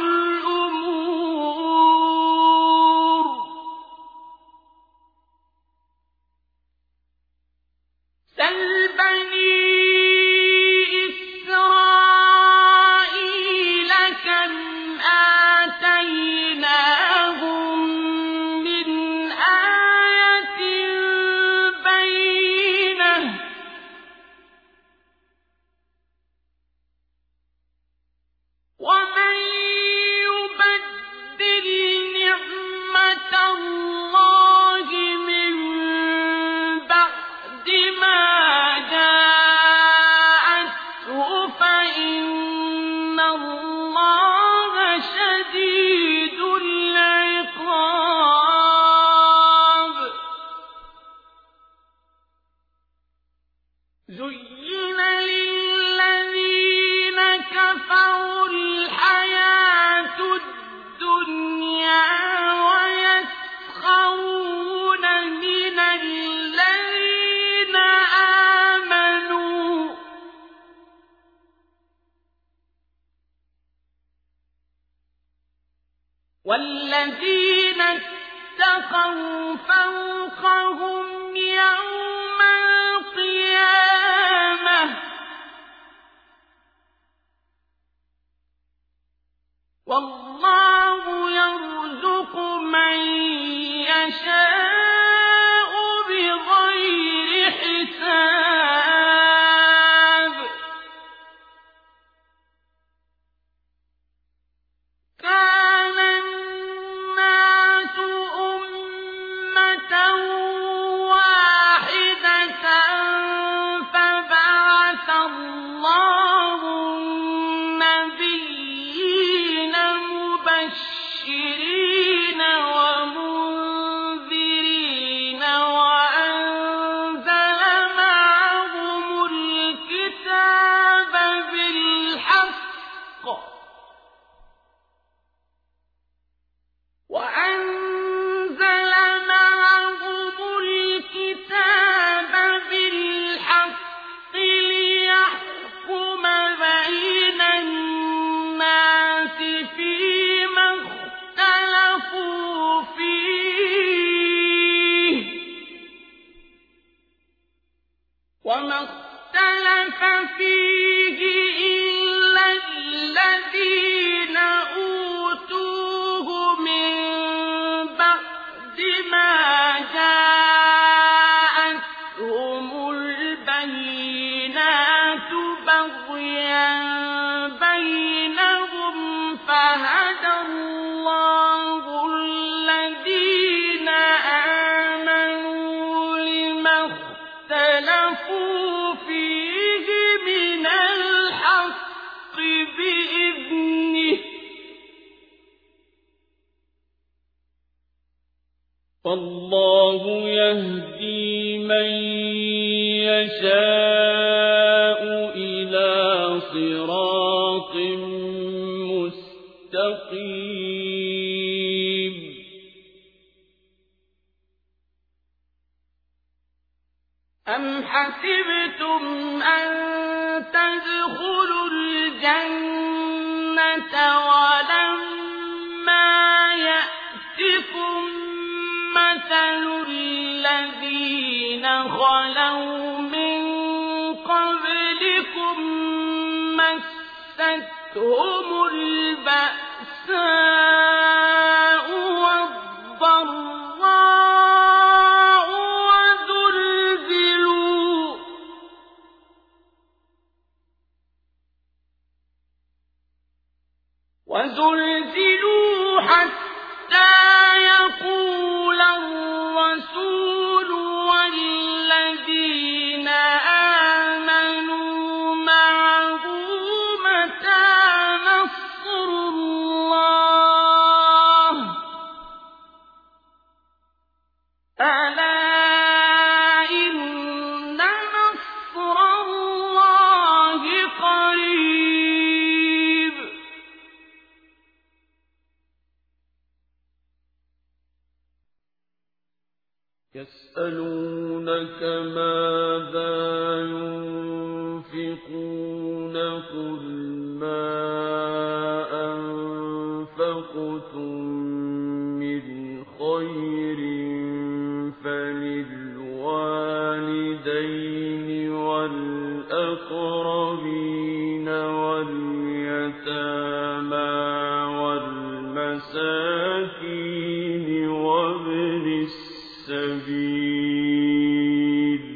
الأمور. سل بني إسرائيل كم آتيناهم من آية بينة ومن يبدل نعمة الله من بعد ما جاءته فإن الله شديد العقاب. زين للذين كفروا الحياة الدنيا ويسخرون من الذين آمنوا والذين اتقوا فوقهم يوم القيامة والله يرزق من يشاء بغير حساب. كان الناس أمة واحدة فبعث الله النبيين مبشرين ومنذرين وأنزل معهم الكتاب بالحق وأنزل معهم الكتاب بالحق ليحكم بين الناس فيما اختلفوا فيه وما اختلف فيه إلا الذين أوتوه من بعد ما جاءتهم البينات بغيا بينهم فهدى الله الذين آمنوا لما اختلفوا فيه من الحق بإذنه والله يهدي من يشاء إلى صراط مستقيم. أم حسبتم أن تدخلوا الجنة ولما يأتكم مثل الذين خلوا من قبلكم مستهم مَسَّتْهُمُ الْبَأْسَاءُ وَالضَّرَّاءُ وَزُلْزِلُوا وَزُلْزِلُوا حَتَّى يَقُولَ الرَّسُولُ وَالَّذِينَ آمَنُوا مَعَهُ مَتَىٰ نَصْرُ اللَّهِ ۗ أَلَا إِنَّ نَصْرَ اللَّهِ قَرِيبٌ. يسألونك ماذا ينفقون قل ما أنفقتم من خير فللوالدين والأقربين واليتامى والمساكين وابن السبيل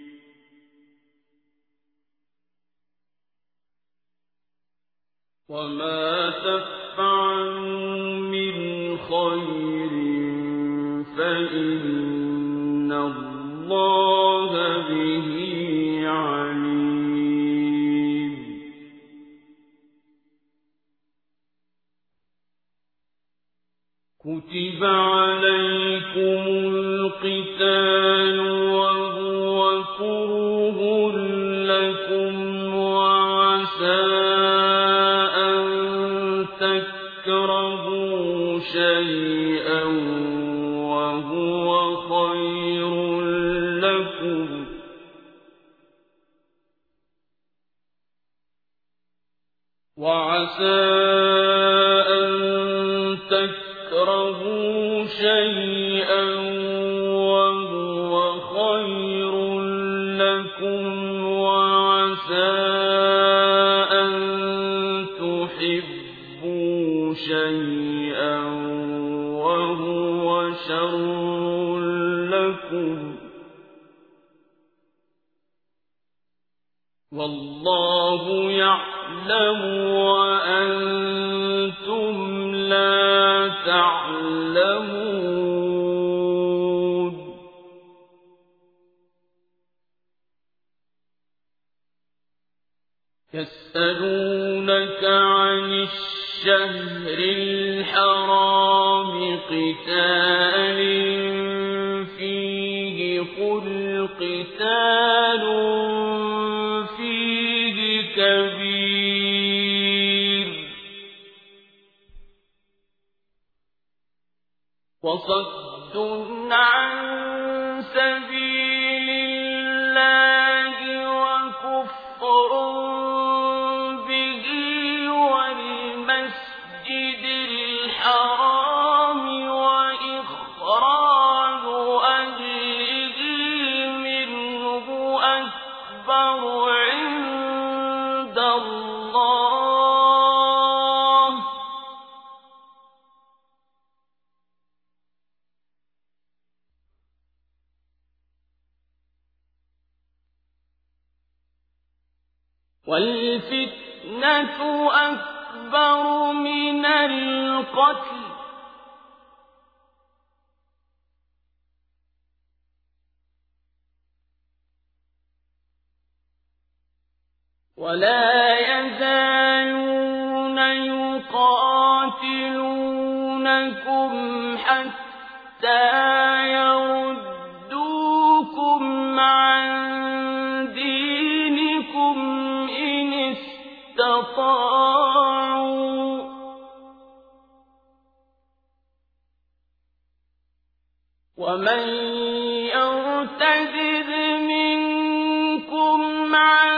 وما تفعلوا من خير فإن الله به عليم. كتب عليكم القتال وهو كره لكم وعسى أن تكرهوا شيئا وهو خير لكم وعسى أن تكرهوا شيئا وهو خير لكم وعسى أن تحبوا شيئا وهو شر لكم والله يعلم وأنتم لا تعلمون. يسألونك عن الشهر الحرام قتال فيه قل قتال فيه كبير وصد عن سبيل الله وكفر به والمسجد الحرام وإخراج أهله منه أكبر عند الله والفتنة أكبر من القتل ولا يزالون يقاتلونكم حتى يردوكم عن دينكم إن استطاعوا ومن يرتد منكم عن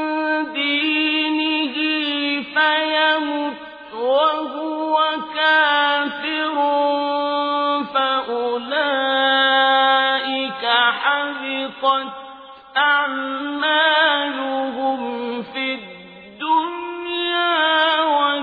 دينه فيمت وهو كافر فأولئك حبطت أعمالهم في الدنيا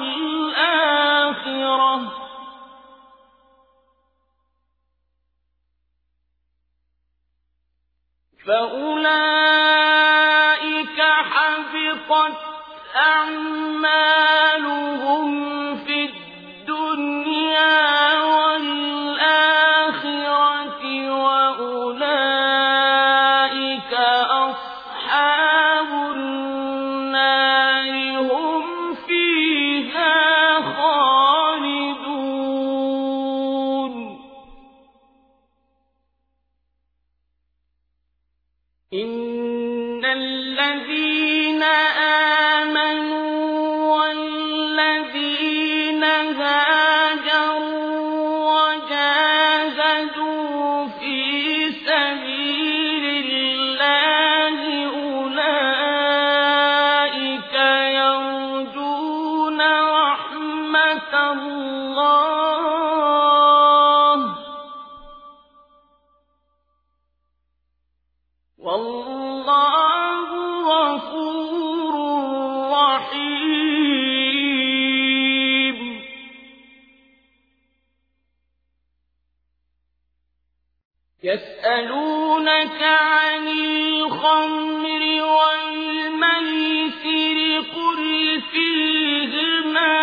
يسألونك عن الخمر والميسر قل فيهما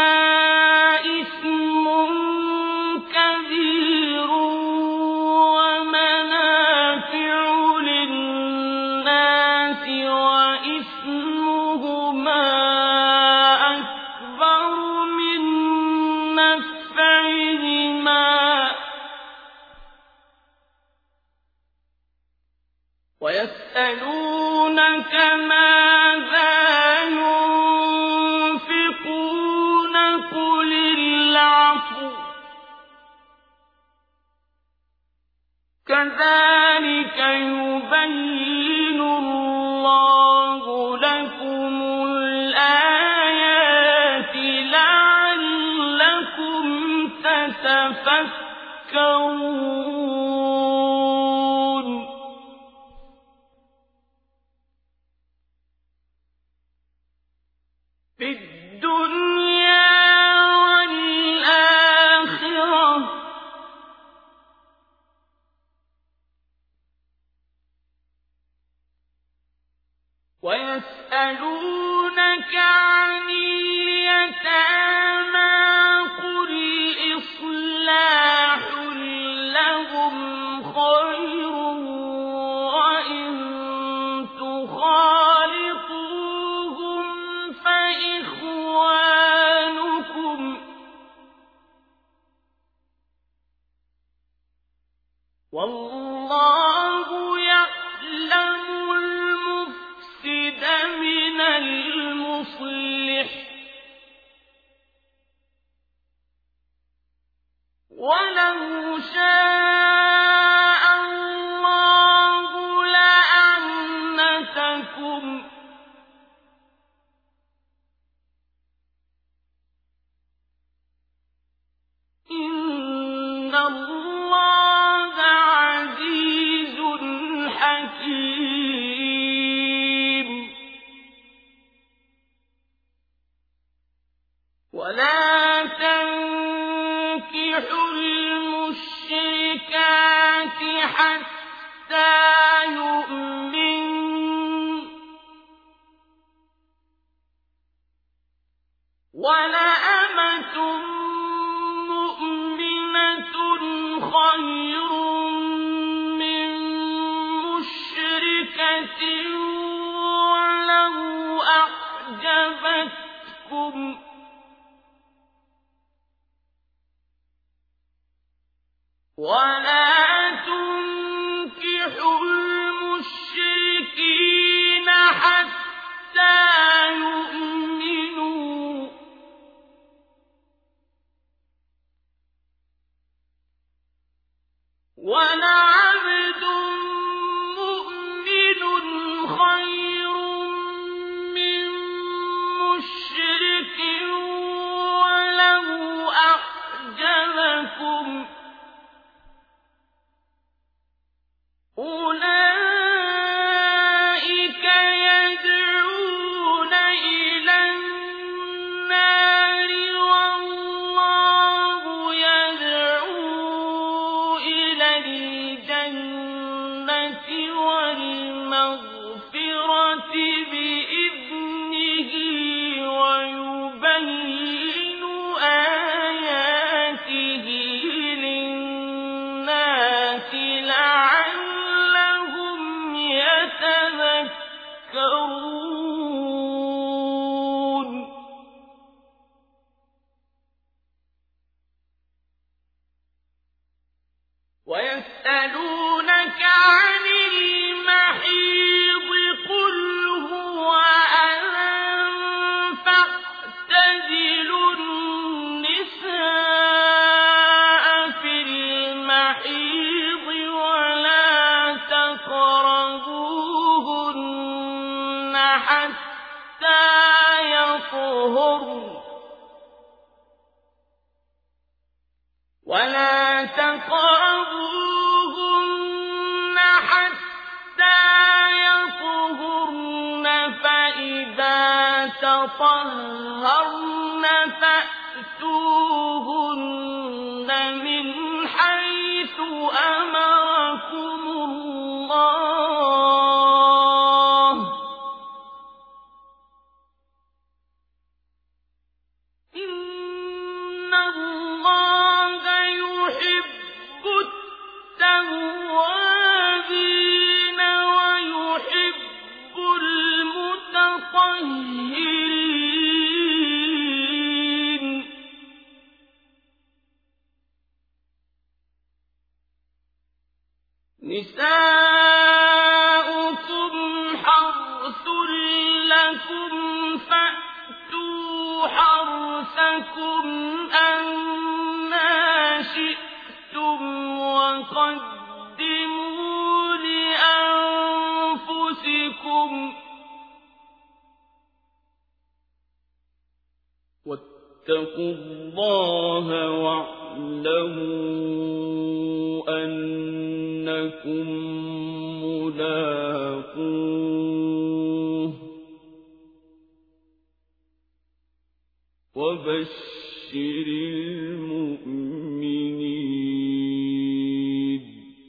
إثم كبير ومنافع للناس وإثمهما أكبر من نفعهما ويسألونك ماذا ينفقون قل العفو كذلك يبين الله لكم الآيات لعلكم تتفكرون. في الدنيا والآخرة ويسألونك عن اليتامى قل إصلاح لهم خير وإن تخالطوهم فإخوانكم والله يعلم المفسد من المصلح ولو شاء الله لأعنتكم إن الله عزيز حكيم. ولا تنكحوا المشركات حتى يؤمنوا ولأمة مؤمنة خير من مشركة ولو أعجبتكم ولا تنكحوا المشركين حتى يؤمنوا ولعبد مؤمن خير من مشرك ولو أعجبكم أولئك يدعون إلى النار والله يدعو إلى الجنة والمغفرة بإذنه ويبين آياته للناس لعلهم يتذكرون. ويسألونك عن المحيض قل هو أذى فاعتزلوا النساء تقربوهن حتى يطهرن فإذا تطهرن فأتوهن من حيث أمركم الله إن الله يحب التوابين ويحب المتطهرين نساؤكم حرث لكم فأتوا حرثكم أنى شئتم وقدموا لأنفسكم واتقوا الله واعلموا أنكم ملاقوه وبشر المؤمنين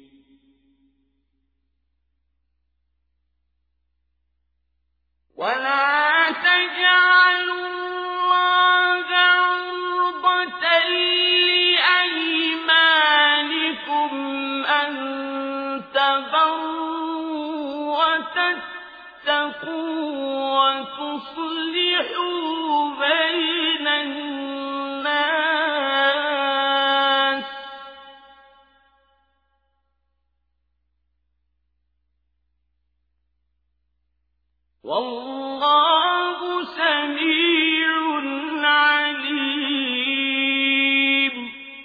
ولا تجعلوا الله عرضة لأيمانكم أن تبروا وتتقوا وتصلحوا بين الناس والله سميع عليم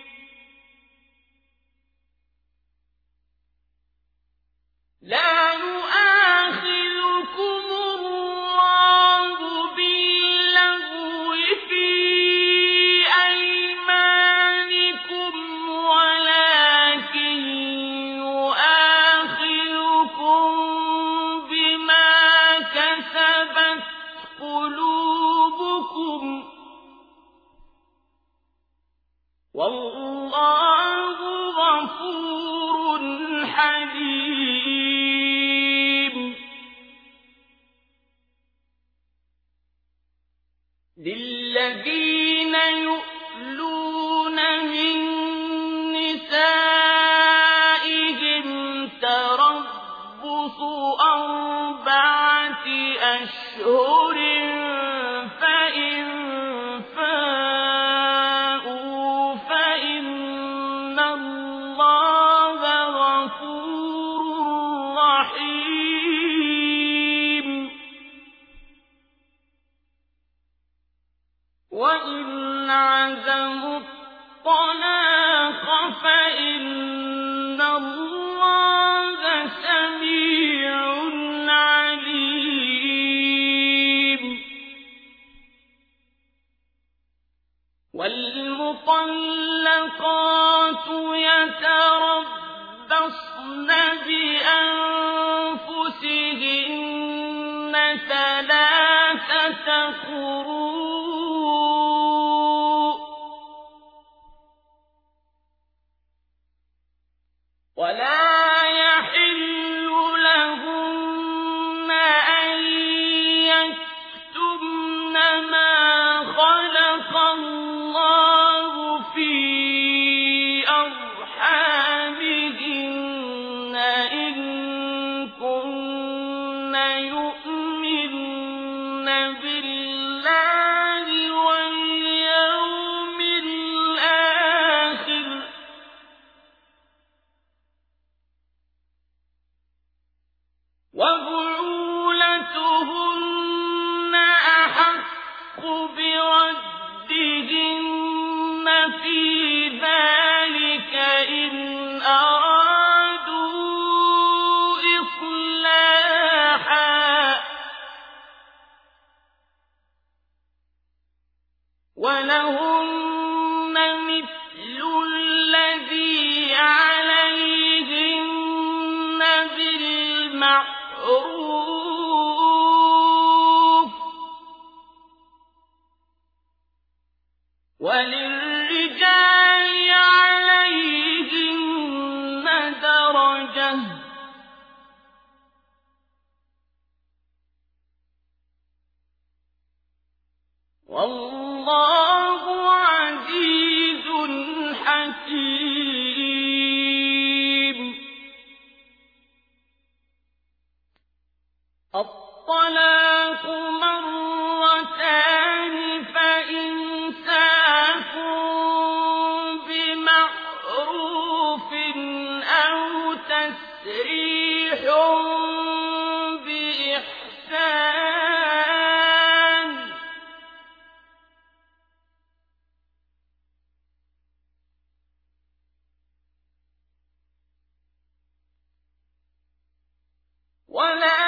لا يؤاخذكم الله باللغو في أيمانكم ولكن يؤاخذكم بما كسبت قلوبكم والله غفور حليم للذين يؤلون من نسائهم تربص أربعة أشهر فإن فاءوا فإن الله غفور رحيم وإن عزموا الطلاق فإن الله سميع عليم والمطلقات يتربصن بأنفسهن ثلاثة قروء ولا يحل لهن أن يكتمن ما خلق الله في أرحامهن إن كن يؤمن بالله واليوم الآخر وبعولتهن أحق بردهن في ذلك إن أرادوا إصلاحا ولهن مثل الذي وَلِلرِّجَالِ عَلَيْهِنَّ دَرَجَةٌ ۗ وَاللَّهُ عَزِيزٌ حَكِيمٌ. الطلاق مرتان فإمساك بمعروف أو تسريح بإحسان. ولا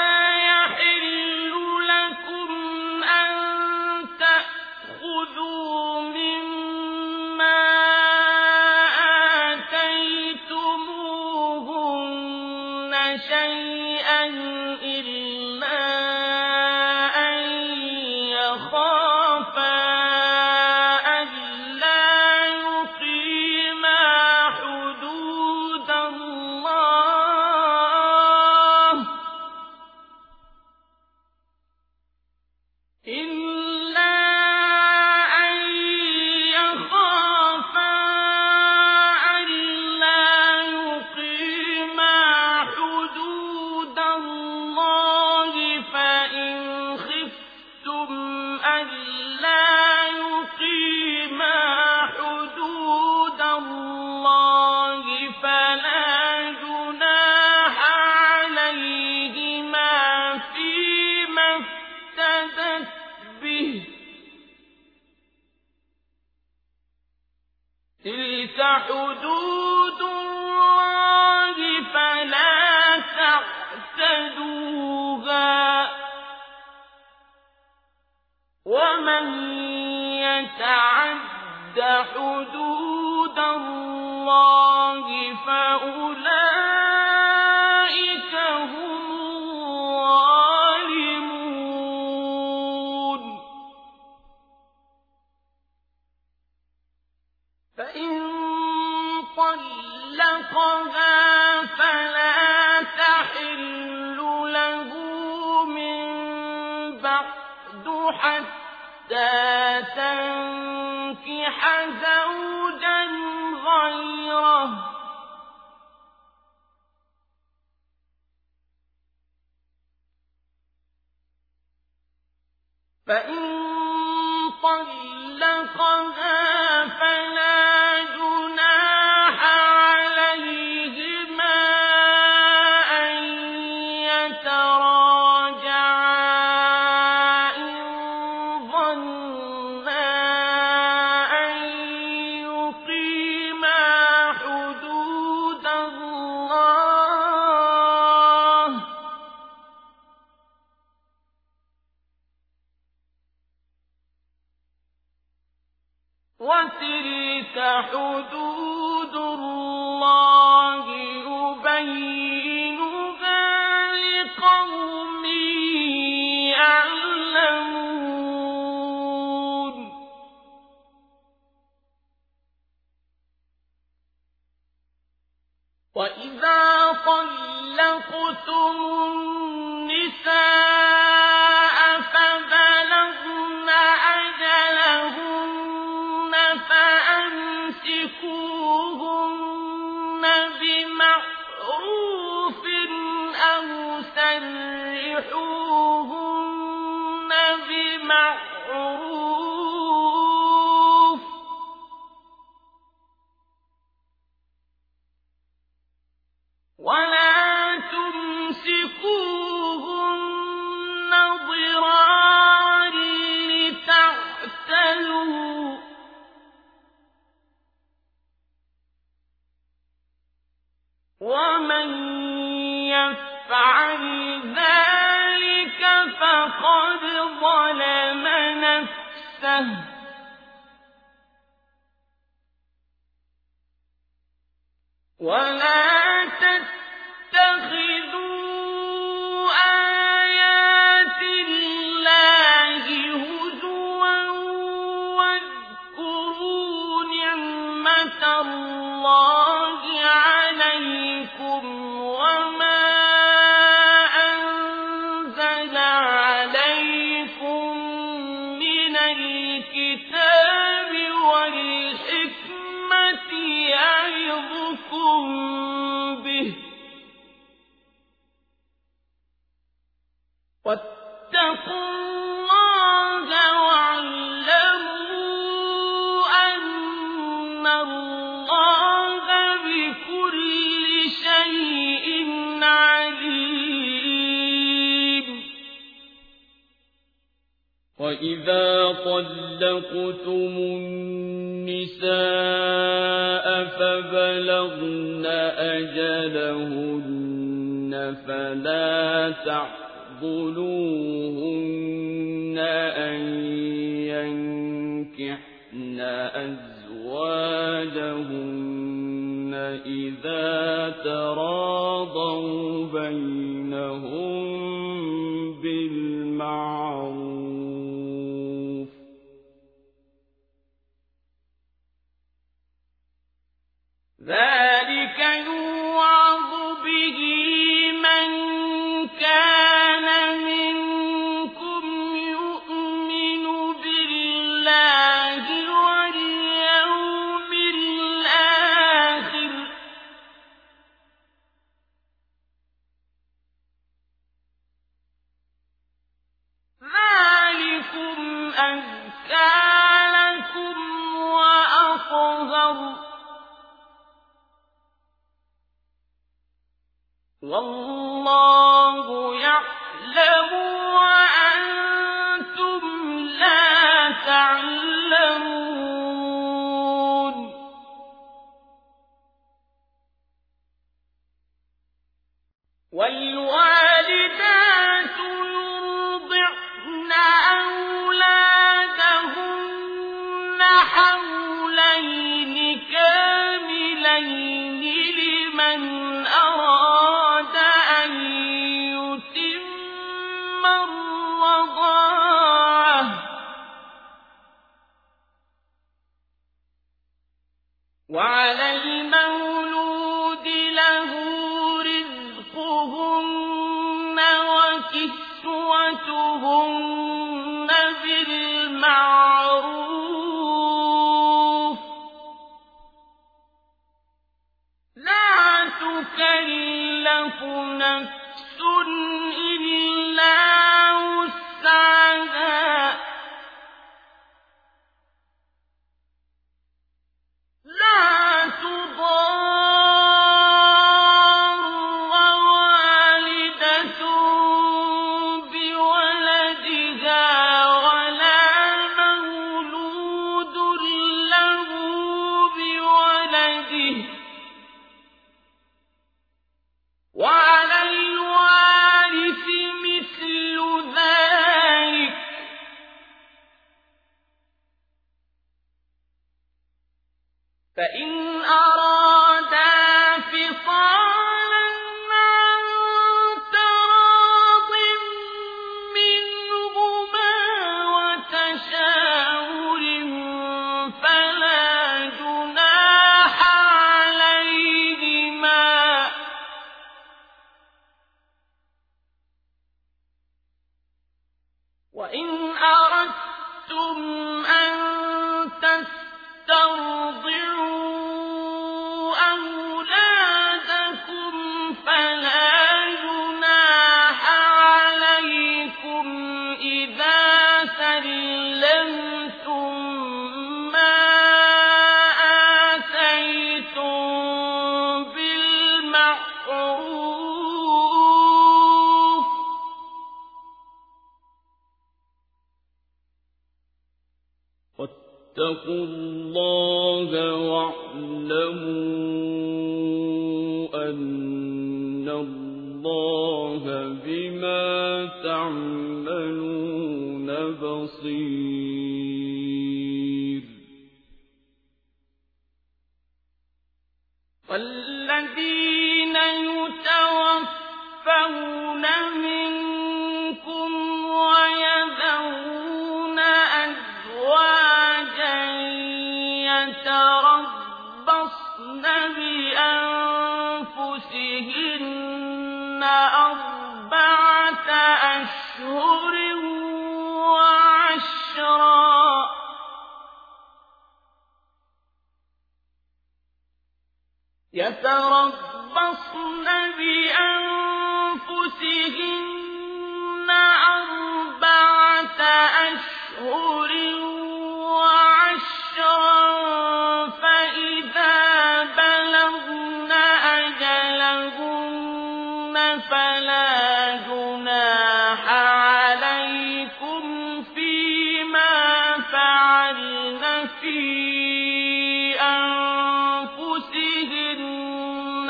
شيئا إلا أن يخافا ألا يقيما حدود الله إلا أن يخافا ألا يقيما حدود الله فإن خفتم ألا يقيما حدود الله فلا جناح عليهما فيما افتدت به. تلك حدود الله فلا تعتدوها ومن يتعد حدود الله فأولئك هم الظالمون. فإن طلقها فلا تحل له من بعد حتى تنكح زوجا غيره. فإن طلقها فلا جناح عليهما أن يتراجعا إن ظنا أن يقيما حدود الله وتلك حدود الله يبينها لقوم يعلمون. وإذا طلقتم النساء فبلغن أجلهن فأمسكوهن بمعروف أو سرحوهن بمعروف ولا تمسكوهن ضرارا لتعتدوا ومن يفعل ذلك فقد ظلم نفسه ولا تتخذوا آيات الله هزوا واذكروا الله عليكم وما أنزل عليكم من الكتاب والحكمة يعظكم به واتقوا الله واعلموا أن الله بكل شيء عليم. وإذا طلقتم النساء فبلغن أجلهن فلا تعضلوهن أن ينكحن أزواجهن إذا تراضوا بينهم بالمعروف ذلك يوعظ به من كان منكم يؤمن بالله واليوم الآخر ذلكم أزكى لكم وأطهر والله يعلم وأنتم لا تعلمون. والوالدات يرضعن أولادهن حولين كاملين لمن أراد أن يتم الرضاعة وعلى المولود له رزقهن وكسوتهن بالمعروف لا تكلف نفس إلا وسعها لا تضار والدة بولدها ولا مولود له بولده وعلى الوارث مثل ذلك فإن أرادا فصالا عن تراض منهما وتشاور فلا جناح عليهما وإن أردتم أن تسترضعوا أولادكم فلا جناح عليكم إذا سلمتم ما آتيتم بالمعروف واتقوا الله واعلموا أن الله بما تعملون بصير. والذين يتوفون منكم ويذرون أزواجا يتربصن يتربصن بأنفسهن أربعة أشهر وعشرا يتربصن بأنفسهن أربعة أشهر وعشرا فإذا بلغن أجلهن فلا جناح عليكم فيما فعلن في أنفسهن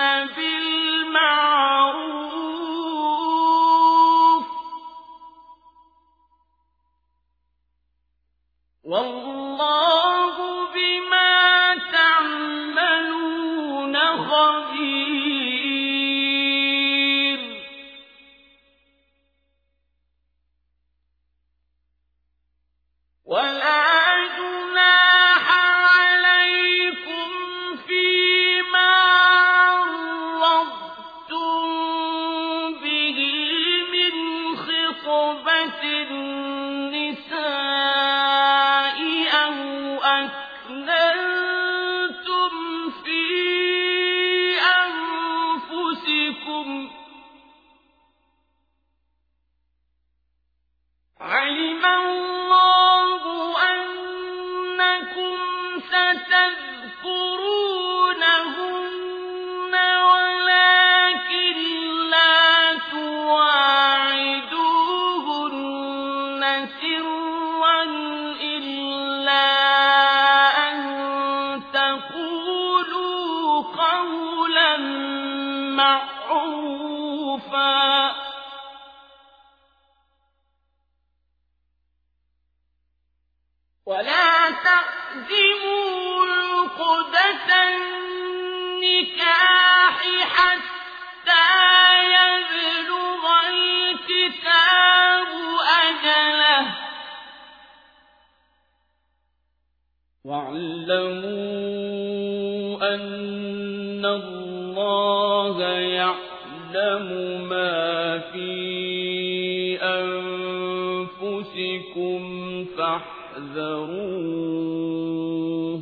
بالمعروف والله بما تعملون خبير ولا جناح عليكم فيما عرضتم به من خطبة النساء أو أكننتم في أنفسكم علم الله أنكم ستذكرونهن ولكن لا تواعدوهن سرا إلا أن تقولوا قولا معروفا ولا تعزموا عقدة النكاح حتى يبلغ الكتاب أجله واعلموا أن الله يعلم ما في أنفسكم فاحذروه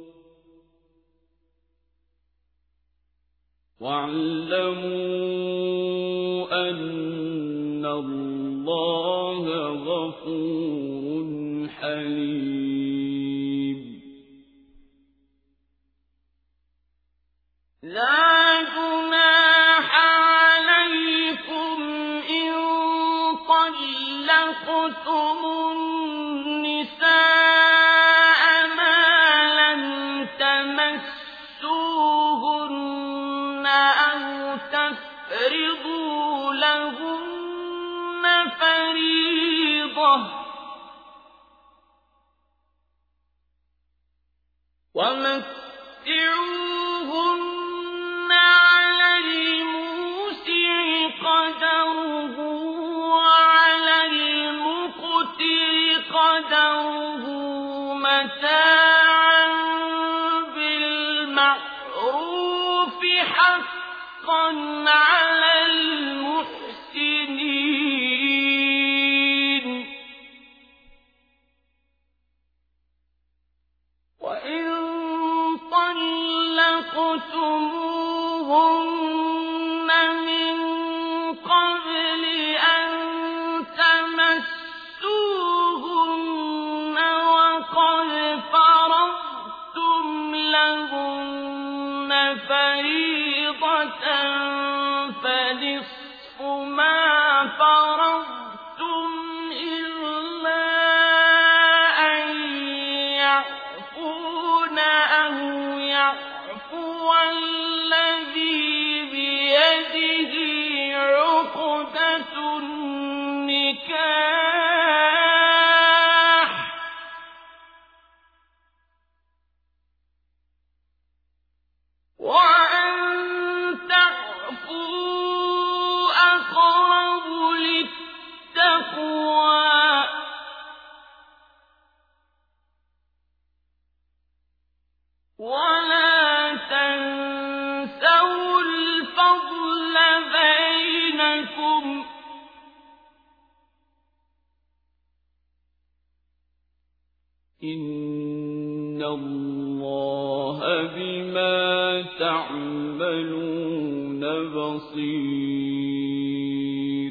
واعلموا أن الله غفور حليم لا جناح عليكم إن طلقتم النساء ما لم تمسوهن أو تفرضوا لهن فريضة ومتعوهن على الموسع قدره وعلى المقتر قدره متاعا بالمعروف حقا على المحسنين وإن طلقتموهن من قبل أن تمسوهن وقد فرضتم لهن فريضة فنصف ما فرضتم إلا أن يعفون أو يعفو الذي بيده عقدة النكاح وأن تعفوا أقرب للتقوى ولا بما تعملون بصير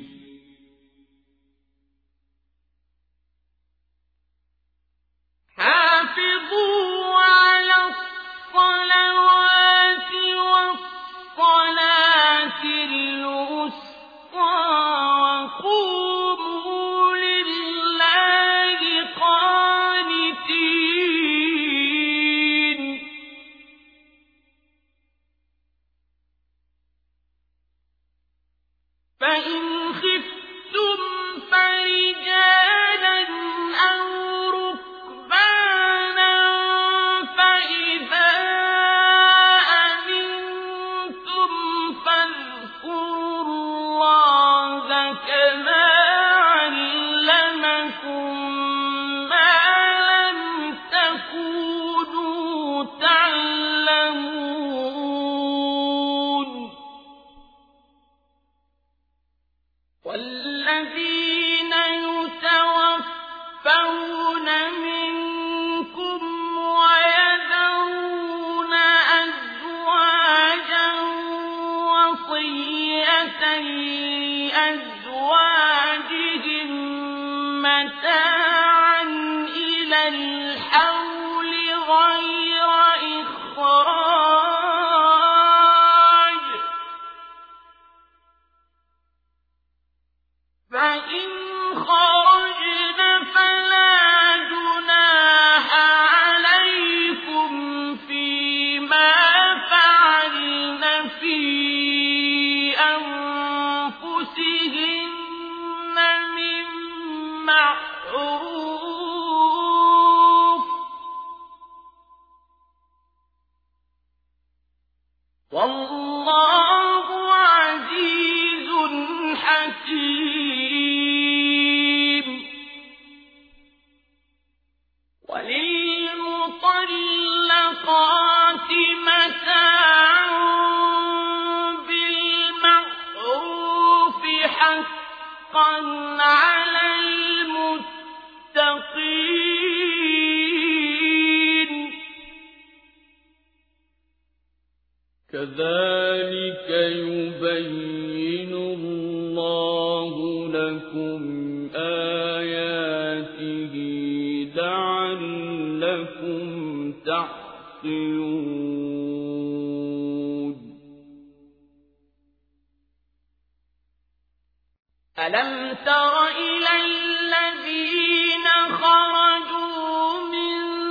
حافظوا على الصلوات والصلاة الوسطى وقوموا لله قانتين فإن خفتم فرجالا أو ركبانا فإذا أمنتم فاذكروا الله كما علمكم ما لم تكونوا تعلمون والذين يتوفون منكم ويذرون أزواجا وصية لأزواجهم متاعا إلى الحول غير إخراج فإن خرجن فلا جناح عليكم فيما فعلن في أنفسهن من معروف والله عزيز حكيم وللمطلقات متاع بالمعروف حقا على المتقين كذلك يبين الله لكم آياته لعلكم تعقلون ألم تر إلى الذين خرجوا من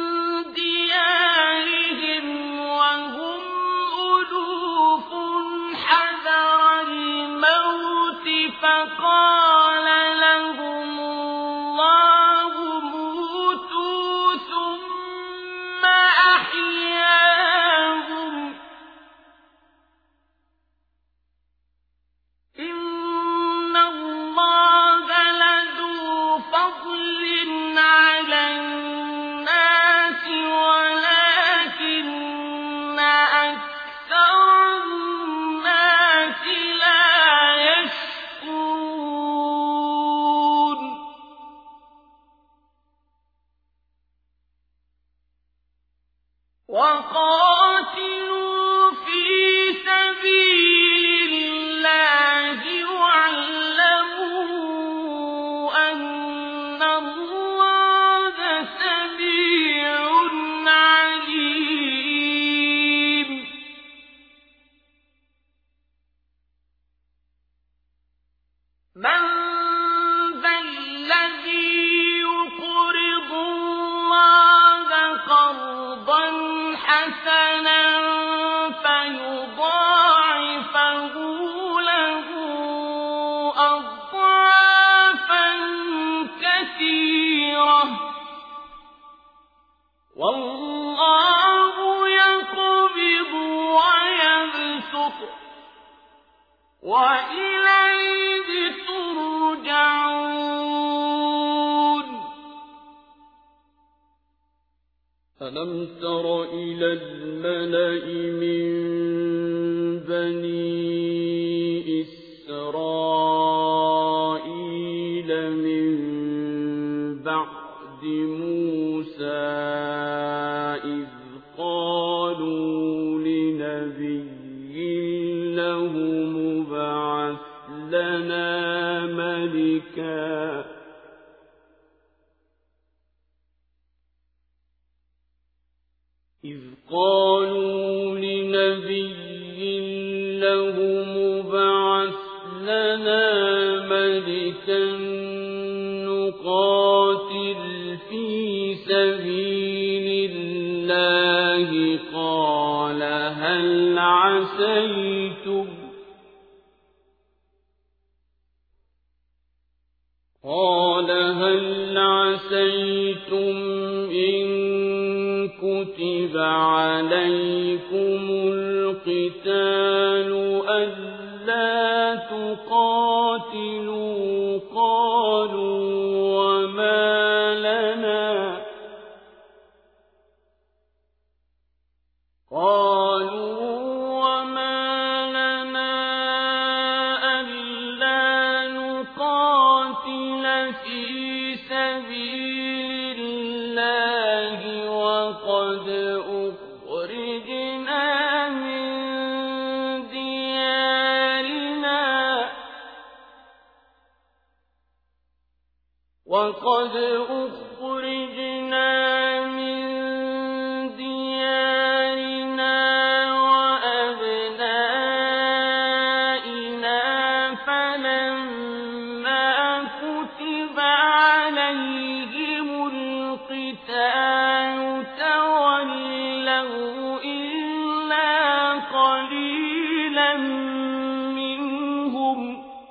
ديارهم وهم ألوف حذر الموت فقال لهم الله موتوا ثم أحياهم إن الله لذو فضل على الناس ولكن أكثر الناس لا يشكرون وقاتلوا في سبيل الله واعلموا أن الله سميع عليم من ذا الذي يقرض الله قرضا حسنا فيضاعفه له أضعافا كثيرة والله يقبض ويبسط وإليه ترجعون ألم تر إلى الملأ من بني إسرائيل من بعد موسى إذ قال قالوا لنبي له مبعث لنا ملكا إذ قالوا لنبي له مبعث لنا ملكا نقاتل في سبيل الله قال هل عسيتم قال هل عسيتم إن كتب عليكم القتال ألا تقاتلوا قالوا وما لنا قالوا وما لنا ألا نقاتل في سبيل الله وقد أخرجنا من ديارنا وقد أخرجنا من ديارنا وأبنائنا فلما كتب عليهم القتال تولوا إلا قليلا منهم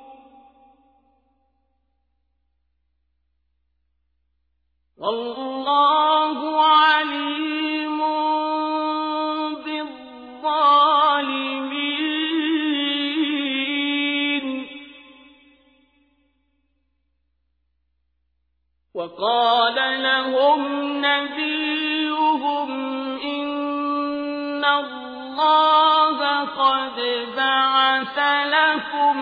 والله عليم بالظالمين وقال لهم نبيهم إن الله قد بعث لكم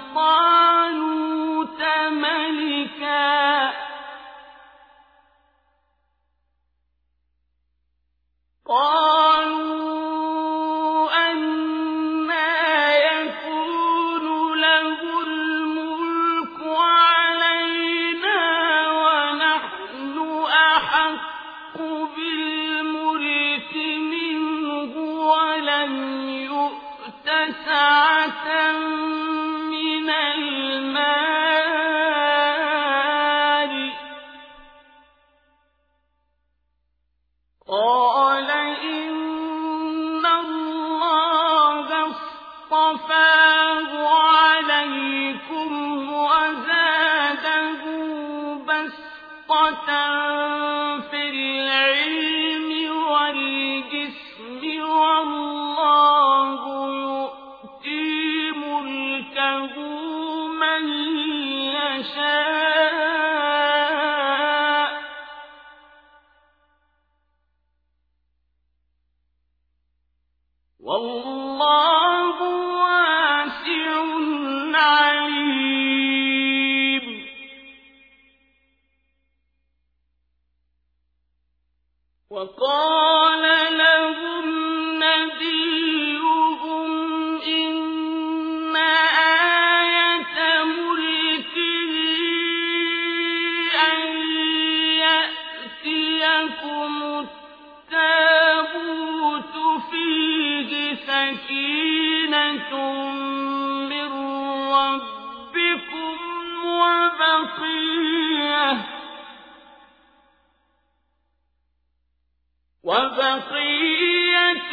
طالوت ملكا قالوا أنى يكون له الملك علينا ونحن أحق بالملك منه ولم يؤت سعة من المال قال إن الله اصطفاه عليكم وزاده بسطة في العلم والجسم والله يؤتي ملكه من يشاء والله واسع عليم وقال لهم نبيهم إن آية ملكه أن يأتيكم التابوت فيه سكينة من ربكم وبقية وبقية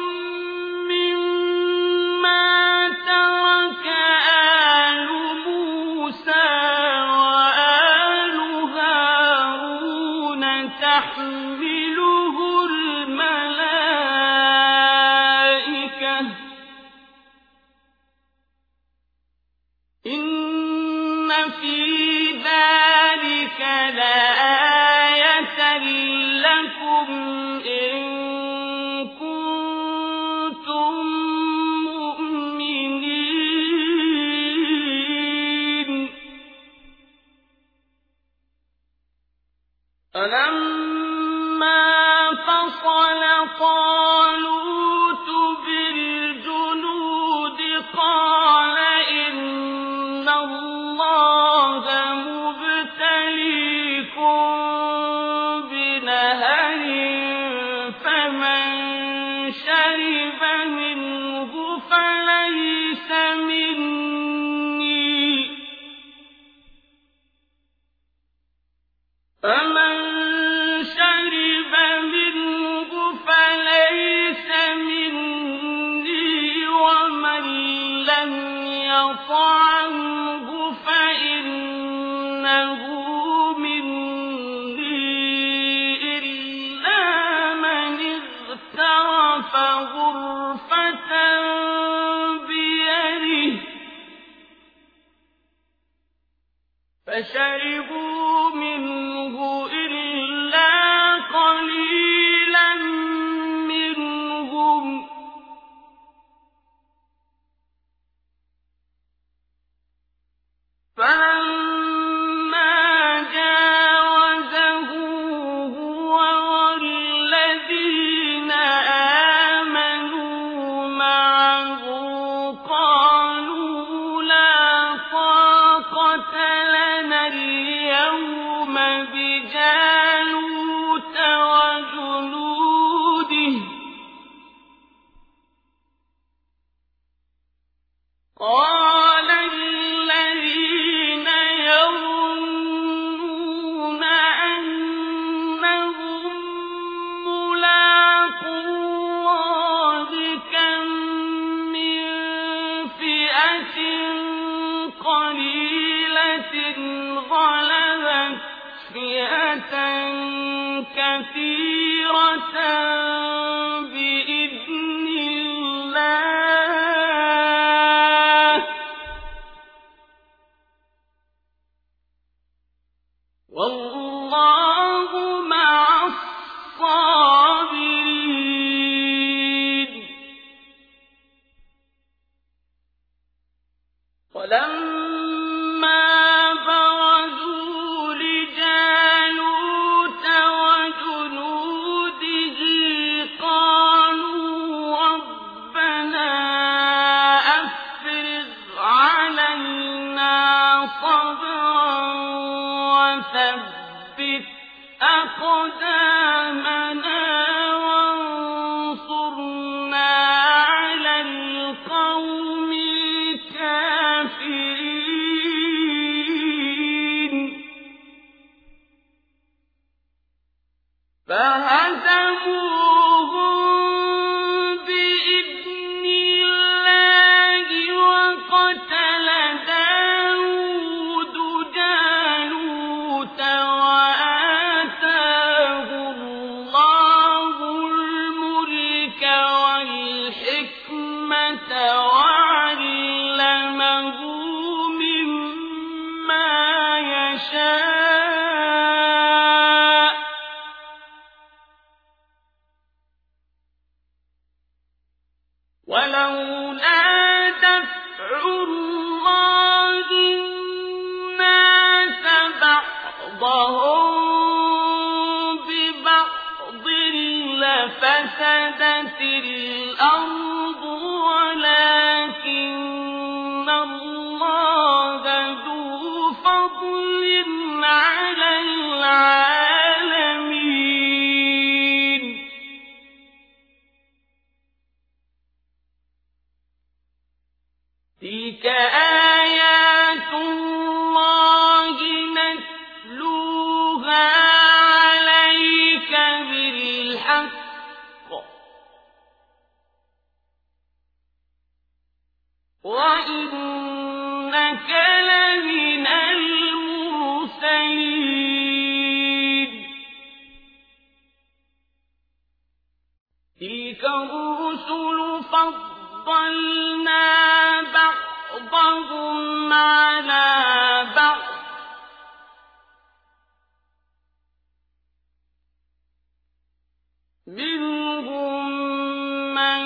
مما ترك آل موسى وآل هارون تحمله الملائكة إن في ذلك لآية لكم إن كنتم شرب منه فليس مني فمن شرب منه فليس مني ومن لم يطعمه فإنه غرفة بيده فشربوا منه إلا قليلا منهم فلما جاوزه هو والذين آمنوا معه قالوا لا طاقة لنا اليوم بجالوت وجنوده قال الذين يظنون أنهم ملاقو الله كم من فئة قليلة غلبت فئة كثيرة بإذن الله والله مع الصابرين ولما برزوا لجالوت وجنوده قالوا ربنا أفرغ علينا صبرا وثبت أقدامنا وانصرنا على القوم الكافرين فهزموهم بإذن الله وقتل داود جالوت وآتاه الله الملك والحكمة وعلمه مما يشاء ولولا دفع الله الناس بعضهم ببعض لفسدت الأرض ولكن الله ذو فضل على العالمين تلك آيات الله نتلوها عليك بالحق وإنك لمن المرسلين تلك الرسل فضلنا بعضهم على بعض منهم من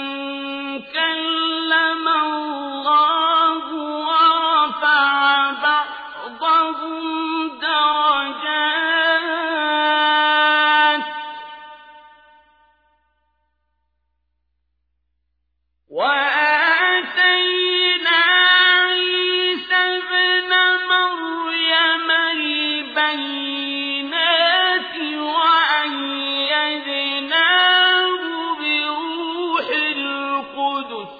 كلم الله ورفع بعضهم درجات وآتينا عيسى ابن مريم البينات وأيدناه بروح القدس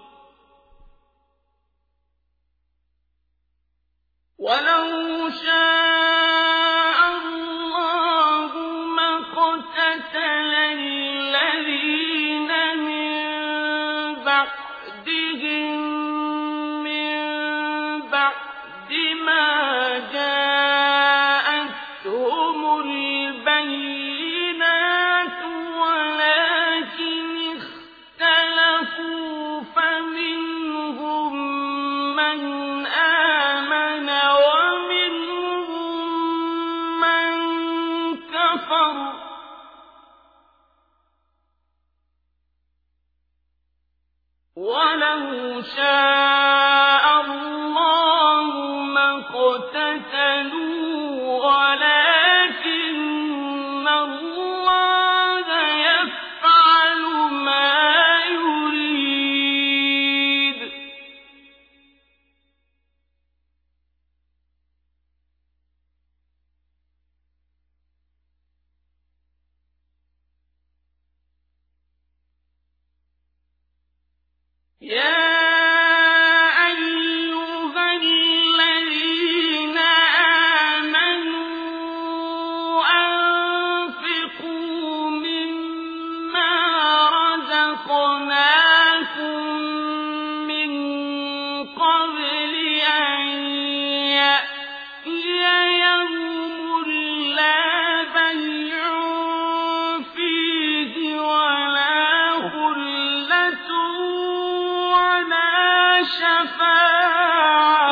ولو شاء الله ما اقتتل الذين من بعدهم من بعد ما جاءتهم البينات ولكن اختلفوا فمنهم من آمن ومنهم من كفر ولو شاء الله ما اقتتلوا ولكن الله يفعل ما يريد يا أيها الذين آمنوا أنفقوا مما رزقناكم من قبل أن يأتي يوم لا بيع فيه ولا خلة ولا شفاعة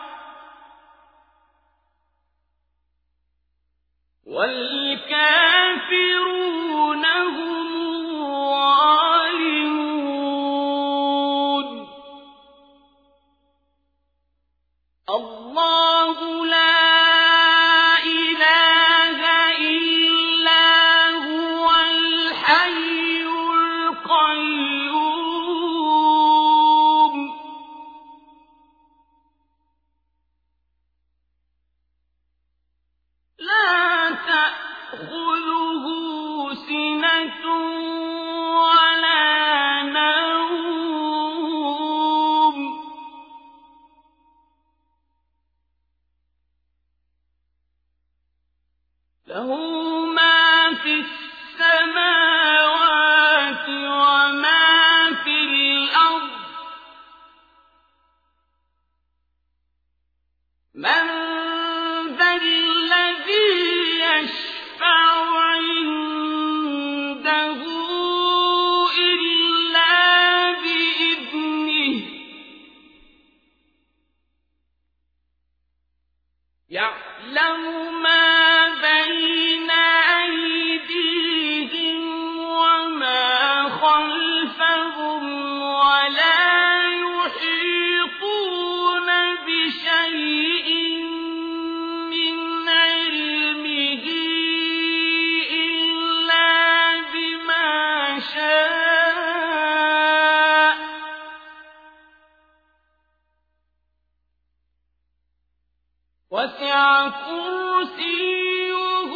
والكافرون هم الظالمون الله لا إله إلا هو الحي القيوم لا تأخذه سنة ولا نوم له ما في السماوات وما في الأرض من ذا الذي يشفع عنده إلا بإذنه يعلم ما بين أيديهم وما خلفهم ولا يحيطون بشيء من علمه إلا بما شاء وسع كرسيه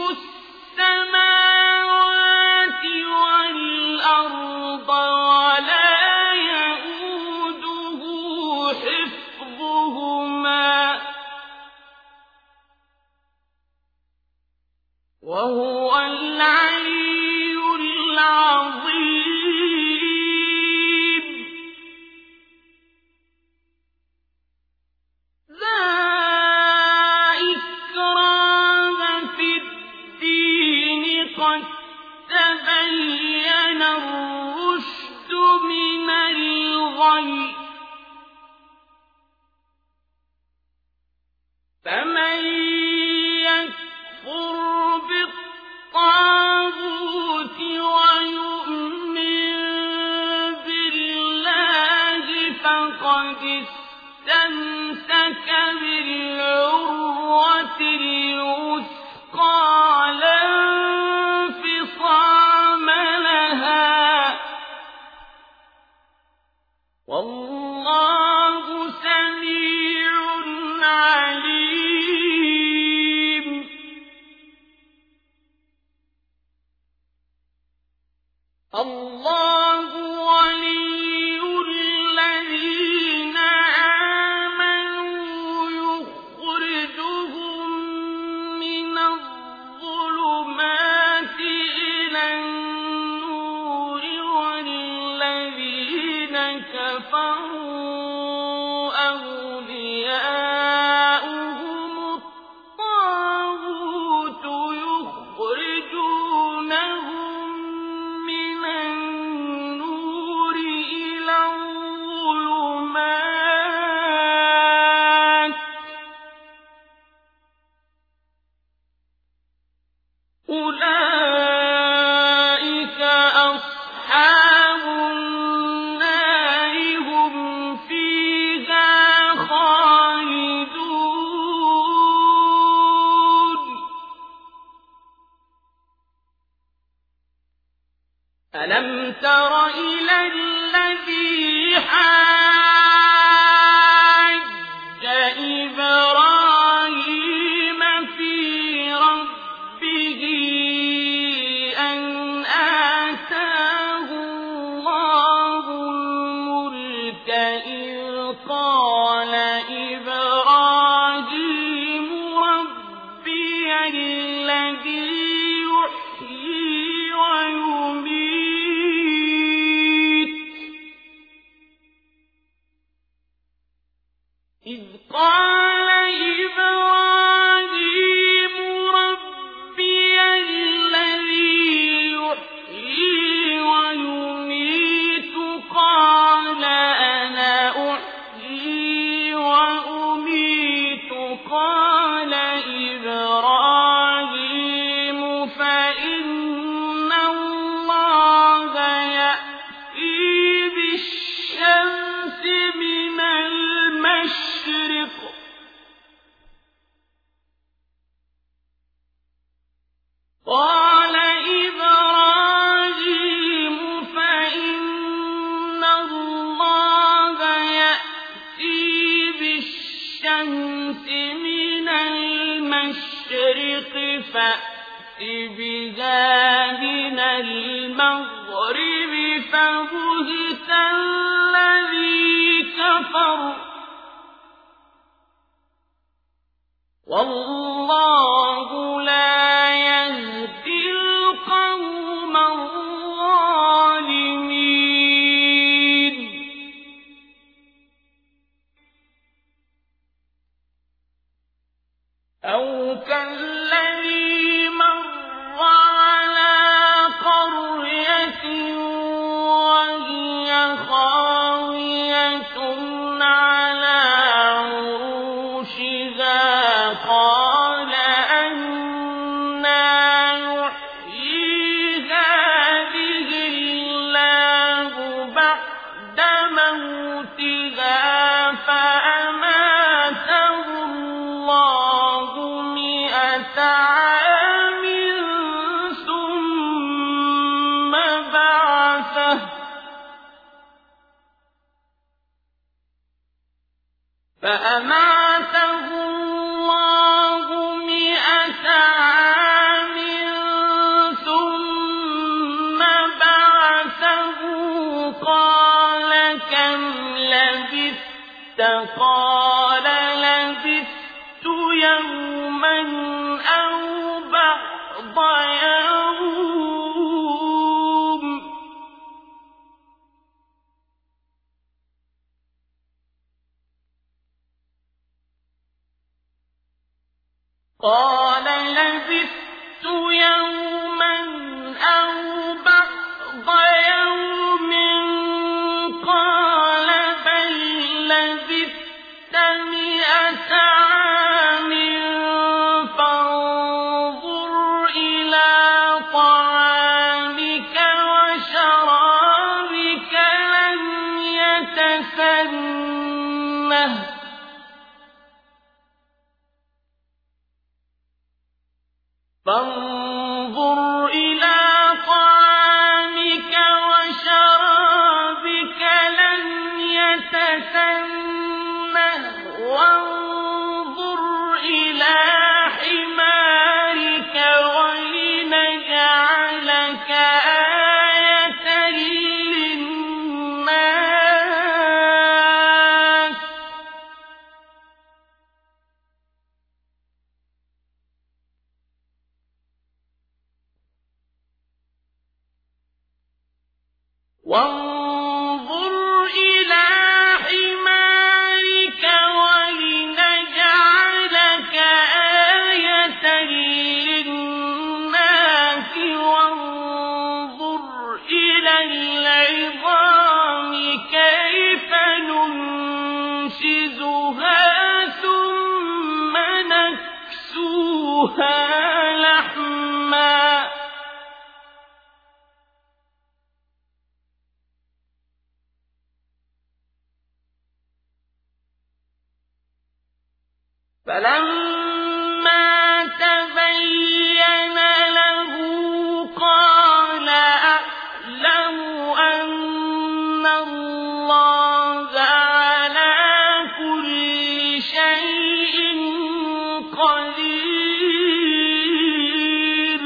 السماوات والأرض ولا يئوده حفظهما وهو العلي العظيم لا إكراه في الدين قد تبين الرشد من الغي فمن يكفر بالطاغوت ويؤمن بالله فقد استمسك بالعروة الوثقى لا انفصام لها والله سميع عليم الله ولي الذين كفروا أولياؤهم الطاغوت يخرجونهم من النور إلى الظلمات أولئك أصحاب النار هم فيها خالدون ألم تر إلى الذي حاج إبراهيم في ربه أن آتاه الله الملك إذ قال إبراهيم ربي الذي يحيي ويميت إذ قال إبراهيم ربي الذي يحيي ويميت قال أنا أحيي وأميت قال إبراهيم فإن الله يأتي بالشمس من المشرق قال إبراهيم فإن الله يأتي بالشمس من المشرق فأت بها من المغرب فبهت الذي كفر والله لا يهدي القوم الظالمين أو كالذي مر على قرية وهي خاوية على عروشها قال أنى يحيي هذه الله بعد موتها فأماته الله مئة عام ثم بعثه فأماته الله مئة عام ثم بعثه قال كم لبثت قال لبثت يوما أو بعض يوم قال لبثت يوما أو بعض يوم قال بل لبثت مئة عام فانظر إلى طعامك وشرابك لم يتسنه فانظر إلى طعامك وشرابك لم يتسنه وانظر إلى حمارك ولنجعلك آية للناس وانظر إلى حمارك ولنجعلك آية للناس وانظر إلى العظام كيف ننشزها ثم نكسوها لحما فلما تبين له قال أعلم أن الله على كل شيء قدير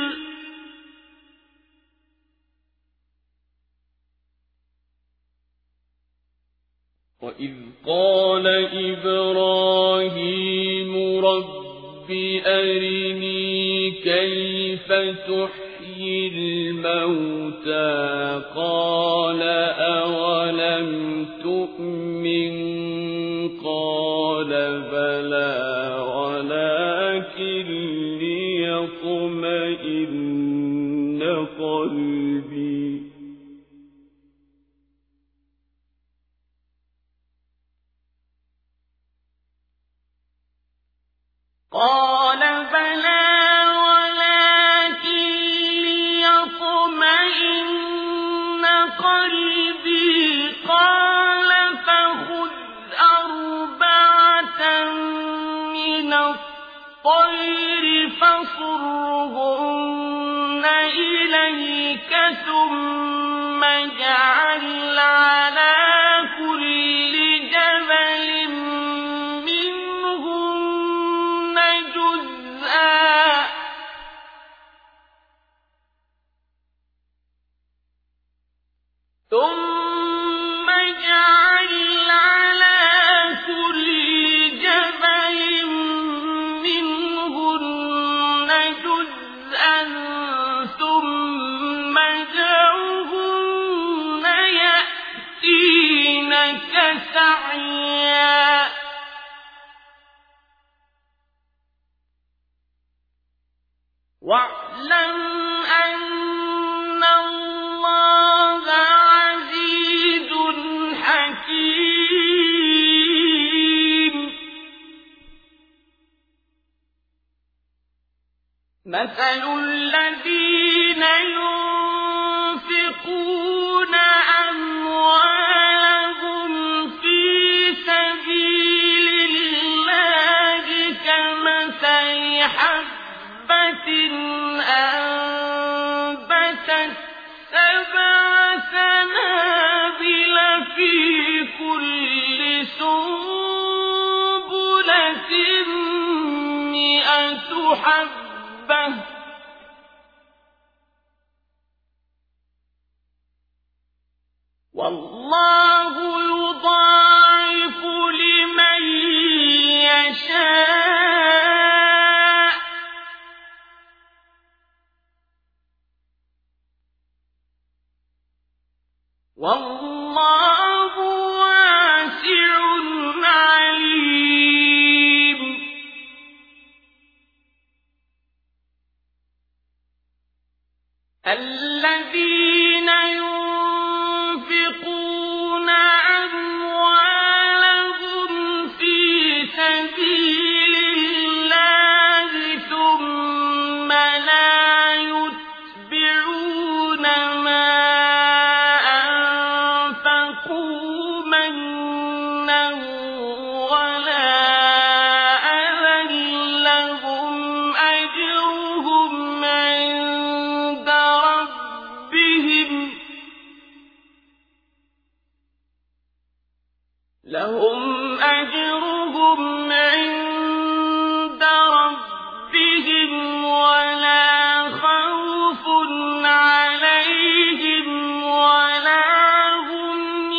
وإذ قال إبراهيم رب أرني كيف تحيي الموتى قال أولم تؤمن قال بلى ولكن ليطمئن قلبي قال بلى ولكن ليطمئن قلبي قال فخذ أربعة من الطير فصرهن إليك ثم اجعل على كل جبل ثم اجعل على كل جبل منهن جزءا ثم ادعهن يأتينك سعيا واعلم أن الله عزيز حكيم مثل الذين ينفقون أموالهم في سبيل الله كمثل حبة أنبتت سبع سنابل في كل سنبلة مئة حبة والله يضاعف لمن يشاء والله واسع عليم الذين ينفقون أموالهم في سبيل الله ثم لا يتبعون ما لهم أجرهم عند ربهم ولا خوف عليهم ولا هم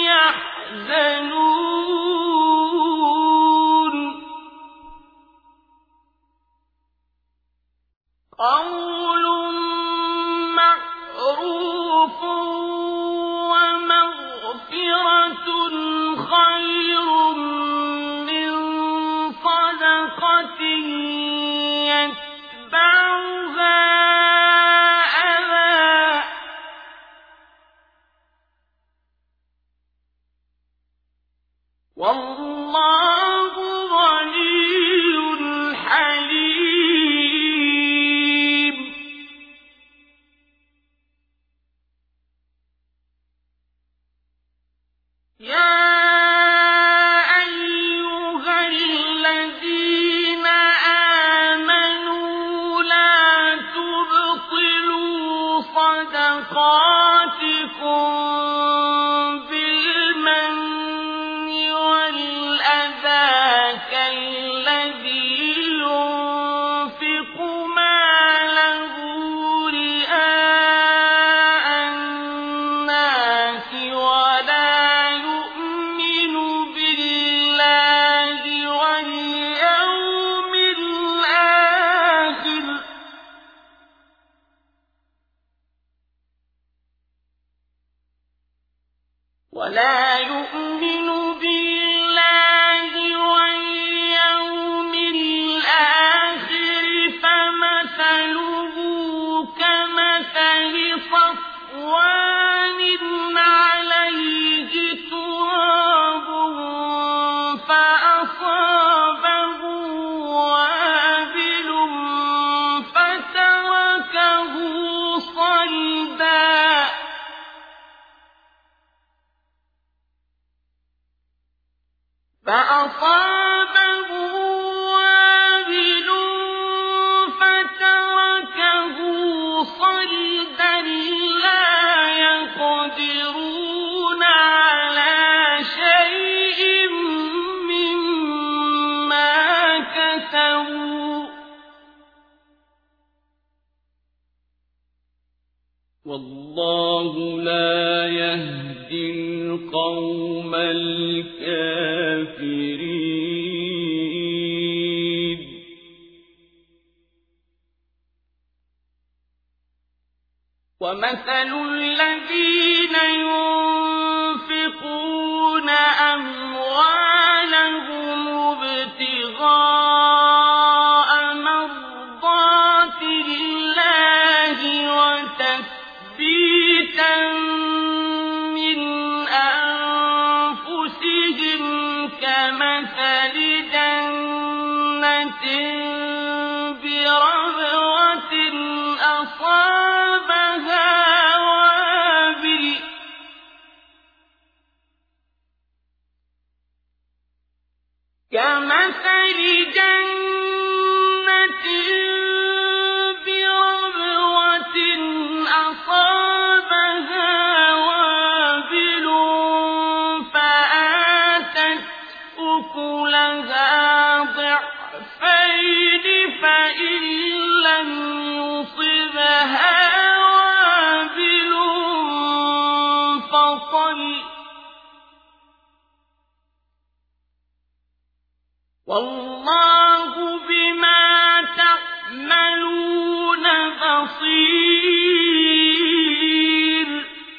يحزنون قول معروف ومغفرة والله غني حليم. يا أيها الذين آمنوا لا تبطلوا صدقاتكم ولا يؤمن بالله واليوم الآخر فمثله كمثل صفوان عليه تراب فأصابه وابل فتركه صلدا فأصابه وابل فتركه صلدا لا يقدرون على شيء مما كسبوا والله لا يهدي القوم الكافرين. ومثل الذين ينفقون أموالهم ابتغاء مرضات الله وتثبيتا من أنفسهم كمثل جنة بربوة أصابها وابل كمثل جنة بربوة أصابها وابل فآتت أكلها ضعفين فإن لم يصبها وابل فطل والله بما تعملون بصير.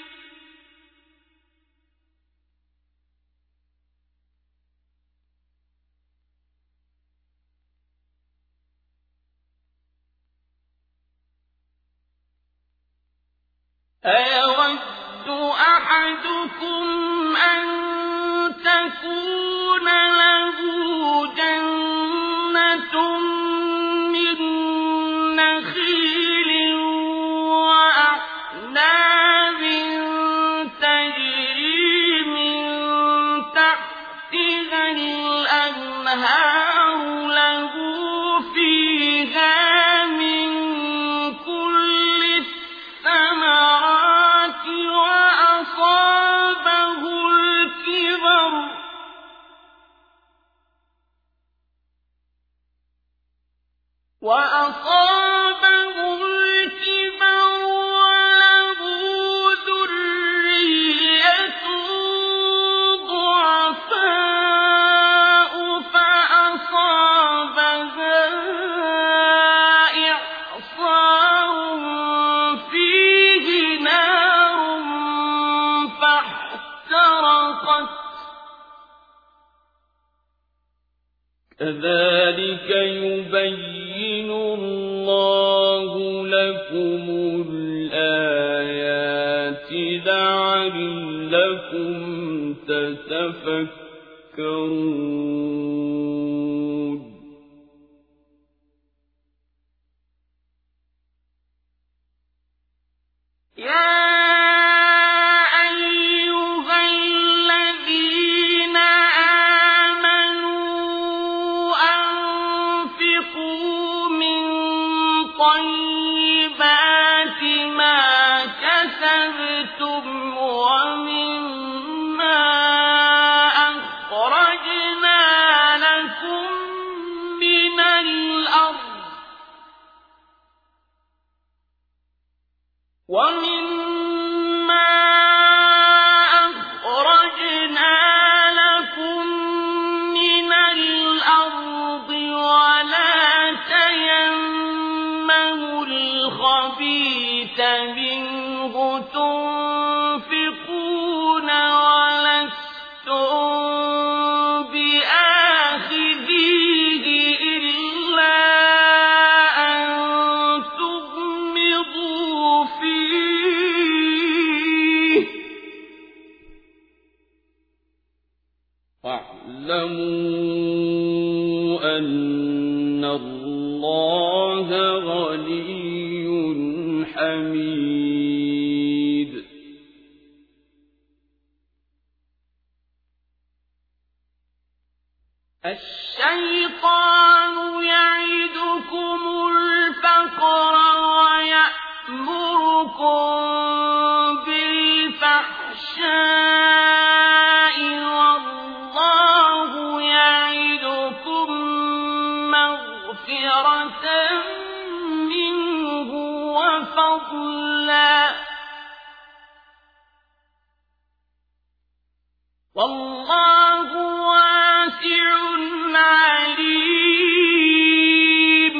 أيود أحدكم أن تكون له جنة من نخيل وأعناب تجري من تحتها الأنهار له فيها من كل الثمرات وأصابه الكبر وأصابه الكبر وله ذرية ضعفاء فأصابها إعصار فيه نار فاحترقت كذلك يبين الله لكم الآيات لعلكم تتفكرون. تذكرون يا وَمِمَّا أَخْرَجْنَا لَكُم مِّنَ الْأَرْضِ وَلَا تَيَمَّمُوا الْخَبِيثَ مِنْهُ تُنفِقُونَ وَلَسْتُم بِآخِذِيهِ إِلَّا أَن تُغْمِضُوا فِيهِ ۚ وَاعْلَمُوا أَنَّ اللَّهَ غَنِيٌّ حَمِيدٌ. الشَّيْطَانُ يَعِدُكُمُ الْفَقْرَ وَيَأْمُرُكُم بِالْفَحْشَاءِ وَاللَّهُ يَعِدُكُم مَّغْفِرَةً مِّنْهُ وَفَضْلًا ۗ وَاللَّهُ وَاسِعٌ عَلِيمٌ.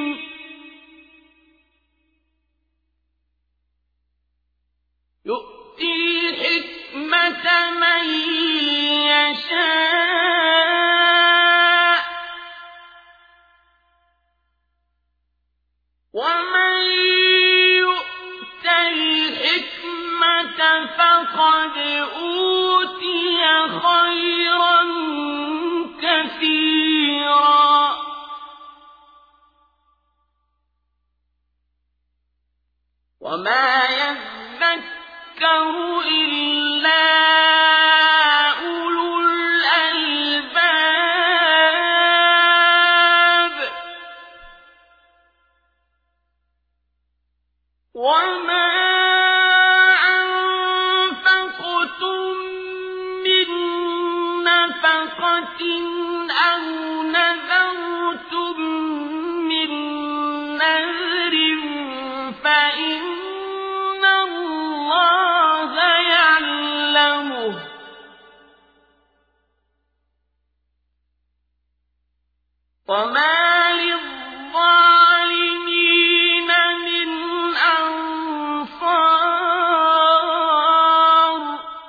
يُؤْتِي الْحِكْمَةَ مَن يَشَاءُ ۚ وَمَن يُؤْتَ الْحِكْمَةَ فَقَدْ أُوتِيَ خَيْرًا كَثِيرًا. وَمَا يَذَّكَّرُ إِلَّا أُولُو الْأَلْبَابِ. وَمَا أَنفَقْتُم مِّن نَّفَقَةٍ أَوْ نَذَرْتُم مِّن نَّذْرٍ فَإِنَّ اللَّهَ يَعْلَمُهُ ۚ وَمَا لِلظَّالِمِينَ مِنْ أَنصَارٍ.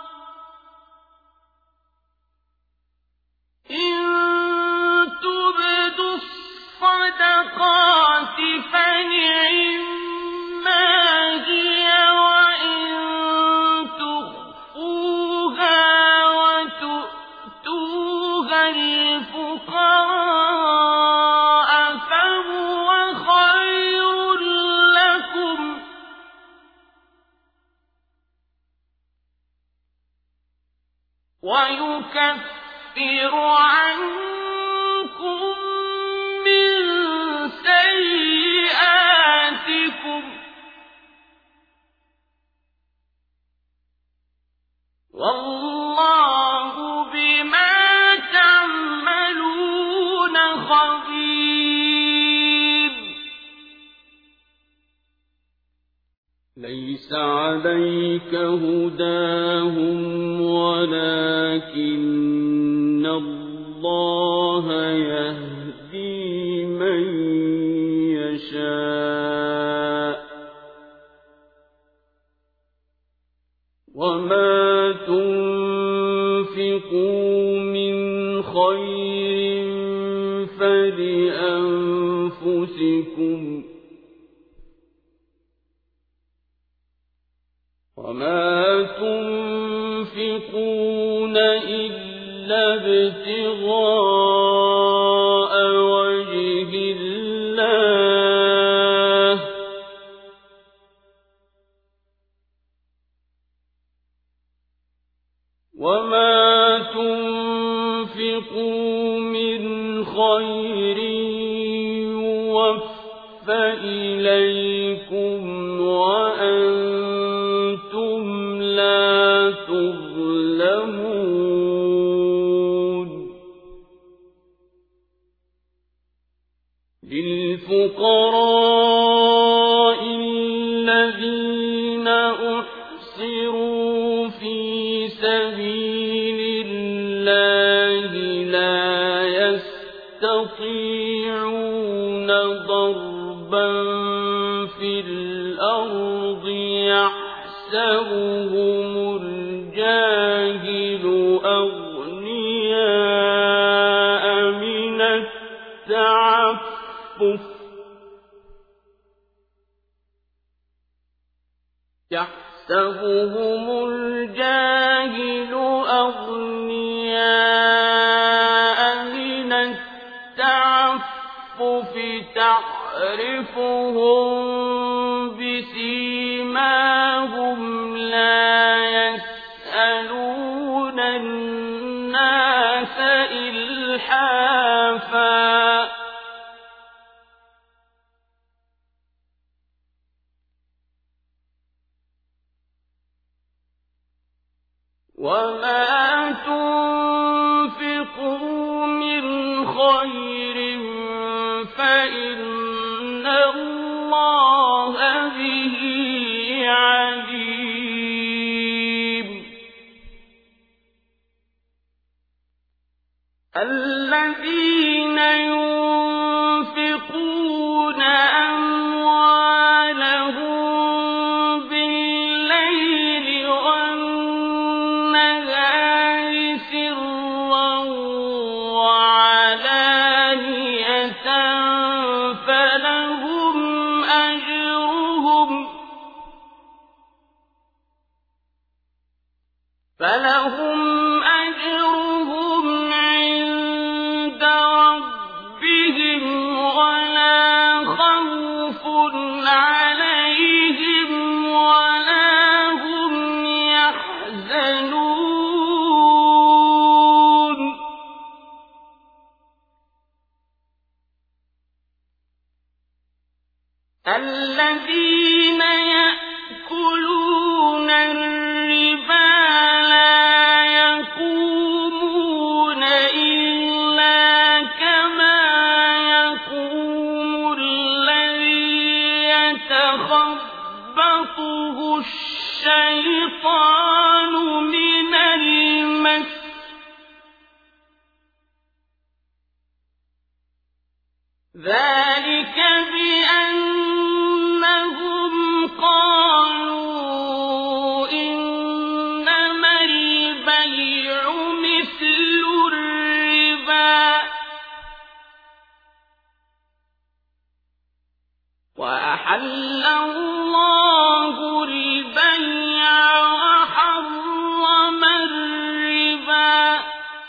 إِن تُبْدُوا الصَّدَقَاتِ فَنِعِمَّا هِيَ، وَإِن تُخْفُوهَا وَتُؤْتُوهَا الْفُقَرَاءَ فَهُوَ خَيْرٌ لَّكُمْ ۚ وَيُكَفِّرُ عَنكُم مِّن سَيِّئَاتِكُمْ ۗ وَاللَّهُ بِمَا تَعْمَلُونَ خَبِيرٌ. ليس عليك هداهم ولكن الله يهدي من يشاء وما تنفقوا من خير فلأنفسكم وما تنفقون إلا إلا ابتغاء وجه الله وما تنفقوا من خير يوفى إليكم وأنتم لا تظلمون للفقراء الذين أحصروا في سبيل الله لا يستطيعون ضربا في الأرض يحسبهم الجاهل أغنياء من التعفف يحسبهم الجاهل أغنياء من التعفف تعرفهم بسيماهم لا يسألون الناس إلحافا وما تنفقوا من خير فإن الله به عليم الذين ينفقون أموالهم بالليل والنهار سرا وعلانية فلهم أجرهم فلهم أجرهم عند ربهم ولا خوف عليهم ولا هم يحزنون الذين يأكلون الربا لا يقومون إلا كما يقوم الذي يتخبطه الشيطان من المس ذلك بأنهم قالوا إنما البيع مثل الربا وأحل الله البيع وحرم الربا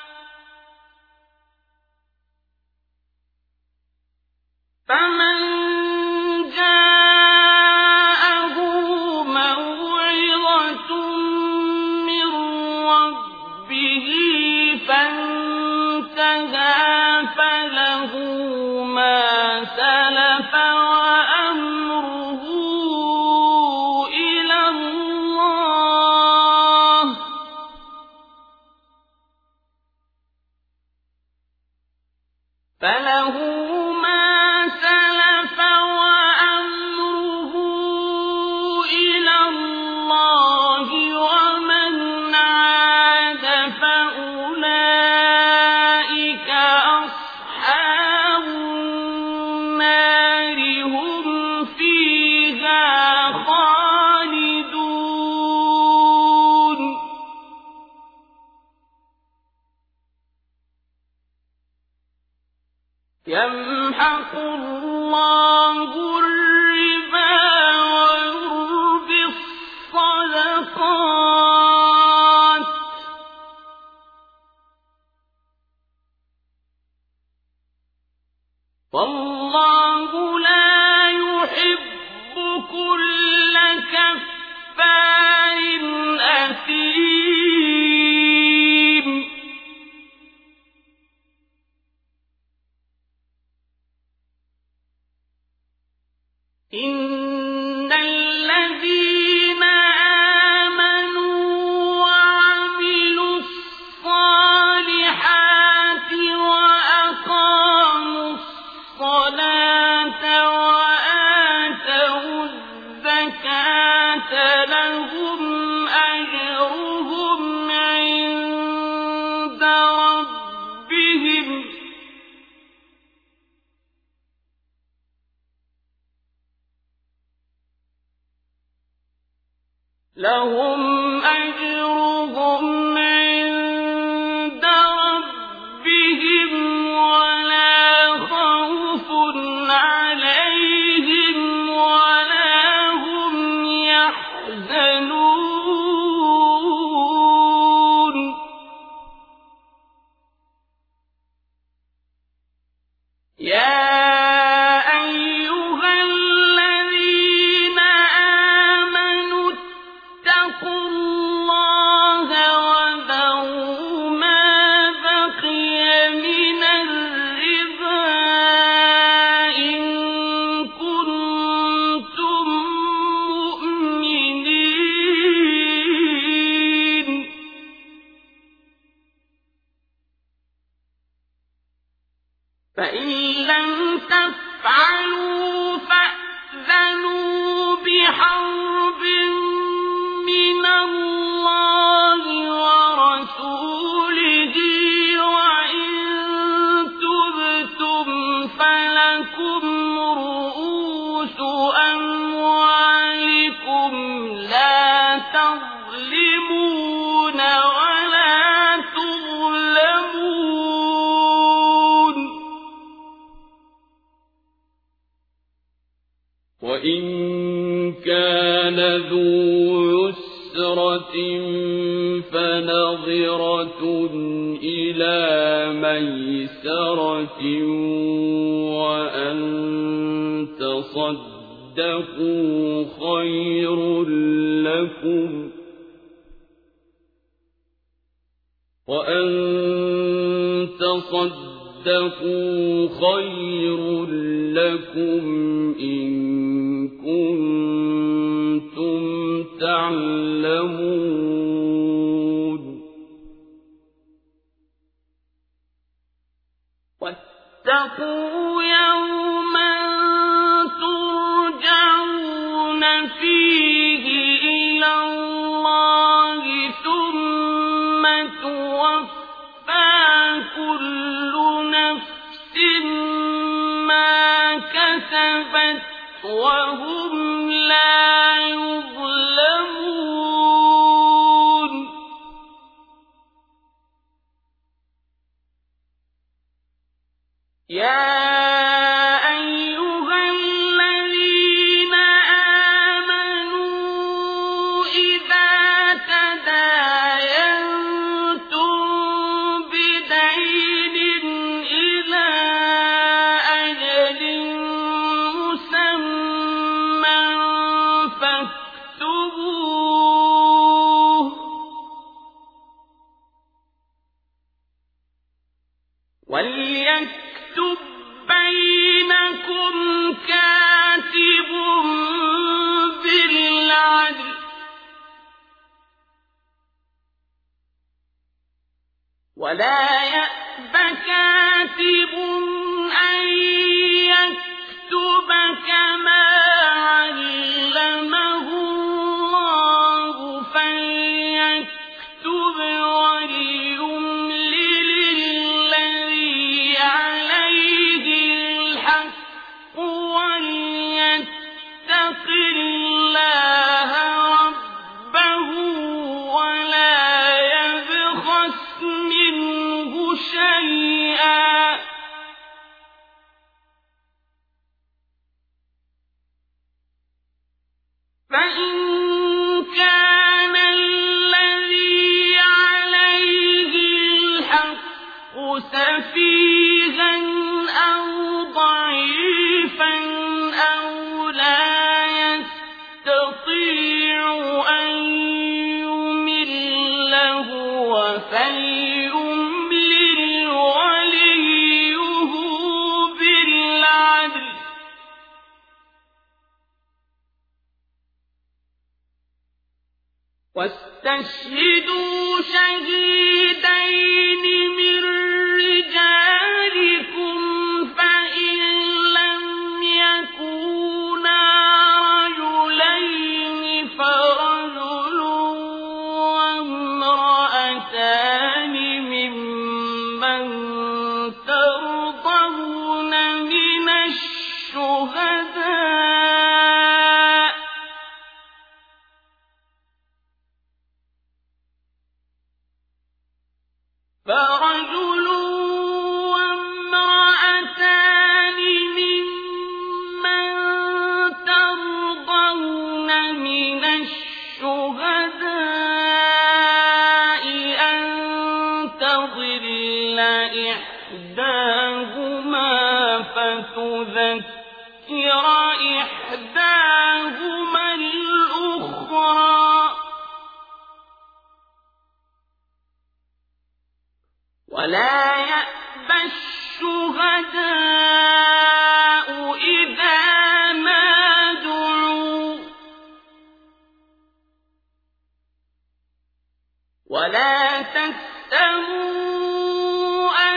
فمن جاءه موعظة من ربه فانتهى فله ما سلف وأمره إلى الله فله ما سلف وأمره إلى الله ومن عاد فأولئك أصحاب النار هم فيها خالدون يمحق الله الربا ويربي الصدقات والله لا يحب كل كفار أثيم إن الذين آمنوا وعملوا الصالحات وأقاموا الصلاة وآتوا الزكاة لهم أجرهم عند ربهم لهم أجرهم عند ربهم ولا خوف عليهم ولا هم يحزنون يا فإن لم تفعلوا فأذنوا بحرب من الله ورسوله وإن تبتم فلكم رؤوس أموالكم لا تظلمون ولا تظلمون وإن كان ذو عسرة فنظرة إلى ميسرة وأن تصدقوا خير لكم وأن تصدقوا خير لكم إن كنتم تعلمون واتقوا يوما ترجعون فيه إلى الله ثم توفى كل نفس ما كسبت وهم لا يظلمون يا أيها الذين آمنوا إذا تداينتم بدين إلى أجل مسمى فاكتبوه وليكتب بينكم كاتب بالعدل ولا يأب كاتب أن يكتب كما علمه الله فليكتب وليملل الذي عليه الحق وليتق الله ربه ولا يبخس منه شيئا فإن كان الذي عليه الحق سفيها أو ضعيفا إحداهما فتذكر إحداهما الأخرى ولا يأبى الشهداء إذا ما دعوا ولا تسأموا أن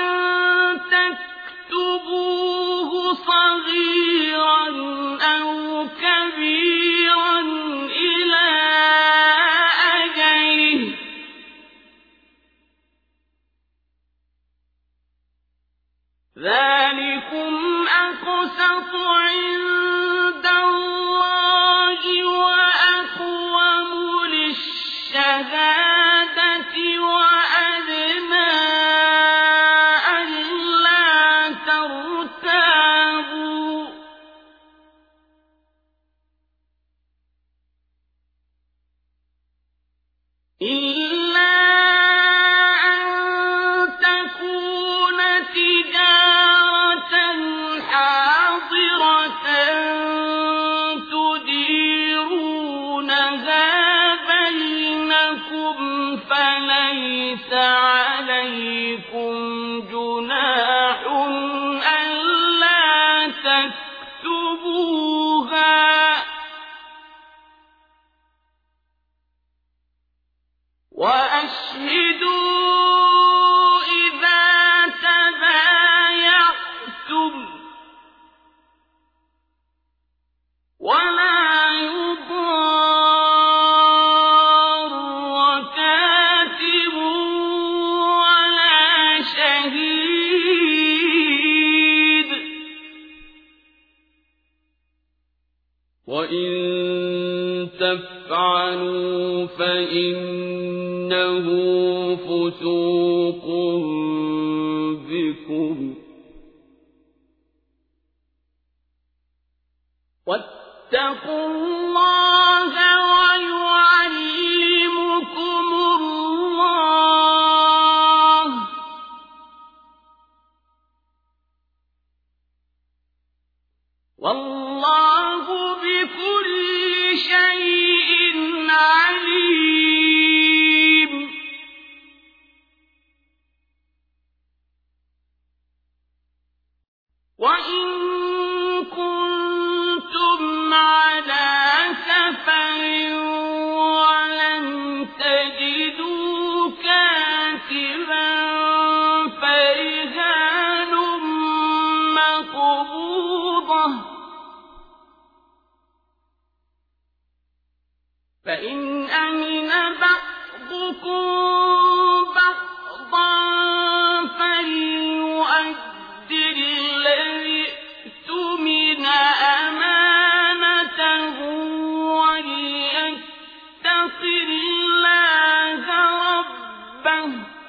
تكتبوه صغيرا أو كبيرا إلى أجله ذلكم أقسط عند الله وأقوم للشهادة وأدنى ألا ترتابوا إلا أن تكون تجارة حاضرة تديرونها بينكم فليس عليكم جناح ألا تكتبوها وأشهدوا إذا تبايعتم ولا يضار كاتب ولا شهيد وإن تفعلوا فإنه فسوق بكم واتقوا الله ويعلمكم الله والله بكل شيء عليم وإن كنتم على سفر ولم تجدوا كاتبا فرهان مقبوضة فإن أمن بعضكم بعضا فليؤدي الذي اؤتمن أمانته وليتق الله ربه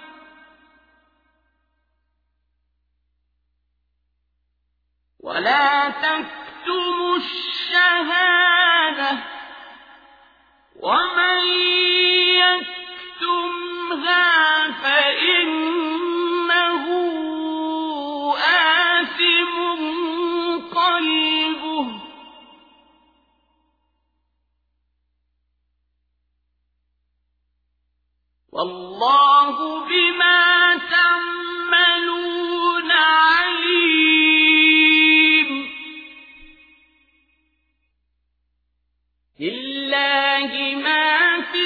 ولا تكتموا الشهادة ومن يكتمها فإنه آثم قلبه والله بما تعملون عليم لله ما في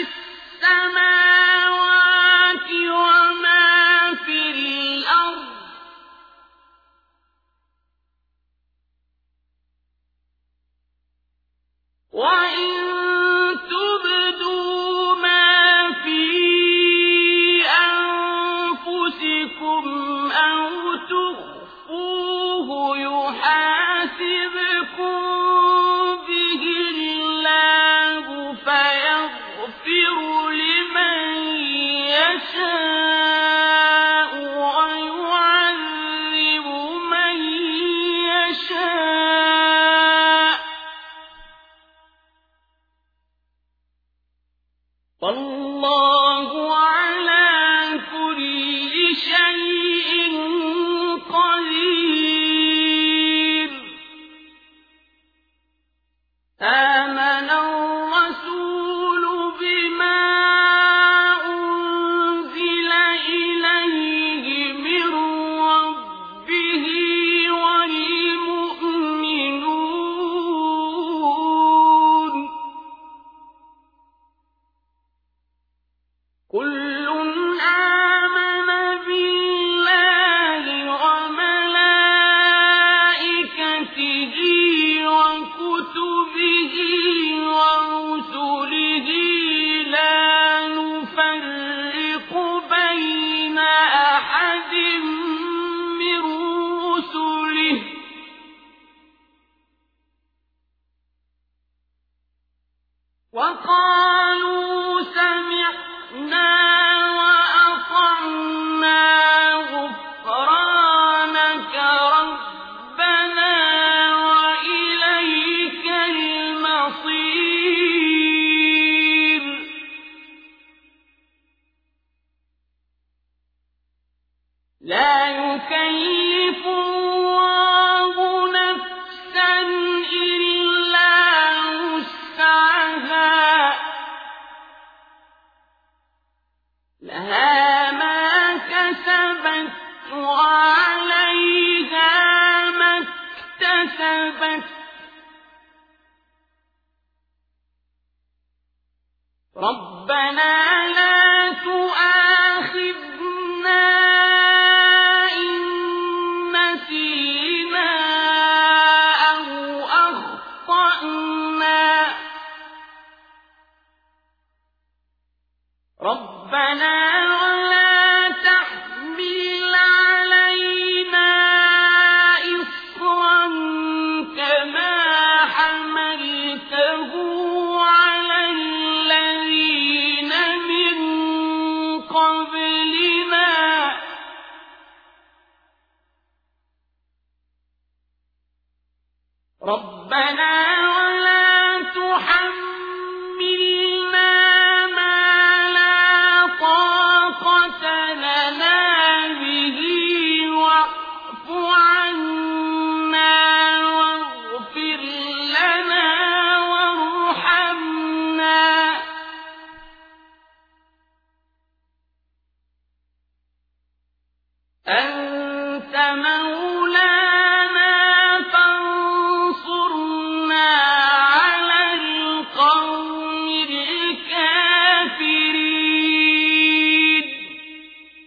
السماوات وما في الأرض وإن تبدوا ما في أنفسكم أو تخفوه يحاسبكم به الله فيغفر لمن يشاء ويعذب من يشاء والله على كل شيء لا يكلف الله نفسا إلا وسعها لها ما كسبت وعليها ما اكتسبت ربنا لا تؤاخذنا إن نسينا أو أخطأنا ربنا ولا تحمل علينا إصرا كما حملته على الذين من قبلنا ربنا